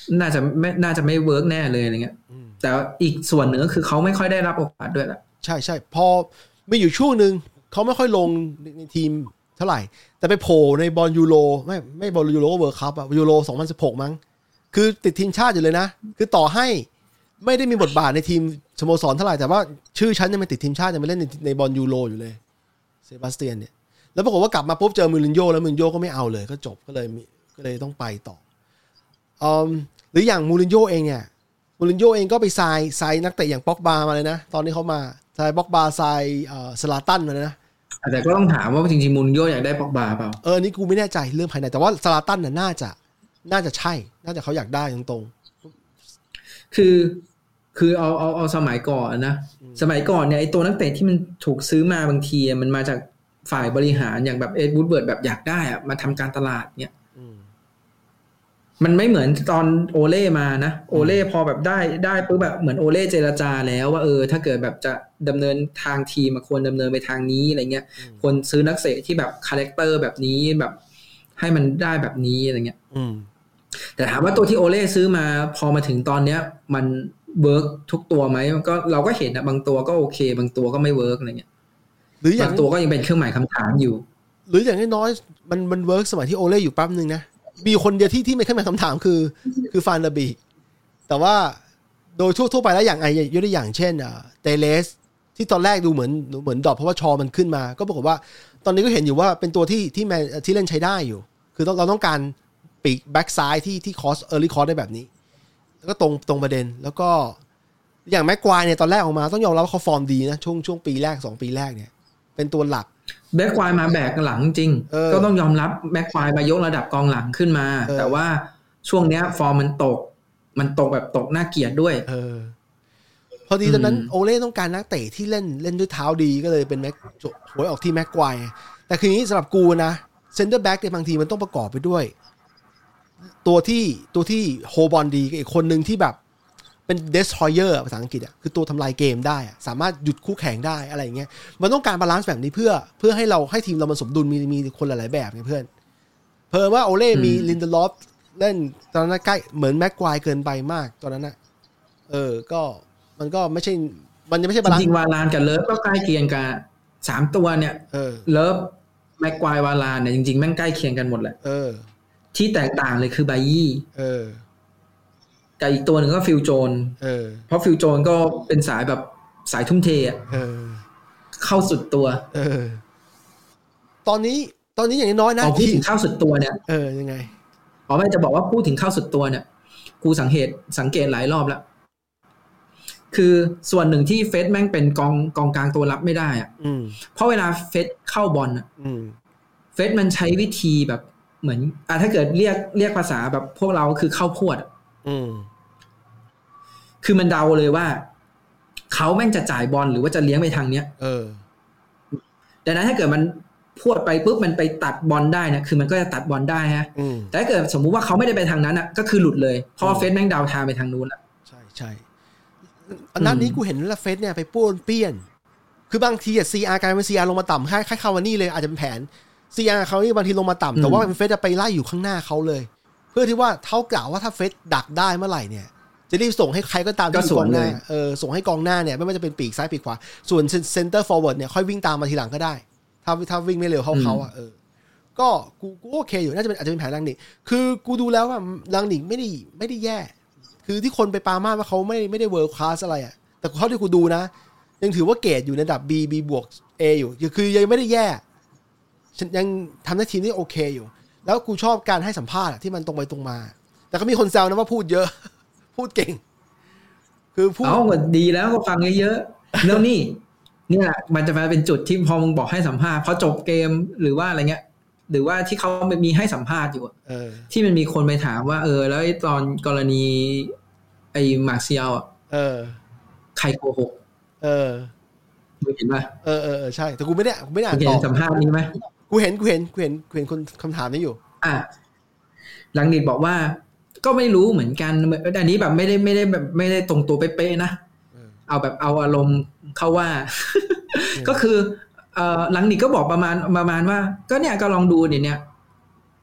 Speaker 2: น่าจะไม่น่าจะไม่เวิร์กแน่เลยอะไรเงี้ยแต่อีกส่วนหนึ่งก็คือเขาไม่ค่อยได้รับโอกาสด้วยแหละ
Speaker 1: ใช่ใช่พอมีอยู่ช่วงนึงเขาไม่ค่อยลงในทีมเท่าไหร่แต่ไปโผล่ในบอลยูโรไม่ไม่บอลยูโรก็เวิร์คคัพอะยูโรสองพันสิบหกมั้งคือติดทีมชาติอยู่เลยนะคือต่อให้ไม่ได้มีบทบาทในทีมสโมสรเท่าไหร่แต่ว่าชื่อฉันยังไม่ติดทีมชาติยังไม่เล่นในในบอลยูโรอยู่เลยเซบาสเตียนเนี่ยแล้วปรากฏว่ากลับมาปุ๊บเจอมูรินโญ่แล้วมูรินโญ่ก็ไม่เอาเลยก็จบก็เลยก็เลยต้องไปต่ออืมหรืออย่างมูรินโญ่เองเนี่ยมูรินโญ่เองก็ไปไซน์ไซน์นักเตะอย่างป็อกบามาเลยนะตอนนี้เขามาไซน์ป็อกบาไซน์เอ่อซลาตันมาเลยนะ
Speaker 2: แต่ก็ต้องถามว่าจริงๆมูรินโญ่อยากได้ป็อกบาเปล่า
Speaker 1: เออนี่กูไม่แน่ใจเรื่องภายในแต่ว่าซลาตันน่ะน่าจะน่าจะใช่น่าจะเขาอยากได้ตรง
Speaker 2: ๆคือคือเอาเอาเอาสมัยก่อนนะสมัยก่อนเนี่ยไอ้ตัวนักเตะที่มันถูกซื้อมาบางทีมันมาจากฝ่ายบริหารอย่างแบบเอ็ดวูดเวิร์ดแบบอยากได้อะมาทำการตลาดเนี่ยมันไม่เหมือนตอนโอเล่มานะโอเล่พอแบบได้ได้ปุ๊บแบบเหมือนโอเล่เจรจาแล้วว่าเออถ้าเกิดแบบจะดำเนินทางทีมควรดำเนินไปทางนี้อะไรเงี้ยควรซื้อนักเตะที่แบบคาแรคเตอร์แบบนี้แบบให้มันได้แบบนี้อะไรเงี้ยแต่ถามว่าตัวที่โอเล่ซื้อมาพอมาถึงตอนเนี้ยมันเวิร์กทุกตัวไหมก็เราก็เห็นนะบางตัวก็โอเคบางตัวก็ไม่เวิร์กอะไรเงี้ยหรืออย่างตัวก็ยังเป็นเครื่องหมายคำถามอยู่
Speaker 1: หรืออย่างน้อยๆมันมันเวิร์กสมัยที่โอเล่อยู่แป๊บนึงนะมีคนเดียวที่ที่ไม่ขึ้นมาคำถามคือคือฟานเดอร์บีแต่ว่าโดยทั่วๆไปแล้วอย่างไอ้ยกตัวอย่างเช่นอ่าเตเลสที่ตอนแรกดูเหมือนเหมือนดรอปเพราะว่าชอมันขึ้นมาก็ปรากฏว่าตอนนี้ก็เห็นอยู่ว่าเป็นตัวที่ที่แมนที่เล่นใช้ได้อยู่คือเราต้องการปีกแบ็กซ้ายที่ที่คอสเออร์ลี่คอสได้แบบนี้แล้วก็ตรงตรงประเด็นแล้วก็อย่างแม็กควายเนี่ยตอนแรกออกมาต้องยอมรับว่าเขาฟอร์มดีนะช่วงช่วงปีแรกสองปีแรกเนี่ยเป็นตัวหลัก
Speaker 2: แบ็คควายมาแบกหลังจริงก็ต้องยอมรับแบ็คควายมายกระดับกองหลังขึ้นมาแต่ว่าช่วงเนี้ยฟอร์มมันตกมันตกแบบตกน่าเกลียดด้วย
Speaker 1: เออพอดีตอนนั้นโอเล่ต้องการนักเตะที่เล่นเล่นด้วยเท้าดีก็เลยเป็นแม็กหวยออกที่แม็กควายแต่คือนี้สำหรับกูนะเซนเตอร์แบ็กในบางทีมันต้องประกอบไปด้วยตัวที่ตัวที่โฮบอลดีกับอีกคนนึงที่แบบเป็น destroyer ภาษาอังกฤษอ่ะคือตัวทำลายเกมได้สามารถหยุดคู่แข่งได้อะไรอย่างเงี้ยมันต้องการบาลานซ์แบบนี้เพื่อเพื่อให้เราให้ทีมเรามันสมดุลมีมีคนหลายๆแบบไงเพื่อนเพิ่มว่าโอเล่มีลินเดลอฟเล่นตอนนั้นใกล้เหมือนแม็กควายเกินไปมากตอนนั้นน่ะเออก็มันก็ไม่ใช่มันยังไม่ใช่บาลานซ์
Speaker 2: จริงๆวาลานกับเลิฟก็ใกล้เคียงกันสามตัวเนี่ยเออเลิฟแม็กควายวาลานเนี่ยจริงๆแม่งใกล้เคียงกันหมดแหละเออที่แตกต่างเลยคือไบยี่เออกับอีกตัวหนึ่งก็ฟิลโจนเออเพราะฟิลโจนก็เป็นสายแบบสายทุ่มเทอ่ะเออเข้าสุดตัวเออ
Speaker 1: ตอนนี้ตอนนี้อย่างน้อยนะ
Speaker 2: พูดถึงเข้าสุดตัวเนี่ย
Speaker 1: เออยังไง
Speaker 2: อ๋อไม่จะบอกว่าพูดถึงเข้าสุดตัวเนี่ยกูสังเกตสังเกตหลายรอบแล้วคือส่วนหนึ่งที่เฟสแม่งเป็นกองกองกลางตัวรับไม่ได้อ่ะเพราะเวลาเฟสเข้าบอลอ่ะเฟสมันใช้วิธีแบบเหมือนอ่ะถ้าเกิดเรียกเรียกภาษาแบบพวกเราคือเข้าพวดอืมคือมันเดาเลยว่าเขาแม่งจะจ่ายบอลหรือว่าจะเลี้ยงไปทางเนี้ยเออแต่นั้นถ้าเกิดมันพวดไปปุ๊บมันไปตัดบอลได้นะคือมันก็จะตัดบอลได้ฮะแต่ถ้าเกิดสมมุติว่าเขาไม่ได้ไปทางนั้นอ่ะก็คือหลุดเลยเพราะเฟสแม่งเดาทางไปทางนู้นแล้ว
Speaker 1: ใช่ใช่อันนั้นนี้กูเห็นแล้วเฟสเนี่ยไปป้วนเปี้ยนคือบางทีอ่ะ ซี อาร์ กลายเป็น ซี อาร์ ลงมาต่ำคล้ายคล้ายคาวานี่เลยอาจจะเป็นแผน ซี อาร์ เขานี่บางทีลงมาต่ำแต่ว่าเป็นเฟสจะไปไล่อยู่ข้างหน้าเขาเลยเพื่อที่ว่าเท่ากล่าวว่าถ้าเฟสดักได้เมื่อไหร่เนี่ยจะรีบส่งให้ใครก็ตามที่อยู่กองหน้าเออส่งให้กองหน้าเนี่ยไม่ว่าจะเป็นปีกซ้ายปีกขวาส่วนเซนเตอร์ฟอร์เวิร์ดเนี่ยค่อยวิ่งตามมาทีหลังก็ได้ถ้าถ้าวิ่งไม่เร็วเข้าเขาอ่ะเออก็กูกูโอเคอยู่น่าจะเป็นอาจจะเป็นแผนลังนิกคือกูดูแล้วว่าลังนิกไม่ได้ไม่ได้แย่คือที่คนไปปามาว่าเขาไม่ไม่ได้เวิร์คลาสอะไรอ่ะแต่เท่าที่กูดูนะยังถือว่าเกรดอยู่ในระดับ B B บวก A อยู่คือยังไม่ได้แย่ฉันยังทำหน้าทีมได้โอเคอยู่แล้วกูชอบการให้สัมภาษณ์ที่มันตรงไปตรงมาแต่ก็มีคนแซวนะว่าพูดเยอะพูดเก่งคือพูด
Speaker 2: เอาหมดดีแล้วก็ฟังเยอะๆแล้วนี่เนี่ยมันจะมาเป็นจุดที่พอมึงบอกให้สัมภาษณ์พอจบเกมหรือว่าอะไรเงี้ยหรือว่าที่เขามีให้สัมภาษณ์อยู่ที่มันมีคนไปถามว่าเออแล้วตอนกรณีไอ้มาร์เซียลอ่ะเออใครโกหกเออมึงเห็นป่ะ
Speaker 1: เออเออใช่แต่กูไม่ได้กูไม่ได้อ่าน
Speaker 2: ต่อสัมภาษณ์นี้ไหม
Speaker 1: กูเห็นกูเห็นกูเห็นกูเห็นคนคำถามนี้อยู่
Speaker 2: อ่ะลังนิดบอกว่าก็ไม่รู้เหมือนกันอันนี้แบบไม่ได้ไม่ได้แบบไม่ได้ตรงตัวเป๊ะๆนะเอาแบบเอาอารมณ์เข้าว่าก็คือเอ่อลังนิดก็บอกประมาณประมาณว่าก็เนี่ยก็ลองดูเนี่ย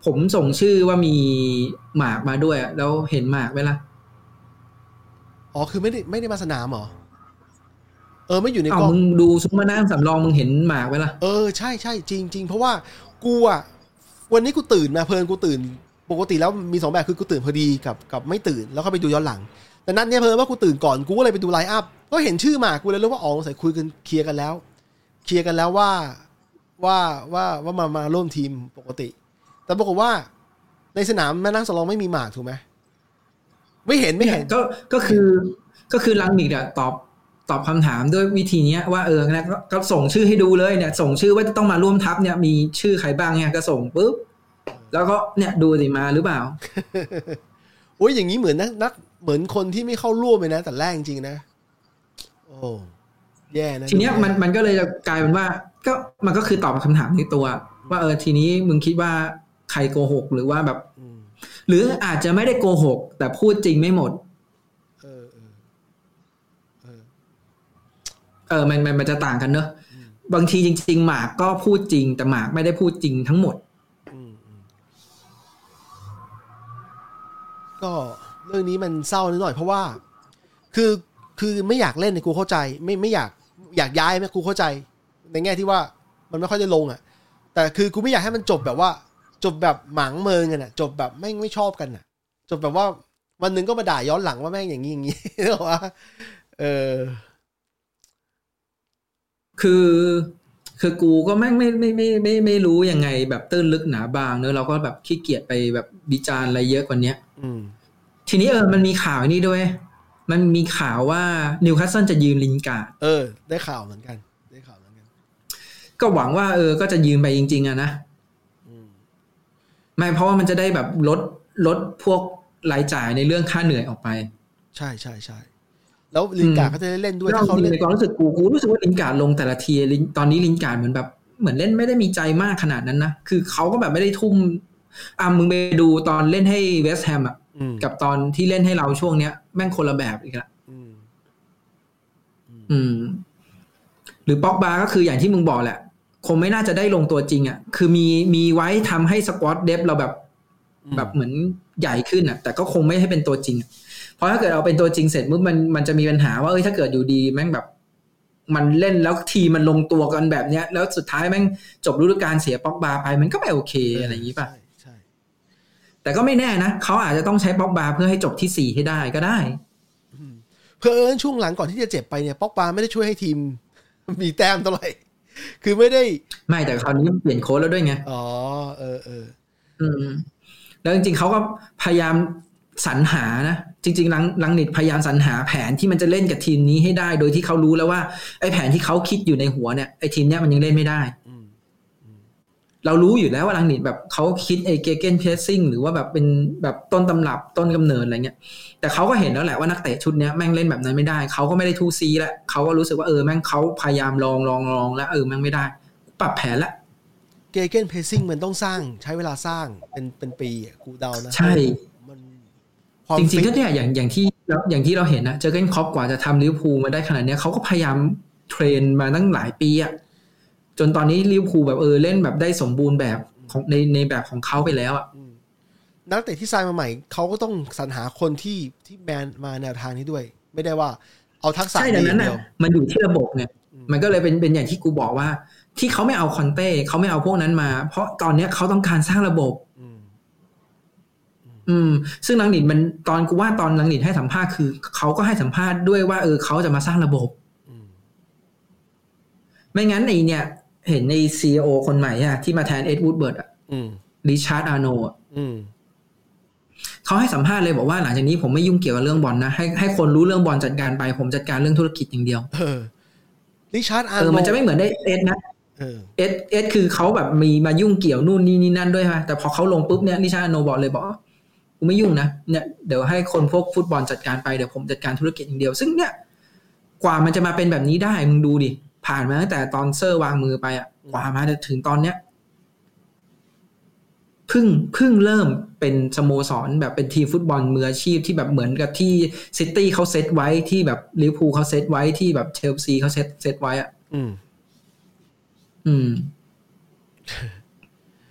Speaker 2: ผมส่งชื่อว่ามีหมากมาด้วยแล้วเห็นหมากไหมล่ะ
Speaker 1: อ๋อคือไม่ได้ไม่ได้มาสนามเหรอเออไม่อยู่ในกล้
Speaker 2: องมึงดูซุปมานั่งสำรองมึงเห็นหมากไหมล่ะ
Speaker 1: เออใช่ใช่จริงจริงเพราะว่ากูอ่ะวันนี้กูตื่นมาเพลินกูตื่นปกติแล้วมีสองแบบคือกูตื่นพอดีกับกับไม่ตื่นแล้วก็ไปดูย้อนหลังแต่นัดเนี้ยเพลินว่ากูตื่นก่อนกูก็เลยไปดูไลน์อัพก็เห็นชื่อหมากกูเลยรู้ว่าอ๋อใส่คุยกันเคลียร์กันแล้วเคลียร์กันแล้วว่าว่าว่าว่ามามาร่วมทีมปกติแต่ปรากฏว่าในสนามมานั่งสำรองไม่มีหมากถูกไหมไม่เห็นไม่เห็น
Speaker 2: ก็ก็คือก็คือลังนิกอะตอบตอบคำถามด้วยวิธีนี้ว่าเออนะก็ส่งชื่อให้ดูเลยเนี่ยส่งชื่อว่าจะต้องมาร่วมทัพเนี่ยมีชื่อใครบ้างเนี่ยก็ส่งปุ๊บแล้วก็เนี่ยดูสิมาหรือเปล่า
Speaker 1: โอ้ยอย่างนี้เหมือนนักนักเหมือนคนที่ไม่เข้าร่วมเลยนะแต่แรกจริงๆนะโอ้แย่นะ
Speaker 2: ทีเนี้ยมันมันก็เลยจะกลายเป็นว่าก็มันก็คือตอบคำถามในตัวว่าเออทีนี้มึงคิดว่าใครโกหกหรือว่าแบบหรืออาจจะไม่ได้โกหกแต่พูดจริงไม่หมด
Speaker 1: เออเออเออ
Speaker 2: เออมันมันมันจะต่างกันเนอะบางทีจริงๆหมากก็พูดจริงแต่หมากไม่ได้พูดจริงทั้งหมด
Speaker 1: ก็เรื่องนี้มันเศร้านิดหน่อยเพราะว่าคือคือไม่อยากเล่นในกูเข้าใจไม่ไม่อยากอยากย้ายไหมกูเข้าใจในแง่ที่ว่ามันไม่ค่อยได้ลงอ่ะแต่คือกูไม่อยากให้มันจบแบบว่าจบแบบหมางเมิงกันอ่ะจบแบบไม่ไม่ชอบกันอ่ะจบแบบว่าวันหนึ่งก็มาด่าย้อนหลังว่าแม่งอย่างนี้อย่างนี้หรอวะเออ
Speaker 2: คือคือกูก็แม่งไม่ไม่ไม่ไม่ไม่รู้ยังไงแบบตื้นลึกหนาบางเนอะเราก็แบบขี้เกียจไปแบบวิจารณ์อะไรเยอะกว่านี้ทีนี้เออมันมีข่าวนี้ด้วยมันมีข่าวว่านิวคาสเซิลจะยืมลินการ์ด
Speaker 1: เออได้ข่าวเหมือนกันได้ข่าวเหมือนกัน
Speaker 2: ก็หวังว่าเออก็จะยืมไปจริงๆอะนะไม่เพราะว่ามันจะได้แบบลดลดพวกรายจ่ายในเรื่องค่าเหนื่อยออกไป
Speaker 1: ใช่ใช่ใช่แล้วลินการ์ดเขาจะได้เล่นด้วย
Speaker 2: ถ้าเขาเล่นในความรู้สึกกูกูรู้สึกว่าลินการ์ดลงแต่ละทีตอนนี้ลินการ์ดเหมือนแบบเหมือนเล่นไม่ได้มีใจมากขนาดนั้นนะคือเขาก็แบบไม่ได้ทุ่มอ่ะมึงไปดูตอนเล่นให้เวสต์แฮมอ่ะกับตอนที่เล่นให้เราช่วงเนี้ยแม่งคนละแบบอีกละอืมหรือป็อกบาก็คืออย่างที่มึงบอกแหละคงไม่น่าจะได้ลงตัวจริงอ่ะคือมีมีไว้ทำให้สควอตเดฟเราแบบแบบเหมือนใหญ่ขึ้นอ่ะแต่ก็คงไม่ให้เป็นตัวจริงเพราะถ้าเกิดเอาเป็นตัวจริงเสร็จปุ๊บมันมันจะมีปัญหาว่าเอ้ยถ้าเกิดอยู่ดีแม่งแบบมันเล่นแล้วทีมันลงตัวกันแบบเนี้ยแล้วสุดท้ายแม่งจบฤดูกาลเสียป็อกบาไปมันก็ไม่โอเคอะไรอย่างนี้ป่ะใช่แต่ก็ไม่แน่นะเขาอาจจะต้องใช้ป็อกบาเพื่อให้จบที่สี่ให้ได้ก็ได้
Speaker 1: เพื่อช่วงหลังก่อนที่จะเจ็บไปเนี่ยป็อกบาไม่ได้ช่วยให้ทีมมีแต้มเท่าไหร่คือไม่ได้
Speaker 2: ไม่แต่คราวนี้เปลี่ยนโค้ชแล้วด้วยไง
Speaker 1: อ๋อเออเออ
Speaker 2: อืมแล้วจริงๆเขาก็พยายามสรรหานะจริงๆลังลังนิดพยายามสรรหาแผนที่มันจะเล่นกับทีมนี้ให้ได้โดยที่เขารู้แล้วว่าไอ้แผนที่เขาคิดอยู่ในหัวเนี่ยไอ้ทีมเนี้ยมันยังเล่นไม่ได้เรารู้อยู่แล้วว่าลังนิดแบบเขาคิดไอ้เกเก้นเพรสซิ่งหรือว่าแบบเป็นแบบต้นตำรับต้นกำเนิดอะไรเงี้ยแต่เขาก็เห็นแล้วแหละว่านักเตะชุดเนี้ยแม่งเล่นแบบนั้นไม่ได้เขาก็ไม่ได้ทูซีแล้วเขาก็รู้สึกว่าเออแม่งเขาพยายามลองลองลองแล้วเออแม่งไม่ได้ปรับแผนละ
Speaker 1: เกเก้นเพรสซิ่งมันต้องสร้างใช้เวลาสร้างเป็นเป็นปีอ่ะกูเดานะ
Speaker 2: ใช่จริงๆก็เนี่ยอย่างอย่างที่อย่างที่เราเห็นนะเจอเก้นคล็อปกว่าจะทำลิเวอร์พูลมาได้ขนาดนี้เขาก็พยายามเทรนมาตั้งหลายปีอ่ะจนตอนนี้ลิเวอร์พูลแบบเออเล่นแบบได้สมบูรณ์แบบของในในแบบของเขาไปแล้วอ่ะ
Speaker 1: นักเตะที่ไซน์มาใหม่เขาก็ต้องสรรหาคนที่ที่แมนมาแนวทางนี้ด้วยไม่ได้ว่าเอาทักษะ
Speaker 2: ใช่ดังนั้นน่ะมันอยู่ที่ระบบไงมันก็เลยเป็นเป็นอย่างที่กูบอกว่าที่เขาไม่เอาคอนเต้เขาไม่เอาพวกนั้นมาเพราะตอนนี้เขาต้องการสร้างระบบอืมซึ่งลังนิดมันตอนกูว่าตอนลังนิดให้สัมภาษณ์คือเขาก็ให้สัมภาษณ์ด้วยว่าเออเขาจะมาสร้างระบบไม่งั้นไอเนี่ยเห็นใน ซี อี โอ คนใหม่อะที่มาแทนเอ็ดวูดเบิร์ดอะริชาร์ดอาร์โนอะเขาให้สัมภาษณ์เลยบอกว่าหลังจากนี้ผมไม่ยุ่งเกี่ยวกับเรื่องบอลนะให้ให้คนรู้เรื่องบอลจัดการไปผมจัดการเรื่องธุรกิจอย่างเดียว
Speaker 1: เออริชาร์ดอาร์
Speaker 2: โนเออมันจะไม่เหมือนได้เอ็ดนะเออเอ็ดเอ็ดคือเขาแบบมีมายุ่งเกี่ยวนู่นนี่นี่นั่นด้วยฮะแต่พอเขาลงปุ๊บเนี่ยริชาร์ดอาร์โนบอกเลยบอกกูไม่ยุ่งนะเนี่ยเดี๋ยวให้คนพวกฟุตบอลจัดการไปเดี๋ยวผมจัดการธุรกิจอย่างเดียวซึ่งเนี่ยกว่ามันจะมาเป็นแบบนี้ได้มึงดูดิผ่านมาตั้งแต่ตอนเซอร์วางมือไปอ่ะกว่ามาจะถึงตอนเนี้ยเพิ่งเพิ่งเริ่มเป็นสโมสรแบบเป็นทีมฟุตบอลมืออาชีพที่แบบเหมือนกับที่ซิตี้เขาเซตไว้ที่แบบลิเวอร์พูลเขาเซตไว้ที่แบบเชลซีเขาเซตเซตไว้อ่ะอืมอืม
Speaker 1: ก็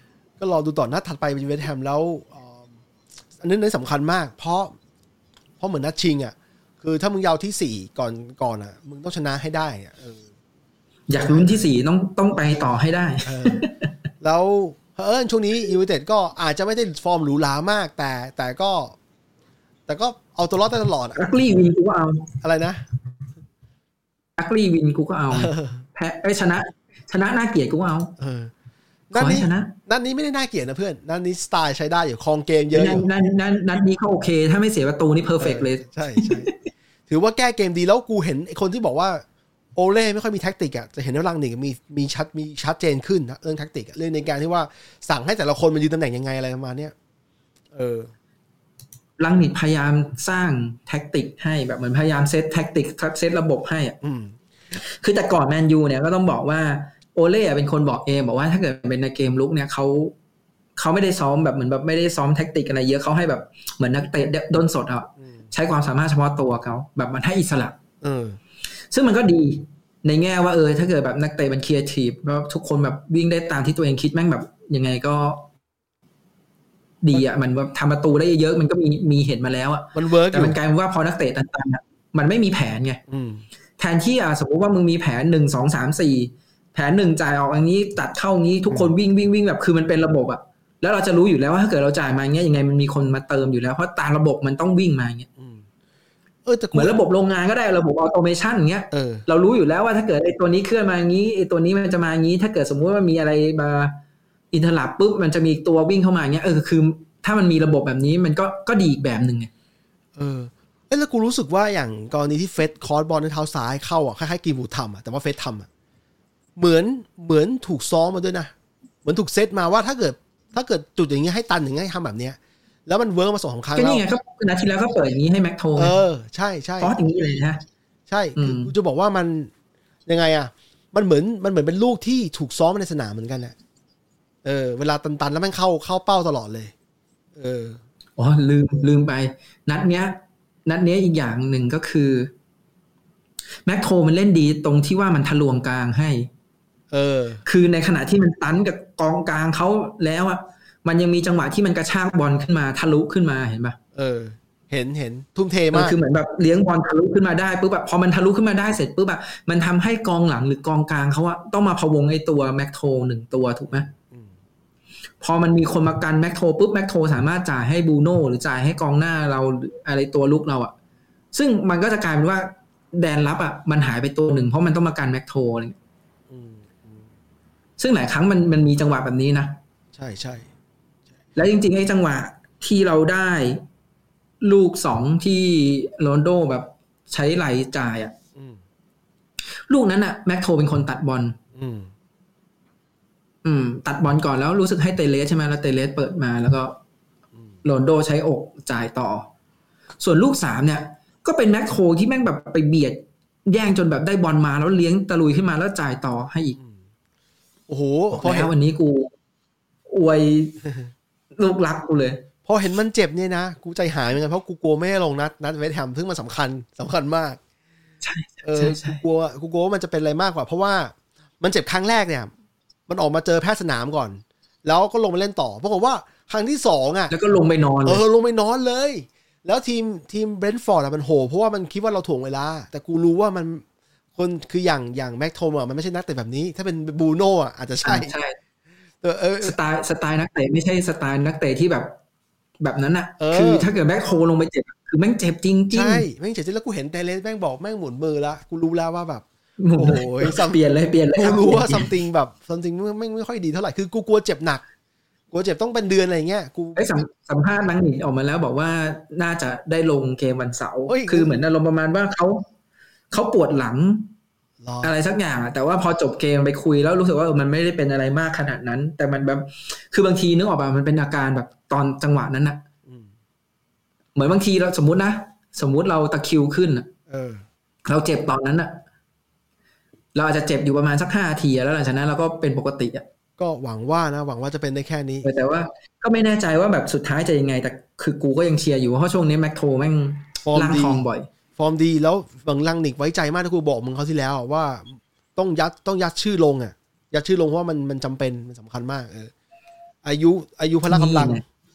Speaker 1: ก็รอดูต่อนัดถัดไปเป็นเวสต์แฮมแล้วอันนี้สำคัญมากเพราะเพราะเหมือนนัดชิงอ่ะคือถ้ามึงยาวที่สี่ก่อนก่อนอ่ะมึงต้องชนะให้ได้อ่ะเออ
Speaker 2: อยากลุ้นที่สี่ต้องต้องไปต่อให้ได้
Speaker 1: แล้วเออช่วงนี้ยูไนเต็ดก็อาจจะไม่ได้ฟอร์มหรูหรามากแต่แต่ก็แต่ก็เอาตัวรอดได้ตลอด
Speaker 2: อักลี่วินกูก็เอา
Speaker 1: อะไรนะ
Speaker 2: อักลี่วินกูก็เอาแพ้ไอ้ชนะชนะน่าเกลียดกูก็เอา
Speaker 1: เออนัดนี้ชนะนัดนี้ไม่ได้น่าเกลียดนะเพื่อนนัดนี้สไตล์ใช้ได้อยู่ครองเกมเยอะอยู่
Speaker 2: นัดนัดนัดนี้ก็โอเคถ้าไม่เสียประตูนี่เพอร์เฟกต์เลย
Speaker 1: ใช่ใช่ถือว่าแก้เกมดีแล้วกูเห็นไอ้คนที่บอกว่าโอเล่ไม่ค่อยมีแท็กติกอ่ะจะเห็นว่าลังนิกมีมีชัดมีชัดเจนขึ้นนะเรื่องแท็กติกเรื่องในการที่ว่าสั่งให้แต่ละคนมายืนตำแหน่งยังไงอะไรประมาณเนี้ยเออ
Speaker 2: ลังนิกพยายามสร้างแท็กติกให้แบบเหมือนพยายามเซตแท็กติกเซตระบบให้อ่ะคือแต่ก่อนแมนยูเนี่ยก็ต้องบอกว่าโอเล่เป็นคนบอกเองบอกว่าถ้าเกิดเป็นในเกมลุกเนี่ยเขาเขาไม่ได้ซ้อมแบบเหมือนแบบไม่ได้ซ้อมแท็กติกอะไรเยอะเขาให้แบบเหมือนนักเตะด้นสดอ่ะใช้ความสามารถเฉพาะตัวเขาแบบมันให้อิสระซึ่งมันก็ดีในแง่ว่าเออถ้าเกิดแบบนักเตะมันครีเอทีฟแล้วทุกคนแบบวิ่งได้ตามที่ตัวเองคิดแม่งแบบยังไงก็ดีอ่ะมันว่าทำประตูได้เยอะมันก็มีมีเห็นมาแล้วอ่ะ
Speaker 1: มันเวิร์ก
Speaker 2: แต่มันกลายเป็นว่าพอนักเตะตันๆอ่ะมันไม่มีแผนไงแทนที่อ่ะสมมติว่ามึงมีแผนหนึ่งสองสามสี่แผนหนึ่งจ่ายออกอย่างนี้ตัดเข้าอย่างนี้ทุกคนวิ่งวิ่งวิ่งแบบคือมันเป็นระบบอ่ะแล้วเราจะรู้อยู่แล้วว่าถ้าเกิดเราจ่ายมาอย่างเงี้ยยังไงมันมีคนมาเติมอยู่แล้วเพราะตามระบบมันต้องวิ่งมาอย่างเงี้ยเออเหมือนระบบโรงงานก็ได้ระบบออโตเมชันอย่างเงี้ย เออ เรารู้อยู่แล้วว่าถ้าเกิดไอ้ตัวนี้เคลื่อนมาอย่างนี้ไอ้ตัวนี้มันจะมาอย่างนี้ถ้าเกิดสมมุติว่ามีอะไรมาอินเทอร์ลับปุ๊บมันจะมีตัววิ่งเข้ามาอย่างเงี้ยเออคือถ้ามันมีระบบแบบนี้มันก็ก็ดีอีกแบบนึงไง
Speaker 1: เออเอ้แล้วกูรู้สึกว่าอย่างกรณีที่เฟสคอร์สบอลในเท้าซ้ายเข้าอ่ะคล้ายๆกีบูทำอ่ะแต่ว่าเฟสทำอ่ะเหมือนเหมือนถูกซ้อมมาด้วยนะเหมือนถูกเซตมาว่าถ้าเกิดถ้าเกิดจุดอย่างเงี้ยให้ตันอย่างเงี้ยทำแบบเนี้ยแล้วมันเวิร์กมาสองสามครั้งแล้ว
Speaker 2: ก็นี่ไงก็นาทีแล้วก็เปิดอย่างนี้ให้แม็กโท
Speaker 1: เออใช่ใช่
Speaker 2: ฟอสอย่างนี้เลยนะ
Speaker 1: ใช่คือกูจะบอกว่ามันยังไงอ่ะมันเหมือนมันเหมือนเป็นลูกที่ถูกซ้อมในสนามเหมือนกันนะเออเวลาตันๆแล้วมันเข้าเข้าเป้าตลอดเลยเออ
Speaker 2: อ๋อลืมลืมไปนัดเนี้ยนัดเนี้ยอีกอย่างหนึ่งก็คือแม็กโทมันเล่นดีตรงที่ว่ามันทะลวงกลางให้เออคือในขณะที่มันตันกับกองกลางเขาแล้วอ่ะมันยังมีจังหวะที่มันกระชากบอลขึ้นมาทะลุขึ้นมาเห็นป่ะ
Speaker 1: เออเห็นเห็นทุ่มเทมาก
Speaker 2: คือเหมือนแบบเลี้ยงบอลทะลุขึ้นมาได้ปุ๊บแบบพอมันทะลุขึ้นมาได้เสร็จปุ๊บแบบมันทำให้กองหลังหรือกองกลางเขาอะต้องมาพะวงไอ้ตัวแม็กโทหนึ่งตัวถูกไหมพอมันมีคนมากันแม็กโทปุ๊บแม็กโทสามารถจ่ายให้บูโน่หรือจ่ายให้กองหน้าเราอะไรตัวลุกเราอะซึ่งมันก็จะกลายเป็นว่าแดนรับอะมันหายไปตัวหนึ่งเพราะมันต้องมากันแม็กโทอะไรซึ่งหลายครั้งมันมันมีจังหวะแบบนี้นะ
Speaker 1: ใช่ใช่
Speaker 2: แล้วจริงๆไอ้จังหวะที่เราได้ลูกสองที่โรนโดแบบใช้ไหลจ่ายอ่ะลูกนั้นอ่ะแม็กโทเป็นคนตัดบอลอืมอืมตัดบอลก่อนแล้วรู้สึกให้เตเลสใช่ไหมแล้วเตเลสเปิดมาแล้วก็โรนโดใช้อกจ่ายต่อส่วนลูกสามเนี่ยก็เป็นแม็กโทที่แม่งแบบไปเบียดแย่งจนแบบได้บอลมาแล้วเลี้ยงตะลุยขึ้นมาแล้วจ่ายต่อให้อีก
Speaker 1: โอ้โห
Speaker 2: พอแล้ววันนี้กูอวยลูกรักกูเลย
Speaker 1: พอเห็นมันเจ็บเนี่ยนะกูใจหายเหมือนกันเพราะกูกลัวไม่ให้ลงนัดนัดเวสต์แฮมซึ่งมันสำคัญสำคัญมาก
Speaker 2: ใช่
Speaker 1: เออกูกลัวกูกลัวว่ามันจะเป็นอะไรมากกว่าเพราะว่ามันเจ็บครั้งแรกเนี่ยมันออกมาเจอแพทย์สนามก่อนแล้วก็ลงมาเล่นต่อปรากฏว่าครั้งที่สองอ่ะ
Speaker 2: แล้วก็ลงไปนอนเลย
Speaker 1: เออลงไปนอนเลยแล้วทีมทีมเบรนท์ฟอร์ดอ่ะมันโหเพราะว่ามันคิดว่าเราถ่วงเวลาแต่กูรู้ว่ามันคนคืออย่างอย่างแม็กโทมอ่ะมันไม่ใช่นักเตะแบบนี้ถ้าเป็นบูโน่อ่ะอาจจะใช่
Speaker 2: ใช่เออสไตล์สไตล์นักเตะไม่ใช่สไตล์นักเตะที่แบบแบบนั้นอ่ะคือถ้าเกิดแบ็คโฮลงไปเจ็บคือแม่งเจ็บจริงๆ
Speaker 1: ใช่แม่งเจ็บจริงแล้วกูเห็นเตเลสแม่งบอกแม่งหมุนมือละกูรู้แล้วว่าแบบโอ้โห
Speaker 2: เปลี่ยนเลยเปลี่ยนเลย
Speaker 1: กูรู้ว่า something แบบ something ไม่ไม่ค่อยดีเท่าไหร่คือกูกลัวเจ็บหนักกลัวเจ็บต้องเป็นเดือนอะไรเงี้ยกู
Speaker 2: ไอ้สัมภาษณ์นังหนิออกมาแล้วบอกว่าน่าจะได้ลงเกมวันเสาร์คือเหมือนอารมณ์ประมาณว่าเขาเขาปวดหลังอะไรสักอย่างแต่ว่าพอจบเกมไปคุยแล้วรู้สึกว่ามันไม่ได้เป็นอะไรมากขนาดนั้นแต่มันแบบคือบางทีนึกออกป่ะมันเป็นอาการแบบตอนจังหวะนั้นน่ะเหมือนบางทีเราสมมุตินะสมมุติเราตะคิวขึ้นอ่ะเราเจ็บตอนนั้นอ่ะเราอาจจะเจ็บอยู่ประมาณสักห้านาทีแล้วหลังจากนั้นเราก็เป็นปกติอ่ะ
Speaker 1: ก็หวังว่านะหวังว่าจะเป็นได้แค่นี้
Speaker 2: แต่ว่าก็ไม่แน่ใจว่าแบบสุดท้ายจะยังไงแต่คือกูก็ยังเชียร์อยู่เพราะช่วงนี้แม็กโทแม่งล่างทองบ่อย
Speaker 1: ฟอร์มดีแล้วบางลังนิกไว้ใจมากที่กูบอกมึงเขาที่แล้วว่าต้องยัดต้องยัดชื่อลงอ่ะยัดชื่อลงเพราะว่ามันมันจำเป็นมันสำคัญมากเอออายุอายุพละกำลัง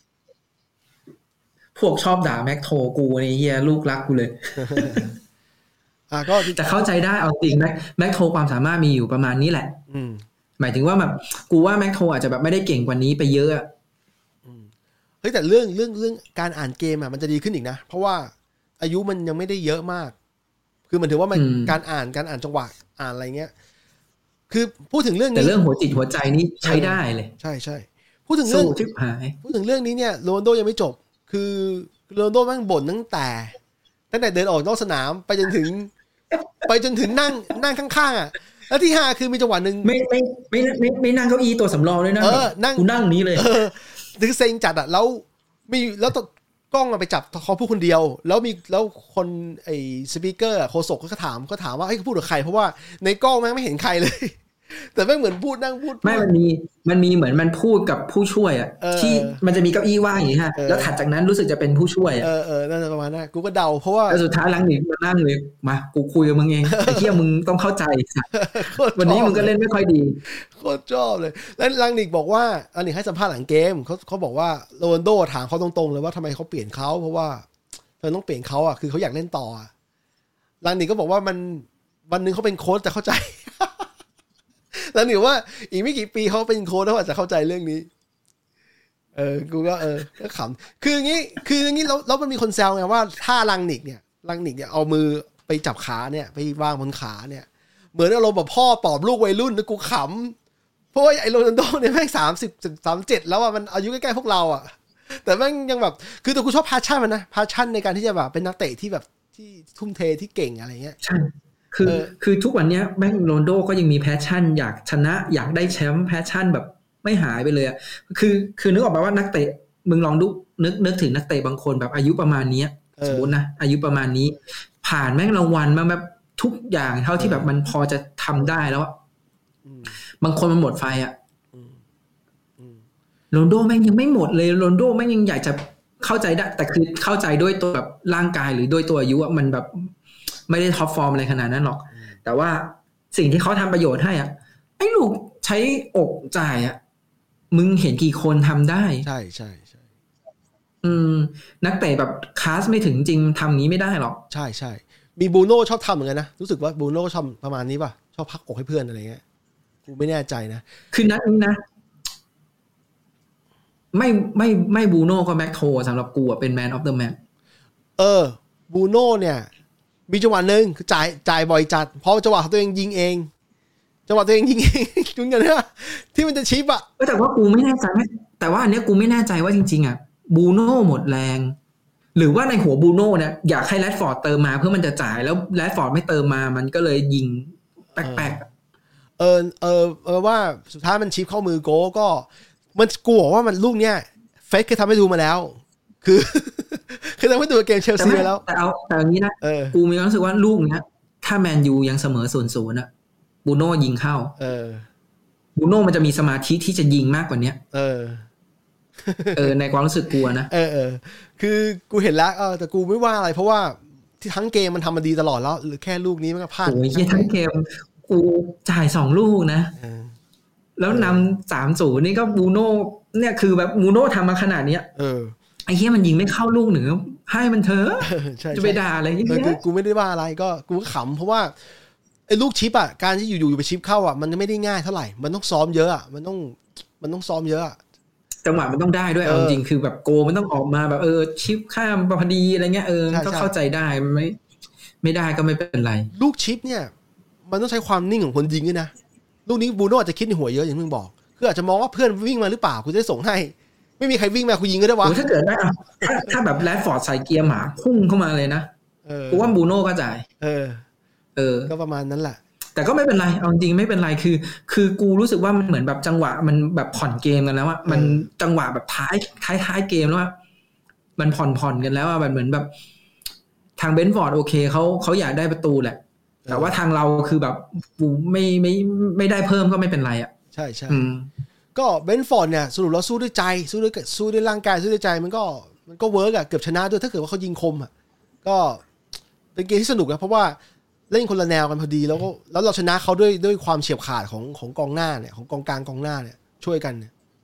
Speaker 2: พวกชอบด่าแม็กโทกูในเฮียลูกรักกูเลย
Speaker 1: อ่ะก็
Speaker 2: จะเข้าใจได้เอาจริงแม็กแม็กโทความสามารถมีอยู่ประมาณนี้แหละ
Speaker 1: อืม
Speaker 2: หมายถึงว่าแบบกูว่าแม็กโทอาจจะแบบไม่ได้เก่งกว่านี้ไปเยอะอ่ะ
Speaker 1: เฮ้ยแต่เรื่องเรื่องเรื่องการอ่านเกมอ่ะมันจะดีขึ้นอีกนะเพราะว่าอายุมันยังไม่ได้เยอะมากคือมันถือว่ามันการอ่านการอ่านจังหวะอ่านอะไรเงี้ยคือพูดถึงเรื่องนี้
Speaker 2: แต่เรื่องหัวจิตหัวใจนี่ใช้ได้เลย
Speaker 1: ใช่ใช่พูดถึงเรื่อง
Speaker 2: ชิบหาย
Speaker 1: พูดถึงเรื่องนี้เนี่ยโรนัลโดยังไม่จบคือโรนัลโดแม่งบ่นตั้งแต่ตั้งแต่เดินออกนอกสนามไปจนถึงไปจนถึงนั่งนั่งข้างๆอ่ะแล้วที่ห้าคือมีจังหวะหนึ่ง
Speaker 2: ไม่ไม่ไม่ไม่ไม่นั่งเก้าอี้ตัวสำรองเลยนะ
Speaker 1: เออนั่ง
Speaker 2: กูนั่งนี้เลย
Speaker 1: เออถึงเซ็งจัดอ่ะแล้วมีแล้วกล้องไปจับเขาพูดคนเดียวแล้วมีแล้วคนไอ้สปีกเกอร์โฆษกก็ถามก็ถามว่าเฮ้ยพูดกับใครเพราะว่าในกล้องแม่งไม่เห็นใครเลยแต่ไม่เหมือนพูดนั่งพูด
Speaker 2: ไม่มันมีมันมีเหมือนมันพูดกับผู้ช่วยอ่ะที่มันจะมีเก้าอี้ว่างอย่างนี้ฮะแล้วถัดจากนั้นรู้สึกจะเป็นผู้ช่วยอ่ะ
Speaker 1: เออเออน่าจะประมาณนั้นกูก็เดาเพราะว่า
Speaker 2: แล้วสุดท้ายหลังหนีมานั่งเลยมากูคุยกับมึงเองไอ้เหี้ยมึงต้องเข้าใจวันนี้มึงก็เล่นไม่ค่อยดี
Speaker 1: โคตรชอบเลยแล้วลังนิกบอกว่าลังนิกให้สัมภาษณ์หลังเกมเขาเขาบอกว่าโรนัลโดถามเขาตรงๆเลยว่าทำไมเขาเปลี่ยนเขาเพราะว่าเธอต้องเปลี่ยนเขาอ่ะคือเขาอยากเล่นต่อลังนิกก็บอกว่ามันวันนึงเขาเป็นโค้ชจะเข้าใจแล้วหนูว่าอีกไม่กี่ปีเขาเป็นโค้ชเขาอาจจะเข้าใจเรื่องนี้เออกูก็เออก็ขำคืออย่างนี้คืออย่างนี้แล้วแล้วมันมีคนแซวไงว่าถ้าลังนิกเนี่ยลังนิกเนี่ยเอามือไปจับขาเนี่ยไปวางบนขาเนี่ยเหมือนอารมณ์แบบพ่อปอบลูกวัยรุ่นนะกูขำเพราะว่าไอ้โรนัลโดเนี่ยแม่งสามสิบสามเจ็ดแล้วอ่ะมันอายุใกล้ๆพวกเราอ่ะแต่แม่งยังแบบคือแต่กูชอบพาชั่นมันนะพาชั่นในการที่จะแบบเป็นนักเตะที่แบบที่ทุ่มเทที่เก่งอะไรเงี้ย
Speaker 2: ใช่คือคือทุกวันนี้แม่งโรนัลโดก็ยังมีแพชชั่นอยากชนะอยากได้แชมป์แพชชั่นแบบไม่หายไปเลยอ่ะคือคือนึกออกป่ะว่านักเตะมึงลองดูนึกนึกถึงนักเตะบางคนแบบอายุประมาณนี้สมมตินะอายุประมาณนี้ผ่านแม่งรางวัลมาแบบทุกอย่างเท่าที่แบบมันพอจะทำได้แล้วบางคนมันหมดไฟอ่ะโรนัลโดแม่งยังไม่หมดเลยโรนัลโดแม่งยังอยากจะเข้าใจได้แต่คือเข้าใจด้วยตัวแบบร่างกายหรือด้วยตัวอายุมันแบบไม่ได้ท็อปฟอร์มอะไรขนาดนั้นหรอกแต่ว่าสิ่งที่เขาทำประโยชน์ให้อ่ะไอ้ลูกใช้อกจ่ายอ่ะมึงเห็นกี่คนทำได้
Speaker 1: ใช่ใช่ใช่
Speaker 2: อืมนักเตะแบบคลาสไม่ถึงจริงทำนี้ไม่ได้หรอก
Speaker 1: ใช่ใช่มีบูโน่ชอบทำเหมือนกันนะรู้สึกว่าบูโน่ชอบประมาณนี้ป่ะชอบพักอกให้เพื่อนอะไรเงี้ยกูไม่แน่ใจนะ
Speaker 2: คือนัดนี้นะไม่ไม่ไม่บูโน่ก็แม็กโทสำหรับกูอ่ะเป็นแมนออฟเดอะแมตช์
Speaker 1: เออบูโน่เนี่ยมีจังหวะหนึ่งคือจ่ายจ่ายบ่อยจัดเพราะจังหวะตัวเองยิงเองจังหวะตัวเองยิงเองจุนกันนะที่มันจะชิปอ่ะ
Speaker 2: แต่ว่ากูไม่แน่ใจแต่ว่าอันเนี้ยกูไม่แน่ใจว่าจริงๆอ่ะบูโน่หมดแรงหรือว่าในหัวบูโน่เนี่ยอยากให้แรดฟอร์ดเติมมาเพื่อมันจะจ่ายแล้วแรดฟอร์ดไม่เติมมามันก็เลยยิงแป๊ก
Speaker 1: ๆเออเออเออว่าสุดท้ายมันชิปเข้ามือโก้ก็มันกูบอกว่ามันลูกเนี้ยเฟซเคยทำให้ดูมาแล้วคือคือทำให้ดูเกมเชลซีแล้ว
Speaker 2: แต่เอาแต่อย่างนี้นะกูมีความรู้สึกว่าลูกเนี้ยถ้าแมนยูยังเสมอศูนย์ศูนย์อะบูโน่ยิงเข้า
Speaker 1: เออ
Speaker 2: บูโน่มันจะมีสมาธิที่จะยิงมากกว่านี้
Speaker 1: เออ
Speaker 2: เออในความรู้สึกกูนะ
Speaker 1: เออเออคือกูเห็นแล้วเออแต่กูไม่ว่าอะไรเพราะว่าที่ทั้งเกมมันทำมาดีตลอดแล้วหรือแค่ลูกนี้มันก็พลาด
Speaker 2: โอ้ยทั้งเกมกูจ่ายสองลูกนะแล้วนำสามศูนย์นี่ก็บูโน่เนี่ยคือแบบบูโน่ทำมาขนาดเนี้ย
Speaker 1: เออ
Speaker 2: ไอ้เหี้ยมันยิงไม่เข้าลูกหนึ่งให้มันเถอะจะไปด่าอะไรอย่างเงี้ย
Speaker 1: กูไม่ได้ว่าอะไรก็กูขำเพราะว่าไอ้ลูกชิปอ่ะการที่อยู่ๆไปชิปเข้าอ่ะมันไม่ได้ง่ายเท่าไหร่มันต้องซ้อมเยอะอ่ะมันต้องมันต้องซ้อมเยอะ
Speaker 2: จังหวะมันต้องได้ด้วยเอาจริงคือแบบโกมันต้องออกมาแบบเออชิปข้ามพอดีอะไรเงี้ยเออก็เข้าใจได้ไม่ไม่ได้ก็ไม่เป็นไร
Speaker 1: ลูกชิปเนี่ยมันต้องใช้ความนิ่งของคนยิงด้วยนะลูกนี้บูโน่อาจจะคิดในหัวเยอะอย่างที่มึงบอกคืออาจจะมองว่าเพื่อนวิ่งมาหรือเปล่ากูจะส่งให้ไม่มีใครวิ่งมากูยิงก็ได้วะ
Speaker 2: ถ้าเกิดได้อะถ้าถ้าแบบแรดฟอร์ดใส่เกียร์หมาพุ่งเข้ามาเลยนะกูว่าบูโน่ก็จ่าย
Speaker 1: เออ
Speaker 2: เออ
Speaker 1: ก็ประมาณนั้นแหละ
Speaker 2: แต่ก็ไม่เป็นไรเอาจริงไม่เป็นไรคือคือกูรู้สึกว่ามันเหมือนแบบจังหวะมันแบบผ่อนเกมกันแล้วอะมันจังหวะแบบท้ายท้ายท้ายเกมแล้วอะมันผ่อนผ่อนกันแล้วอะมันเหมือนแบบทางเบนฟอร์ดโอเคเขาเขาอยากได้ประตูแหละแต่ว่าทางเราคือแบบกูไม่ไม่ไม่ได้เพิ่มก็ไม่เป็นไรอะ
Speaker 1: ใช่ใช่ก็เบนฟอร์ดเนี่ยสรุปแล้วสู้ด้วยใจสู้ด้วยสู้ด้วยร่างกายสู้ด้วยใจมันก็มันก็เวิร์กอะเกือบชนะด้วยถ้าเกิดว่าเขายิงคมอะก็เป็นเกมที่สนุกนะเพราะว่าเล่นคนละแนวกันพอดีแล้วก็แล้วเราชนะเขาด้วยด้วยความเฉียบขาดของของกองหน้าเนี่ยของกองกลางกองหน้าเนี่ยช่วยกันเนี่ย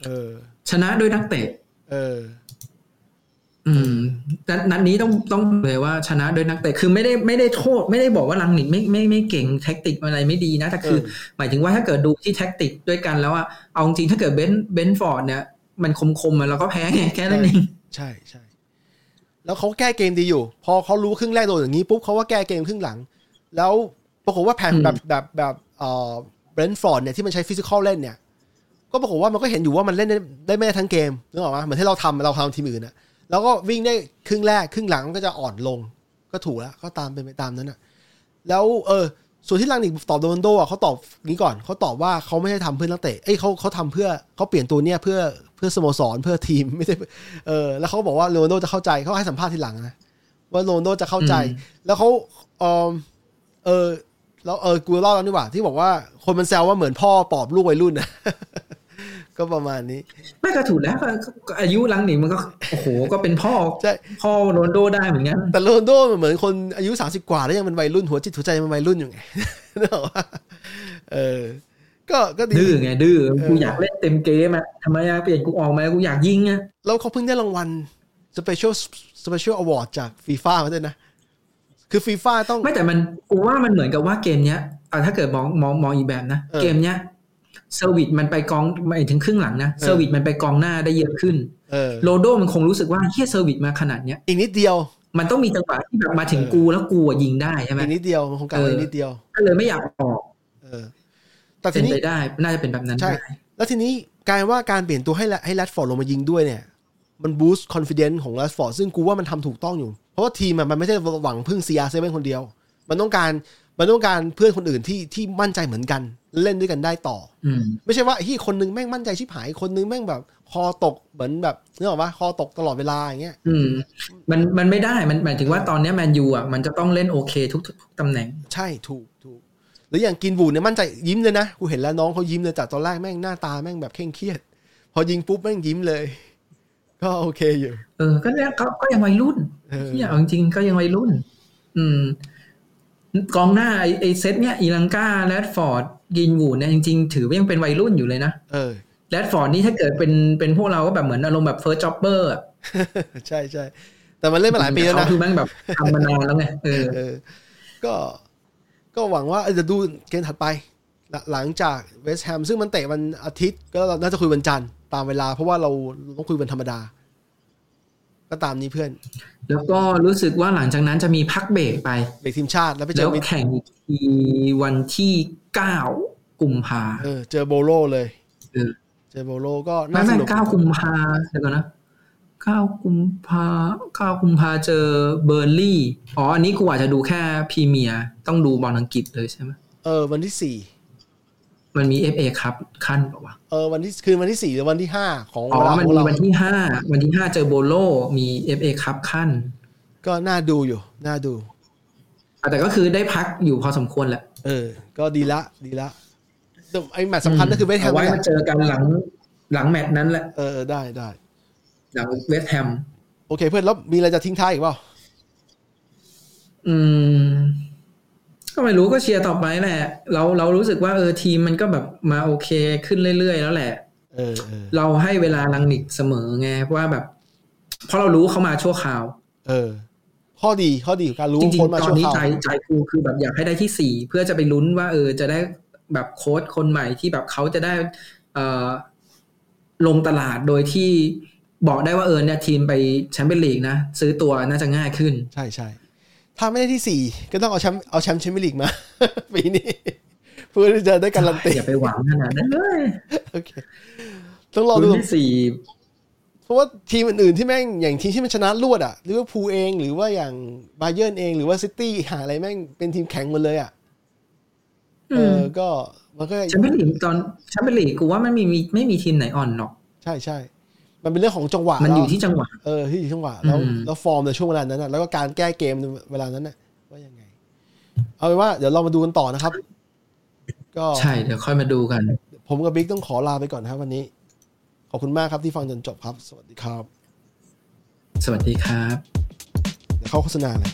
Speaker 1: เออ
Speaker 2: ชนะด้วยนักเตะ
Speaker 1: เออ
Speaker 2: อืมนัดนัดนี้ต้องต้องเลยว่าชนะด้วยนักเตะคือไม่ได้ไม่ได้โทษไม่ได้บอกว่าลังนิกไม่ไม่ไม่เก่งแท็กติกอะไรไม่ดีนะแต่คือหมายถึงว่าถ้าเกิดดูที่แท็กติกด้วยกันแล้วอ่ะเอาจริงถ้าเกิดเบนเบนฟอร์ดเนี่ยมันคมๆแล้วก็แพ้ไงแค่นั้นเอง
Speaker 1: ใช่ใช่แล้วเขาแก้เกมดีอยู่พอเขารู้ครึ่งแรกโดนอย่างนี้ปุ๊บเขาว่าแก้เกมครึ่งหลังแล้วปรากฏว่าแผนแบบแบบแบบเอ่อเบรนท์ฟอร์ดเนี่ยที่มันใช้ฟิสิคอลเล่นเนี่ยก็ปรากฏว่ามันก็เห็นอยู่ว่ามันเล่นได้ได้ไม่ได้ทั้งเกมนึกออกมั้ยเหมือนที่เราทำเราทำทีมอื่นน่ะแล้วก็วิ่งได้ครึ่งแรกครึ่งหลังมันก็จะอ่อนลงก็ถูกแล้วก็ตามเป็นไปตามนั้นน่ะแล้วเออส่วนที่ลังนิกตอบโรนัลโดอ่ะเขาตอบงี้ก่อนเขาตอบว่าเขาไม่ได้ทำเพื่อนักเตะเอ้ยเขาเขาทำเพื่อเขาเปลี่ยนตัวเนี้ยเพื่อเพื่อสโมสรเพื่อทีมไม่ใช่เออแล้วเขาบอกว่าโรนัลโดจะเข้าใจเขาให้สัมภาษณ์ทีหลังนะว่าโรนัลโดจะเข้าใจแล้วเขาเออเออแล้วเออกูเล่าแล้วนี่หว่าที่บอกว่าคนมันแซวว่าเหมือนพ่อปอบลูกวัยรุ่นนะก็ประมาณนี้
Speaker 2: ไม่ก็ถูกแล้วอายุลังนิกมันก็โอ้โหก็เป็นพ่อใช่พ่อโรนัลโดได้เหมือนกัน
Speaker 1: แต่โรนัลโดเหมือนคนอายุสามสิบกว่าแล้วยังเป็นวัยรุ่นหัวจิตหัวใจมันวัยรุ่นอยู่ไงนึกออกป่ะเออก็ก็
Speaker 2: ดื้อไงดื้อกูอยากเล่นเต็มเกมอ่ะทำไมอ่ะเปลี่ยนกูออกมากูอยากยิงอ่ะ
Speaker 1: แล้วเขาเพิ่งได้รางวัล Special Special Award จาก FIFA มาด้วยนะคือ FIFA ต้อง
Speaker 2: ไม่แต่มันกูว่ามันเหมือนกับว่าเกมเนี้ยอ่ะถ้าเกิดมองมองมองอีกแบบนะเกมเนี้ยเซอร์วิสมันไปกองไม่ถึงครึ่งหลังนะเซอร์วิสมันไปกองหน้าได้เยอะขึ้นโรโดมันคงรู้สึกว่าเฮียเซอร์วิสมาขนาดเนี้ย
Speaker 1: อีกนิดเดียว
Speaker 2: มันต้องมีจังหวะที่แบบมาถึงกูแล้วกูยิงได้ใช่ไหม
Speaker 1: อีกนิดเดียวมันคงกลับอีกนิดเดียว
Speaker 2: ก็เลยไม่อยากออก
Speaker 1: เออแต่ทีนี้
Speaker 2: ได้น่าจะเป็นแบบนั้น
Speaker 1: ใช่แล้วทีนี้กลายว่าการเปลี่ยนตัวให้ให้แรดฟอร์ดลงมายิงด้วยเนี่ยมันบูสต์คอนฟิเดนซ์ของแรดฟอร์ดซึ่งกูว่ามันทำถูกต้องอยู่เพราะว่าทีมมันไม่ใช่หวังพึ่ง ซี อาร์ เซเว่น คนเดียวมันต้องการมันต้องการเพื่อนคนอื่นที่ที่มั่นใจเหมือนกันเล่นด้วยกันได้ต่อไม่ใช่ว่าที่คนนึงแม่งมั่นใจชิบหายคนนึงแม่งแบบคอตกเหมือนแบบนึกออกปะคอตกตลอดเวลาอย่างเงี้ย
Speaker 2: อืมมันมันไม่ได้มันหมายถึงว่าตอนนี้แมนยูอ่ะมันจะต้องเล่นโอเคทุกทุกตำแหน่ง
Speaker 1: ใช่ถูกถูกหรืออย่างกินบูเนี่ยมั่นใจยิ้มเลยนะกูเห็นแล้วน้องเขายิ้มเลยจากตอนแรกแม่งหน้าตาแม่งแบบเคร่งเครียดพอยิงปุ๊บแม่งยิ้มเลยก็โอเคอยู่
Speaker 2: เออก็เนี่ยเขาก็ยังวัยรุ่นที่อย่างจริงก็ยังวัยรุ่นอืมกองหน้าไอ้ไอ้เซตเนี้ยอีลังกาแรดฟอร์ดกินวูดเนี่ยจริงๆถือว่ายังเป็นวัยรุ่นอยู่เลยนะ
Speaker 1: เออ
Speaker 2: แรดฟอร์ดนี่ถ้าเกิดเป็นเป็นพวกเราก็แบบเหมือนอารมณ์แบบเฟิร์สจ็อบเบอร์อ่ะ
Speaker 1: ใช่ๆแต่มันเล่นมาหลายปีแล้วนะ
Speaker 2: คือแม่งแบบทำมานานแล้วไงเออ
Speaker 1: ก็ก็หวังว่าจะดูเกมถัดไปหลังจากเวสต์แฮมซึ่งมันเตะวันอาทิตย์ก็เราน่าจะคุยวันจันทร์ตามเวลาเพราะว่าเราต้องคุยวันธรรมดาก็ตามนี้เพื่อน
Speaker 2: แล้วก็รู้สึกว่าหลังจากนั้นจะมีพักเบรกไป
Speaker 1: เบรกทีมชาติแล้วไปเจอ
Speaker 2: แล้วแข่งอีกทีวันที่เก้ากุมภา
Speaker 1: เออเจอโบโลเลยเออเจอโบโลก็
Speaker 2: น่าสนุกเก้ากุมภาเดี๋ยวก่อนนะเก้ากุมภาเก้ากุมภาเจอเบอร์ลี่อ๋ออันนี้กูอาจจะดูแค่พรีเมียร์ต้องดูบอลอังกฤษเลยใช่ไหม
Speaker 1: เออวันที่สี่
Speaker 2: มันมี เอฟ เอ Cup ขั้นป่าววะ
Speaker 1: เออวันที่คืนวันที่สี่หรือวันที่ห้าของ
Speaker 2: อ๋อมันมีวันที่ห้าวันที่ห้าเจอโบโลมี เอฟ เอ Cup ขั้น
Speaker 1: ก็น่าดูอยู่น่าดู
Speaker 2: แต่ก็คือได้พักอยู่พอสมควรแหละ
Speaker 1: เออก็ดีละดีละไอ้แมตช์สำคัญก็คือเวสต์แฮม
Speaker 2: ไว้มาเจอกันหลังหลังแมตช์นั้นแหละ
Speaker 1: เออได้ได้
Speaker 2: หลังเวสต์แฮม
Speaker 1: โอเคเพื่อนแล้วมีอะไรจะทิ้งท้ายอีกเปล่า
Speaker 2: อืมก็ไม่รู้ก็เชียร์ต่อไปแหละเราเรารู้สึกว่าเออทีมมันก็แบบมาโอเคขึ้นเรื่อยๆแล้วแหละ
Speaker 1: เออๆ
Speaker 2: เราให้เวลาลังนิกเสมอไงเพราะว่าแบบเพราะเรารู้เขามาชั่วคราว
Speaker 1: เออข้อดีข้อดีของการรู้
Speaker 2: คนมาชั่วคราวจริงๆตอนนี้ใจใจกูคือแบบอยากให้ได้ที่สี่เพื่อจะไปลุ้นว่าเออจะได้แบบโค้ชคนใหม่ที่แบบเขาจะได้เอ่อลงตลาดโดยที่บอกได้ว่าเออเนี่ยทีมไปแชมเปี้ยนลีกนะซื้อตัวน่าจะง่ายขึ้น
Speaker 1: ใช่ๆถ้าไม่ได้ที่สี่ก็ต้องเอาแชมป์เอาแชมป์แชมเปี้ยนลีกมาปีนี้เพื่อที่จะได้การันตี
Speaker 2: อย่าไปหวังขนาดนั้นเลย
Speaker 1: โอเคต้องรอดู
Speaker 2: ที่สี่
Speaker 1: เพราะว่าทีมอื่นๆที่แม่งอย่างทีมที่มันชนะรวดอ่ะลิเวอร์พูลเองหรือว่าอย่างบาเยิร์นเองหรือว่าซิตี้หาอะไรแม่งเป็นทีมแข็งหมดเลยอ่ะเออก็มันก็
Speaker 2: แชมเปี้ยนลีกตอนแชมเปี้ยนลีกกูว่าไม่มีไม่มีทีมไหนอ่อนหรอก
Speaker 1: ใช่ๆมันเป็นเรื่องของจังหวะ
Speaker 2: มันอยู่ที่จังหวะ
Speaker 1: เออที่อยู่จังหวะแล้วแล้วฟอร์มในช่วงเวลานั้นน่ะแล้วก็การแก้เกมในเวลานั้นน่ะว่ายังไงเอาเป็นว่าเดี๋ยวเรามาดูกันต่อนะครับก็
Speaker 2: ใช่เดี๋ยวค่อยมาดูกัน
Speaker 1: ผมกับบิ๊กต้องขอลาไปก่อนครับวันนี้ขอบคุณมากครับที่ฟังจนจบครับสวัสดีครับ
Speaker 2: สวัสดีครับ
Speaker 1: เดี๋ยวเข้าโฆษณาเลย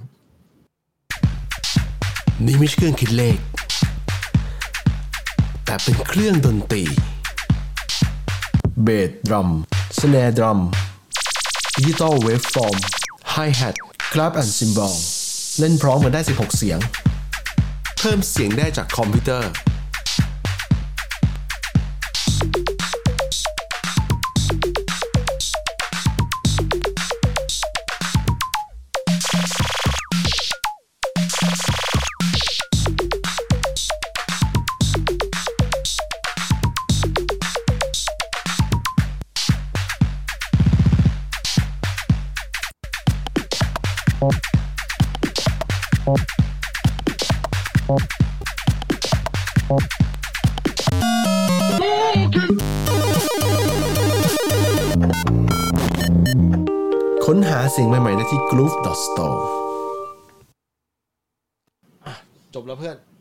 Speaker 1: นี่ไม่ใช่เครื่องคิดเลขแต่
Speaker 3: แบบเป็นเครื่องดนตรีเบสดรัมสแนร์ดรัมดิจิตอลเวฟฟอร์มไฮแฮทคลับแอนด์ซิมบอลเล่นพร้อมกันได้สิบหกเสียงเพิ่มเสียงได้จากคอมพิวเตอร์ค้นหาสิ่งใหม่ๆได้ที่ groove ดอท สโตร์
Speaker 1: จบแล้วเพื่อน